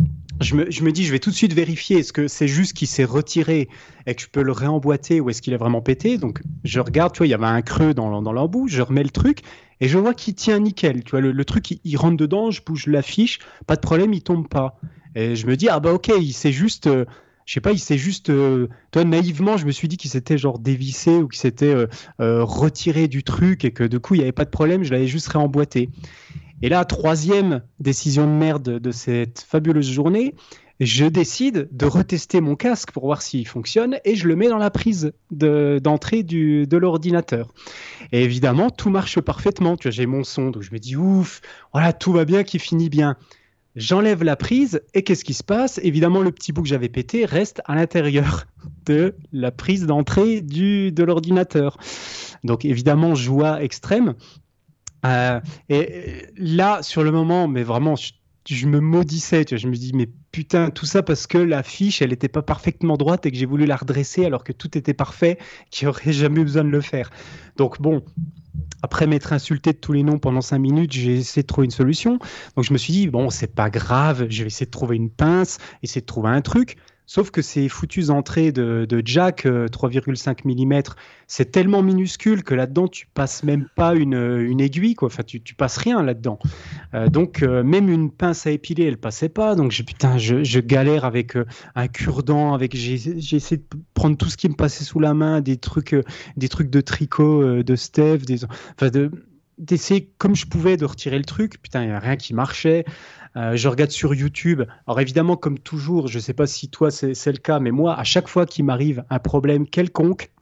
Je me, je me dis, je vais tout de suite vérifier, est-ce que c'est juste qu'il s'est retiré et que je peux le réemboîter, ou est-ce qu'il est vraiment pété ? Donc, je regarde, tu vois, il y avait un creux dans, dans l'embout, je remets le truc et je vois qu'il tient nickel. Tu vois, le, le truc, il, il rentre dedans, je bouge la fiche, pas de problème, il tombe pas. Et je me dis, ah bah ok, il s'est juste, euh, je sais pas, il s'est juste, euh, toi, naïvement, je me suis dit qu'il s'était genre dévissé ou qu'il s'était euh, euh, retiré du truc et que du coup, il n'y avait pas de problème, je l'avais juste réemboîté. Et là, troisième décision de merde de cette fabuleuse journée, je décide de retester mon casque pour voir s'il fonctionne, et je le mets dans la prise de, d'entrée du, de l'ordinateur. Et évidemment, tout marche parfaitement. Tu vois, j'ai mon son, donc je me dis ouf, voilà, tout va bien, qui finit bien. J'enlève la prise, et qu'est-ce qui se passe ? Évidemment, le petit bout que j'avais pété reste à l'intérieur de la prise d'entrée du, de l'ordinateur. Donc évidemment, joie extrême. Euh, et là, sur le moment, mais vraiment, je, je me maudissais, tu vois, je me dis, mais putain, tout ça parce que la fiche, elle n'était pas parfaitement droite et que j'ai voulu la redresser alors que tout était parfait, qu'il n'y aurait jamais eu besoin de le faire. Donc bon, après m'être insulté de tous les noms pendant cinq minutes, j'ai essayé de trouver une solution. Donc je me suis dit, bon, c'est pas grave, je vais essayer de trouver une pince, essayer de trouver un truc. Sauf que ces foutues entrées de, de jack euh, trois virgule cinq millimètres, c'est tellement minuscule que là-dedans, tu passes même pas une, une aiguille, quoi. Enfin, tu, tu passes rien là-dedans. Euh, donc, euh, même une pince à épiler, elle passait pas. Donc, je, putain, je, je galère avec euh, un cure-dent. Avec, j'ai, j'ai essayé de prendre tout ce qui me passait sous la main, des trucs, euh, des trucs de tricot, euh, de Steph, des, enfin, de, d'essayer comme je pouvais de retirer le truc. Putain, il n'y a rien qui marchait. Euh, je regarde sur YouTube. Alors évidemment, comme toujours, je ne sais pas si toi c'est, c'est le cas, mais moi, à chaque fois qu'il m'arrive un problème quelconque,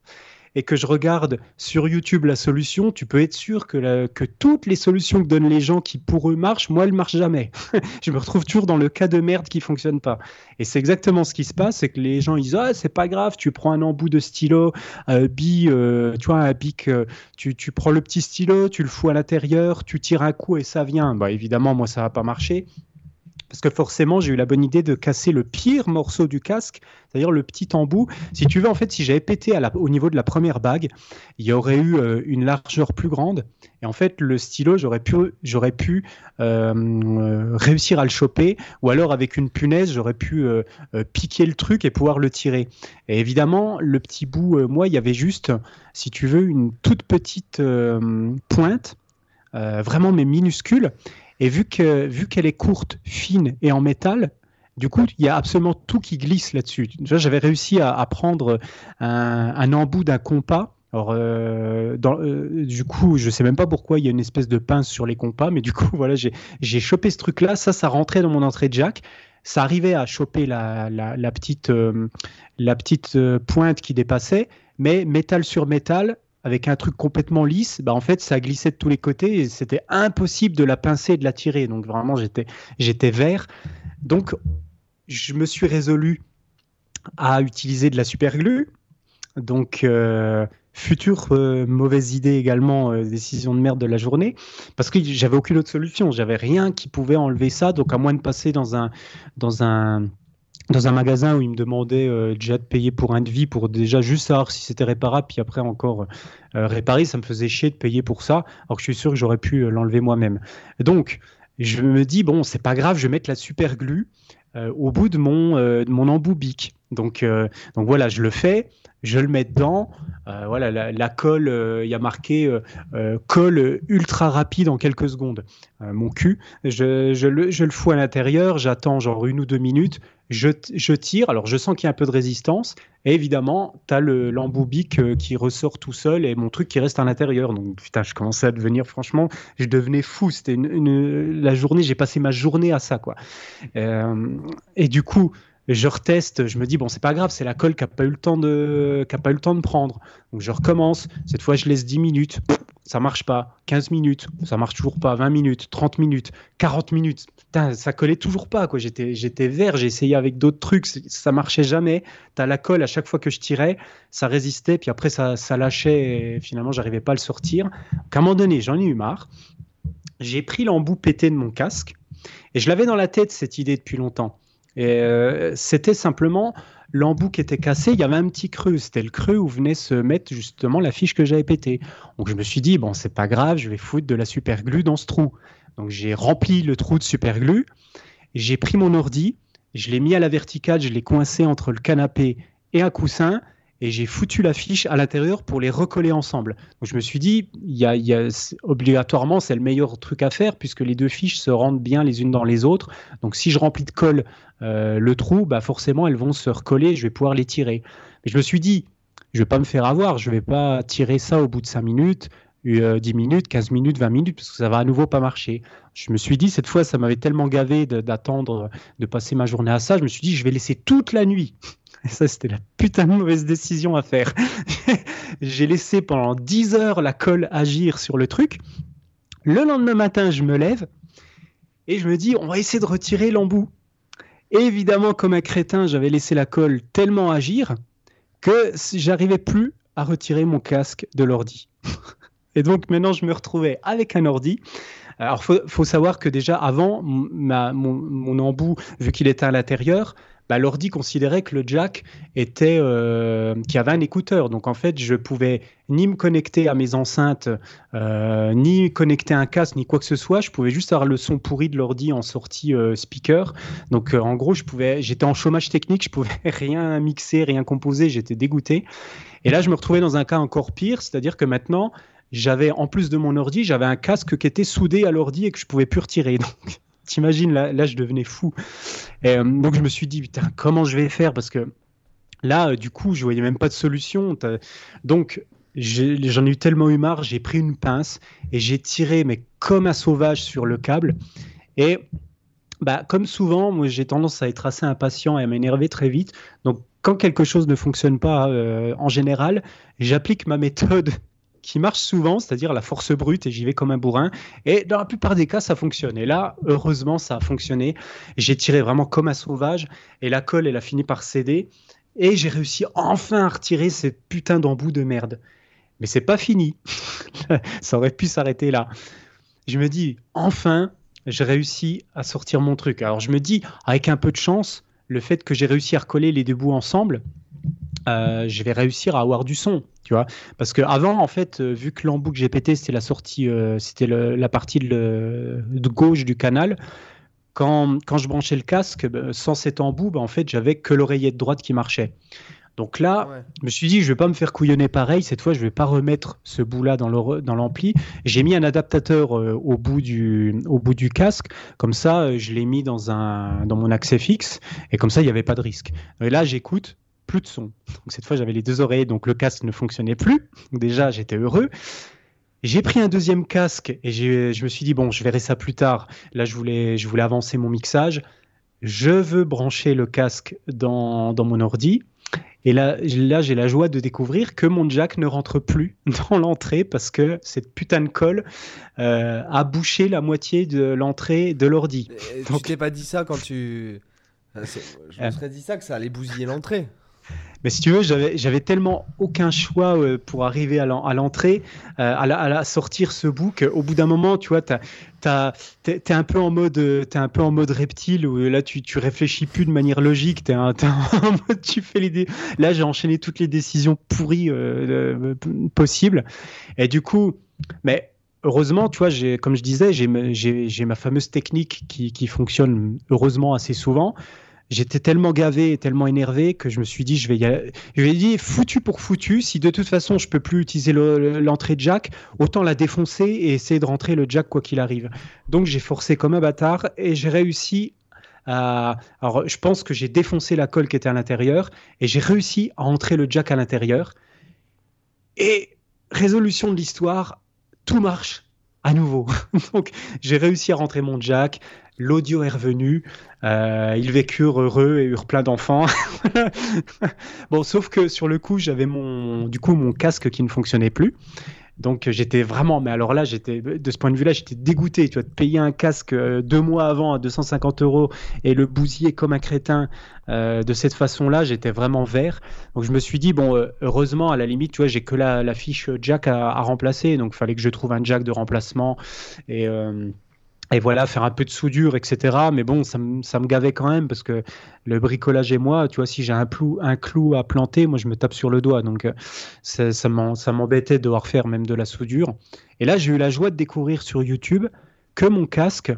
et que je regarde sur YouTube la solution, tu peux être sûr que, la, que toutes les solutions que donnent les gens qui pour eux marchent, moi elles marchent jamais. Je me retrouve toujours dans le cas de merde qui fonctionne pas. Et c'est exactement ce qui se passe, c'est que les gens ils disent ah c'est pas grave, tu prends un embout de stylo, euh, bi, euh, tu vois un bic, euh, tu, tu prends le petit stylo, tu le fous à l'intérieur, tu tires un coup et ça vient. Bah évidemment moi ça va pas marcher. Parce que forcément, j'ai eu la bonne idée de casser le pire morceau du casque, c'est-à-dire le petit embout. Si tu veux, en fait, si j'avais pété à la, au niveau de la première bague, il y aurait eu euh, une largeur plus grande. Et en fait, le stylo, j'aurais pu, j'aurais pu euh, euh, réussir à le choper. Ou alors, avec une punaise, j'aurais pu euh, euh, piquer le truc et pouvoir le tirer. Et évidemment, le petit bout, euh, moi, il y avait juste, si tu veux, une toute petite euh, pointe, euh, vraiment mais minuscule. Et vu que, vu qu'elle est courte, fine et en métal, du coup, il y a absolument tout qui glisse là-dessus. J'avais réussi à, à prendre un, un embout d'un compas. Alors, euh, dans, euh, du coup, je ne sais même pas pourquoi il y a une espèce de pince sur les compas, mais du coup, voilà, j'ai, j'ai chopé ce truc-là. Ça, ça rentrait dans mon entrée de jack. Ça arrivait à choper la, la, la petite, euh, la petite euh, pointe qui dépassait, mais métal sur métal, avec un truc complètement lisse, bah en fait, ça glissait de tous les côtés et c'était impossible de la pincer et de la tirer. Donc vraiment, j'étais, j'étais vert. Donc, je me suis résolu à utiliser de la superglue. Donc, euh, future euh, mauvaise idée également, euh, décision de merde de la journée, parce que j'avais aucune autre solution. J'avais rien qui pouvait enlever ça. Donc, à moins de passer dans un... Dans un dans un magasin où ils me demandaient euh, déjà de payer pour un devis pour déjà juste savoir si c'était réparable, puis après encore euh, réparer, ça me faisait chier de payer pour ça, alors que je suis sûr que j'aurais pu euh, l'enlever moi-même. Donc, je me dis, bon, c'est pas grave, je vais mettre la super glue euh, au bout de mon, euh, de mon embout bic. Donc, euh, donc voilà, je le fais, je le mets dedans. Euh, voilà, la, la colle, il euh, y a marqué euh, euh, colle ultra rapide en quelques secondes. Euh, mon cul, je, je, le, je le fous à l'intérieur, j'attends genre une ou deux minutes, je, je tire. Alors, je sens qu'il y a un peu de résistance. Et évidemment, tu as le, l'embout bic euh, qui ressort tout seul et mon truc qui reste à l'intérieur. Donc, putain, je commençais à devenir, franchement, je devenais fou. C'était une, une, la journée, j'ai passé ma journée à ça, quoi. Euh, et du coup, je reteste, je me dis, bon, c'est pas grave, c'est la colle qui n'a pas eu le temps de, qui a pas eu le temps de prendre. Donc, je recommence. Cette fois, je laisse dix minutes. Ça marche pas. quinze minutes. Ça marche toujours pas. vingt minutes. trente minutes. quarante minutes. Putain, ça collait toujours pas, quoi. J'étais, j'étais vert. J'ai essayé avec d'autres trucs. Ça marchait jamais. T'as la colle à chaque fois que je tirais. Ça résistait. Puis après, ça, ça lâchait. Et finalement, j'arrivais pas à le sortir. Donc, à un moment donné, j'en ai eu marre. J'ai pris l'embout pété de mon casque. Et je l'avais dans la tête, cette idée, depuis longtemps. Et euh, c'était simplement l'embout qui était cassé, il y avait un petit creux, c'était le creux où venait se mettre justement la fiche que j'avais pétée. Donc je me suis dit, bon, c'est pas grave, je vais foutre de la superglue dans ce trou. Donc j'ai rempli le trou de superglue, j'ai pris mon ordi, je l'ai mis à la verticale, je l'ai coincé entre le canapé et un coussin, et j'ai foutu la fiche à l'intérieur pour les recoller ensemble. Donc je me suis dit, il y a, il y a, obligatoirement, c'est le meilleur truc à faire puisque les deux fiches se rendent bien les unes dans les autres. Donc si je remplis de colle euh, le trou, bah forcément elles vont se recoller, je vais pouvoir les tirer. Mais je me suis dit, je ne vais pas me faire avoir, je ne vais pas tirer ça au bout de cinq minutes, euh, dix minutes, quinze minutes, vingt minutes, parce que ça va à nouveau pas marcher. Je me suis dit, cette fois, ça m'avait tellement gavé de, d'attendre, de passer ma journée à ça, je me suis dit, je vais laisser toute la nuit. Et ça, c'était la putain de mauvaise décision à faire. J'ai laissé pendant dix heures la colle agir sur le truc. Le lendemain matin, je me lève et je me dis, on va essayer de retirer l'embout. Et évidemment, comme un crétin, j'avais laissé la colle tellement agir que j'arrivais plus à retirer mon casque de l'ordi. Et donc, maintenant, je me retrouvais avec un ordi. Alors, il faut, faut savoir que déjà, avant, ma, mon, mon embout, vu qu'il était à l'intérieur, bah, l'ordi considérait que le jack était, euh, qu'il y avait un écouteur. Donc en fait, je pouvais ni me connecter à mes enceintes, euh, ni connecter un casque, ni quoi que ce soit. Je pouvais juste avoir le son pourri de l'ordi en sortie euh, speaker. Donc euh, en gros, je pouvais, j'étais en chômage technique, je pouvais rien mixer, rien composer, j'étais dégoûté. Et là, je me retrouvais dans un cas encore pire, c'est-à-dire que maintenant, j'avais, en plus de mon ordi, j'avais un casque qui était soudé à l'ordi et que je pouvais plus retirer. Donc t'imagines, là, là, je devenais fou. Et, euh, donc, je me suis dit, putain, comment je vais faire ? Parce que là, euh, du coup, je voyais même pas de solution. T'as... Donc, j'ai, j'en ai eu tellement eu marre, j'ai pris une pince et j'ai tiré, mais comme un sauvage sur le câble. Et bah, comme souvent, moi, j'ai tendance à être assez impatient et à m'énerver très vite. Donc, quand quelque chose ne fonctionne pas euh, en général, j'applique ma méthode qui marche souvent, c'est-à-dire la force brute, et j'y vais comme un bourrin. Et dans la plupart des cas, ça fonctionne. Et là, heureusement, ça a fonctionné. J'ai tiré vraiment comme un sauvage, et la colle, elle a fini par céder. Et j'ai réussi enfin à retirer ces putains d'embouts de merde. Mais c'est pas fini. Ça aurait pu s'arrêter là. Je me dis, enfin, j'ai réussi à sortir mon truc. Alors je me dis, avec un peu de chance, le fait que j'ai réussi à recoller les deux bouts ensemble, euh, je vais réussir à avoir du son, tu vois. Parce qu'avant, en fait, euh, vu que l'embout que j'ai pété, c'était la sortie, euh, c'était le, la partie de, le, de gauche du canal. Quand, quand je branchais le casque, bah, sans cet embout, bah, en fait, j'avais que l'oreillette droite qui marchait. Donc là, ouais. Je me suis dit, je ne vais pas me faire couillonner pareil. Cette fois, je ne vais pas remettre ce bout-là dans, le, dans l'ampli. J'ai mis un adaptateur euh, au, bout du, au bout du casque. Comme ça, euh, je l'ai mis dans, un, dans mon accès fixe. Et comme ça, il n'y avait pas de risque. Et là, j'écoute, plus de son. Donc cette fois, j'avais les deux oreillers. Donc le casque ne fonctionnait plus. Donc déjà, j'étais heureux. J'ai pris un deuxième casque et j'ai, je me suis dit, bon, je verrai ça plus tard. Là, je voulais, je voulais avancer mon mixage. Je veux brancher le casque dans, dans mon ordi. Et là, là, j'ai la joie de découvrir que mon jack ne rentre plus dans l'entrée parce que cette putain de colle euh, a bouché la moitié de l'entrée de l'ordi. Et Donc... Tu t'es pas dit ça quand tu... C'est... Je me serais dit ça, que ça allait bousiller l'entrée. Mais si tu veux, j'avais, j'avais tellement aucun choix euh, pour arriver à, l'en, à l'entrée, euh, à, la, à la sortir ce bout, qu'au bout d'un moment, tu vois, t'as, t'as, t'es, t'es un peu en mode, t'es un peu en mode reptile où là, tu, tu réfléchis plus de manière logique. T'es, un, t'es en mode, tu fais les. Dé... Là, j'ai enchaîné toutes les décisions pourries euh, euh, possibles, et du coup, mais. Heureusement, tu vois, j'ai, comme je disais, j'ai, j'ai, j'ai ma fameuse technique qui, qui fonctionne heureusement assez souvent. J'étais tellement gavé et tellement énervé que je me suis dit, je vais y aller. Je vais dire, foutu pour foutu, si de toute façon je peux plus utiliser le, l'entrée de jack, autant la défoncer et essayer de rentrer le jack quoi qu'il arrive. Donc j'ai forcé comme un bâtard et j'ai réussi à... Alors je pense que j'ai défoncé la colle qui était à l'intérieur et j'ai réussi à rentrer le jack à l'intérieur. Et résolution de l'histoire, tout marche à nouveau. Donc j'ai réussi à rentrer mon jack. L'audio est revenu, euh, ils vécurent heureux et eurent plein d'enfants. Bon, sauf que sur le coup, j'avais mon, du coup, mon casque qui ne fonctionnait plus. Donc j'étais vraiment, mais alors là, j'étais, de ce point de vue-là, j'étais dégoûté. Tu vois, de payer un casque euh, deux mois avant à deux cent cinquante euros et le bousiller comme un crétin euh, de cette façon-là, j'étais vraiment vert. Donc je me suis dit, bon, euh, heureusement, à la limite, tu vois, j'ai que la, la fiche jack à, à remplacer. Donc il fallait que je trouve un jack de remplacement et... Euh, Et voilà, faire un peu de soudure, et cetera. Mais bon, ça, m- ça me gavait quand même parce que le bricolage et moi, tu vois, si j'ai un, plou, un clou à planter, moi, je me tape sur le doigt. Donc, euh, ça, ça, m'en, ça m'embêtait de devoir faire même de la soudure. Et là, j'ai eu la joie de découvrir sur YouTube que mon casque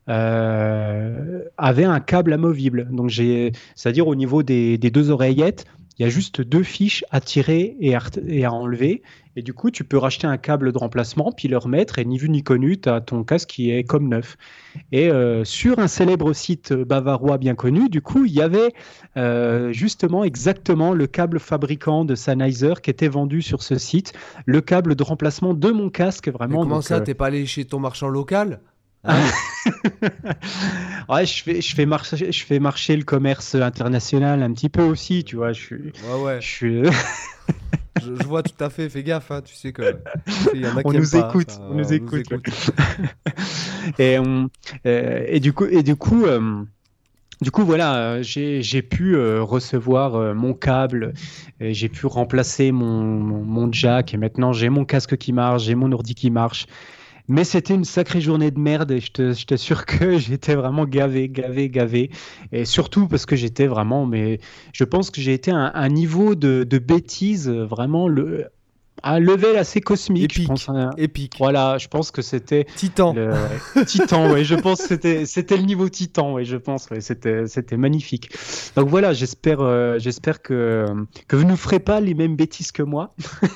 euh, avait un câble amovible. Donc, j'ai, c'est-à-dire au niveau des, des deux oreillettes, il y a juste deux fiches à tirer et à, et à enlever. Et du coup, tu peux racheter un câble de remplacement, puis le remettre, et ni vu ni connu, tu as ton casque qui est comme neuf. Et euh, sur un célèbre site bavarois bien connu, du coup, il y avait euh, justement exactement le câble fabricant de Sennheiser qui était vendu sur ce site, le câble de remplacement de mon casque, vraiment. Mais comment donc, ça, euh... t'es pas allé chez ton marchand local ? Hein ouais, je fais, je, fais marcher, je fais marcher le commerce international un petit peu aussi, tu vois. Je suis, ouais, ouais. Je suis... je, je vois tout à fait, fais gaffe, hein, tu sais que y en a on, qui nous pas, écoute, ça, on nous on écoute, nous écoute. et, on, euh, et du coup, et du coup, euh, du coup, voilà, euh, j'ai, j'ai pu euh, recevoir euh, mon câble, et j'ai pu remplacer mon, mon, mon jack, et maintenant j'ai mon casque qui marche, j'ai mon ordi qui marche. Mais c'était une sacrée journée de merde et je, te, je t'assure que j'étais vraiment gavé, gavé, gavé. Et surtout parce que j'étais vraiment, mais je pense que j'ai été à un, un niveau de, de bêtise vraiment le, à un level assez cosmique. Épique, je pense, hein. Épique. Voilà, je pense que c'était... Titan. Le... Titan, oui, je pense que c'était, c'était le niveau Titan, oui, je pense. Ouais, c'était, c'était magnifique. Donc voilà, j'espère, euh, j'espère que, que vous ne ferez pas les mêmes bêtises que moi.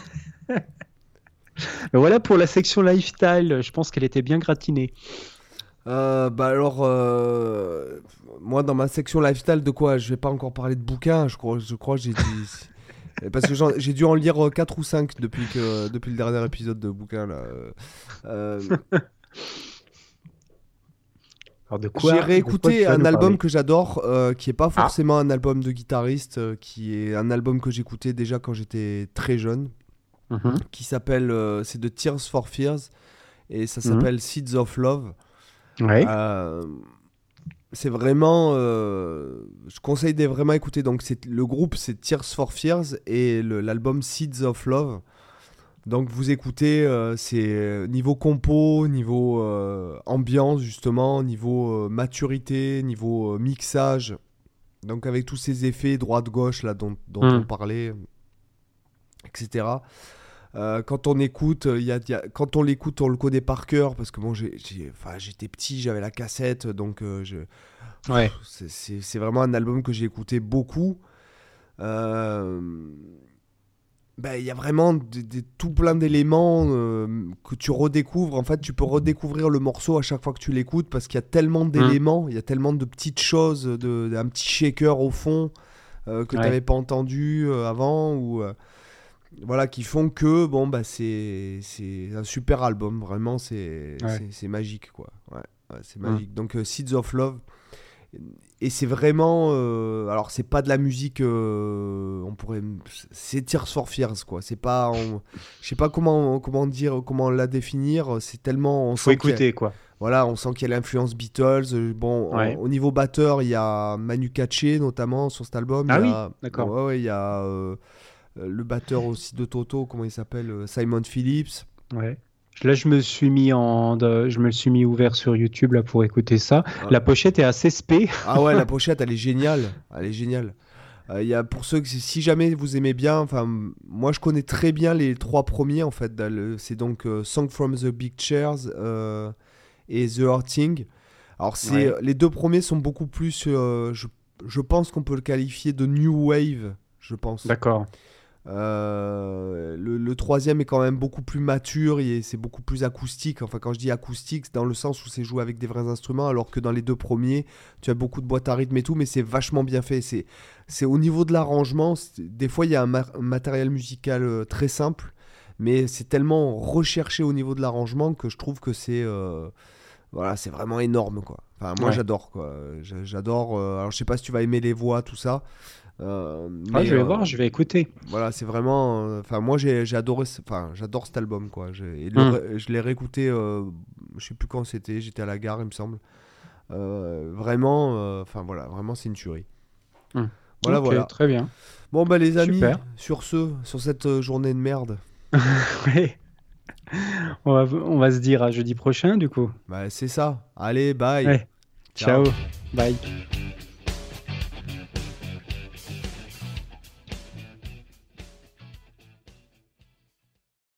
Mais voilà pour la section lifestyle, je pense qu'elle était bien gratinée. Euh, bah alors, euh, moi dans ma section lifestyle, de quoi? Je vais pas encore parler de bouquins, je crois, je crois que j'ai dit... Parce que j'ai dû en lire quatre ou cinq depuis, que, depuis le dernier épisode de bouquin là. Euh... Alors de quoi J'ai de réécouté quoi tu vas un nous album parler que j'adore, euh, qui est pas Ah. forcément un album de guitariste, euh, qui est un album que j'écoutais déjà quand j'étais très jeune, Mhm. qui s'appelle, euh, c'est de Tears for Fears, et ça Mhm. s'appelle Seeds of Love. Ouais. Euh, c'est vraiment, euh, je conseille de vraiment écouter. Donc c'est le groupe, c'est Tears for Fears et le- l'album Seeds of Love. Donc vous écoutez, euh, c'est euh, niveau compo, niveau euh, ambiance justement, niveau euh, maturité, niveau euh, mixage. Donc avec tous ces effets droite-gauche là dont, dont Mm. on parlait, et cetera. Euh, quand on écoute, il y a, il y a- quand on l'écoute, on le connaît par cœur parce que bon, j'ai, j'ai- enfin, j'étais petit, j'avais la cassette, donc euh, je, Ouais. c'est, c'est- c'est vraiment un album que j'ai écouté beaucoup. Euh, ben, il y a vraiment des- des- tout plein d'éléments euh, que tu redécouvres. En fait, tu peux redécouvrir le morceau à chaque fois que tu l'écoutes parce qu'il y a tellement d'éléments, il y a tellement de petites choses, de, d'un petit shaker au fond euh, que Ouais. tu n'avais pas entendu euh, avant ou euh, voilà, qui font que bon bah c'est c'est un super album. Vraiment, c'est Ouais. c'est, c'est magique quoi. Ouais, ouais, c'est Mm. magique. Donc euh, Seeds of Love. Et c'est vraiment. euh, alors, c'est pas de la musique. euh, on pourrait. C'est Tears for Fears, quoi. C'est pas. on- je sais pas comment, comment dire, comment la définir. C'est tellement. On Faut sent qu'il y a- écouter quoi. voilà, on sent qu'il y a l'influence Beatles. euh, Bon, en- Ouais. au niveau batteur, il y a Manu Katché, notamment, sur cet album. Ah Il y oui, a- d'accord. Ouais, ouais, il y a euh, euh, le batteur aussi de Toto, comment il s'appelle euh, Simon Phillips. Ouais. Là, je me suis mis en, de- je me le suis mis ouvert sur YouTube là pour écouter ça. Ouais. La pochette est assez spé. Ah ouais, la pochette, elle est géniale. Elle est géniale. Euh, Il y a pour ceux que si jamais vous aimez bien, enfin m- moi je connais très bien les trois premiers en fait. dans le- C'est donc euh, Song from the Big Chairs euh, et The Hurting. Alors c'est Ouais. les deux premiers sont beaucoup plus, euh, je, je pense qu'on peut le qualifier de new wave, je pense. D'accord. Euh, le, le troisième est quand même beaucoup plus mature et c'est beaucoup plus acoustique. Enfin, quand je dis acoustique, c'est dans le sens où c'est joué avec des vrais instruments, alors que dans les deux premiers, tu as beaucoup de boîtes à rythme et tout, mais c'est vachement bien fait. C'est, c'est au niveau de l'arrangement, c'est- des fois il y a un, ma- un matériel musical euh, très simple, mais c'est tellement recherché au niveau de l'arrangement que je trouve que c'est, euh, voilà, c'est vraiment énorme, quoi. Enfin, moi Ouais. j'adore, quoi. J'a- J'adore. euh, alors, je sais pas si tu vas aimer les voix, tout ça. Euh, Ah, mais, je vais euh, voir, je vais écouter. voilà, c'est vraiment. euh, Enfin, moi, j'ai j'ai adoré. ce- Enfin, j'adore cet album, quoi. J'ai- et le Mm. ré- je l'ai réécouté. euh, je sais plus quand c'était. J'étais à la gare, il me semble. Euh, vraiment. euh, Enfin, voilà. Vraiment, c'est une tuerie. Mm. Voilà, Ok, voilà. très bien. Bon, bah, les amis, Super. sur ce, sur cette euh, journée de merde, Ouais. On va, on va se dire à jeudi prochain du coup. bah, c'est ça. Allez, bye. Ouais. Ciao. Ciao. Bye.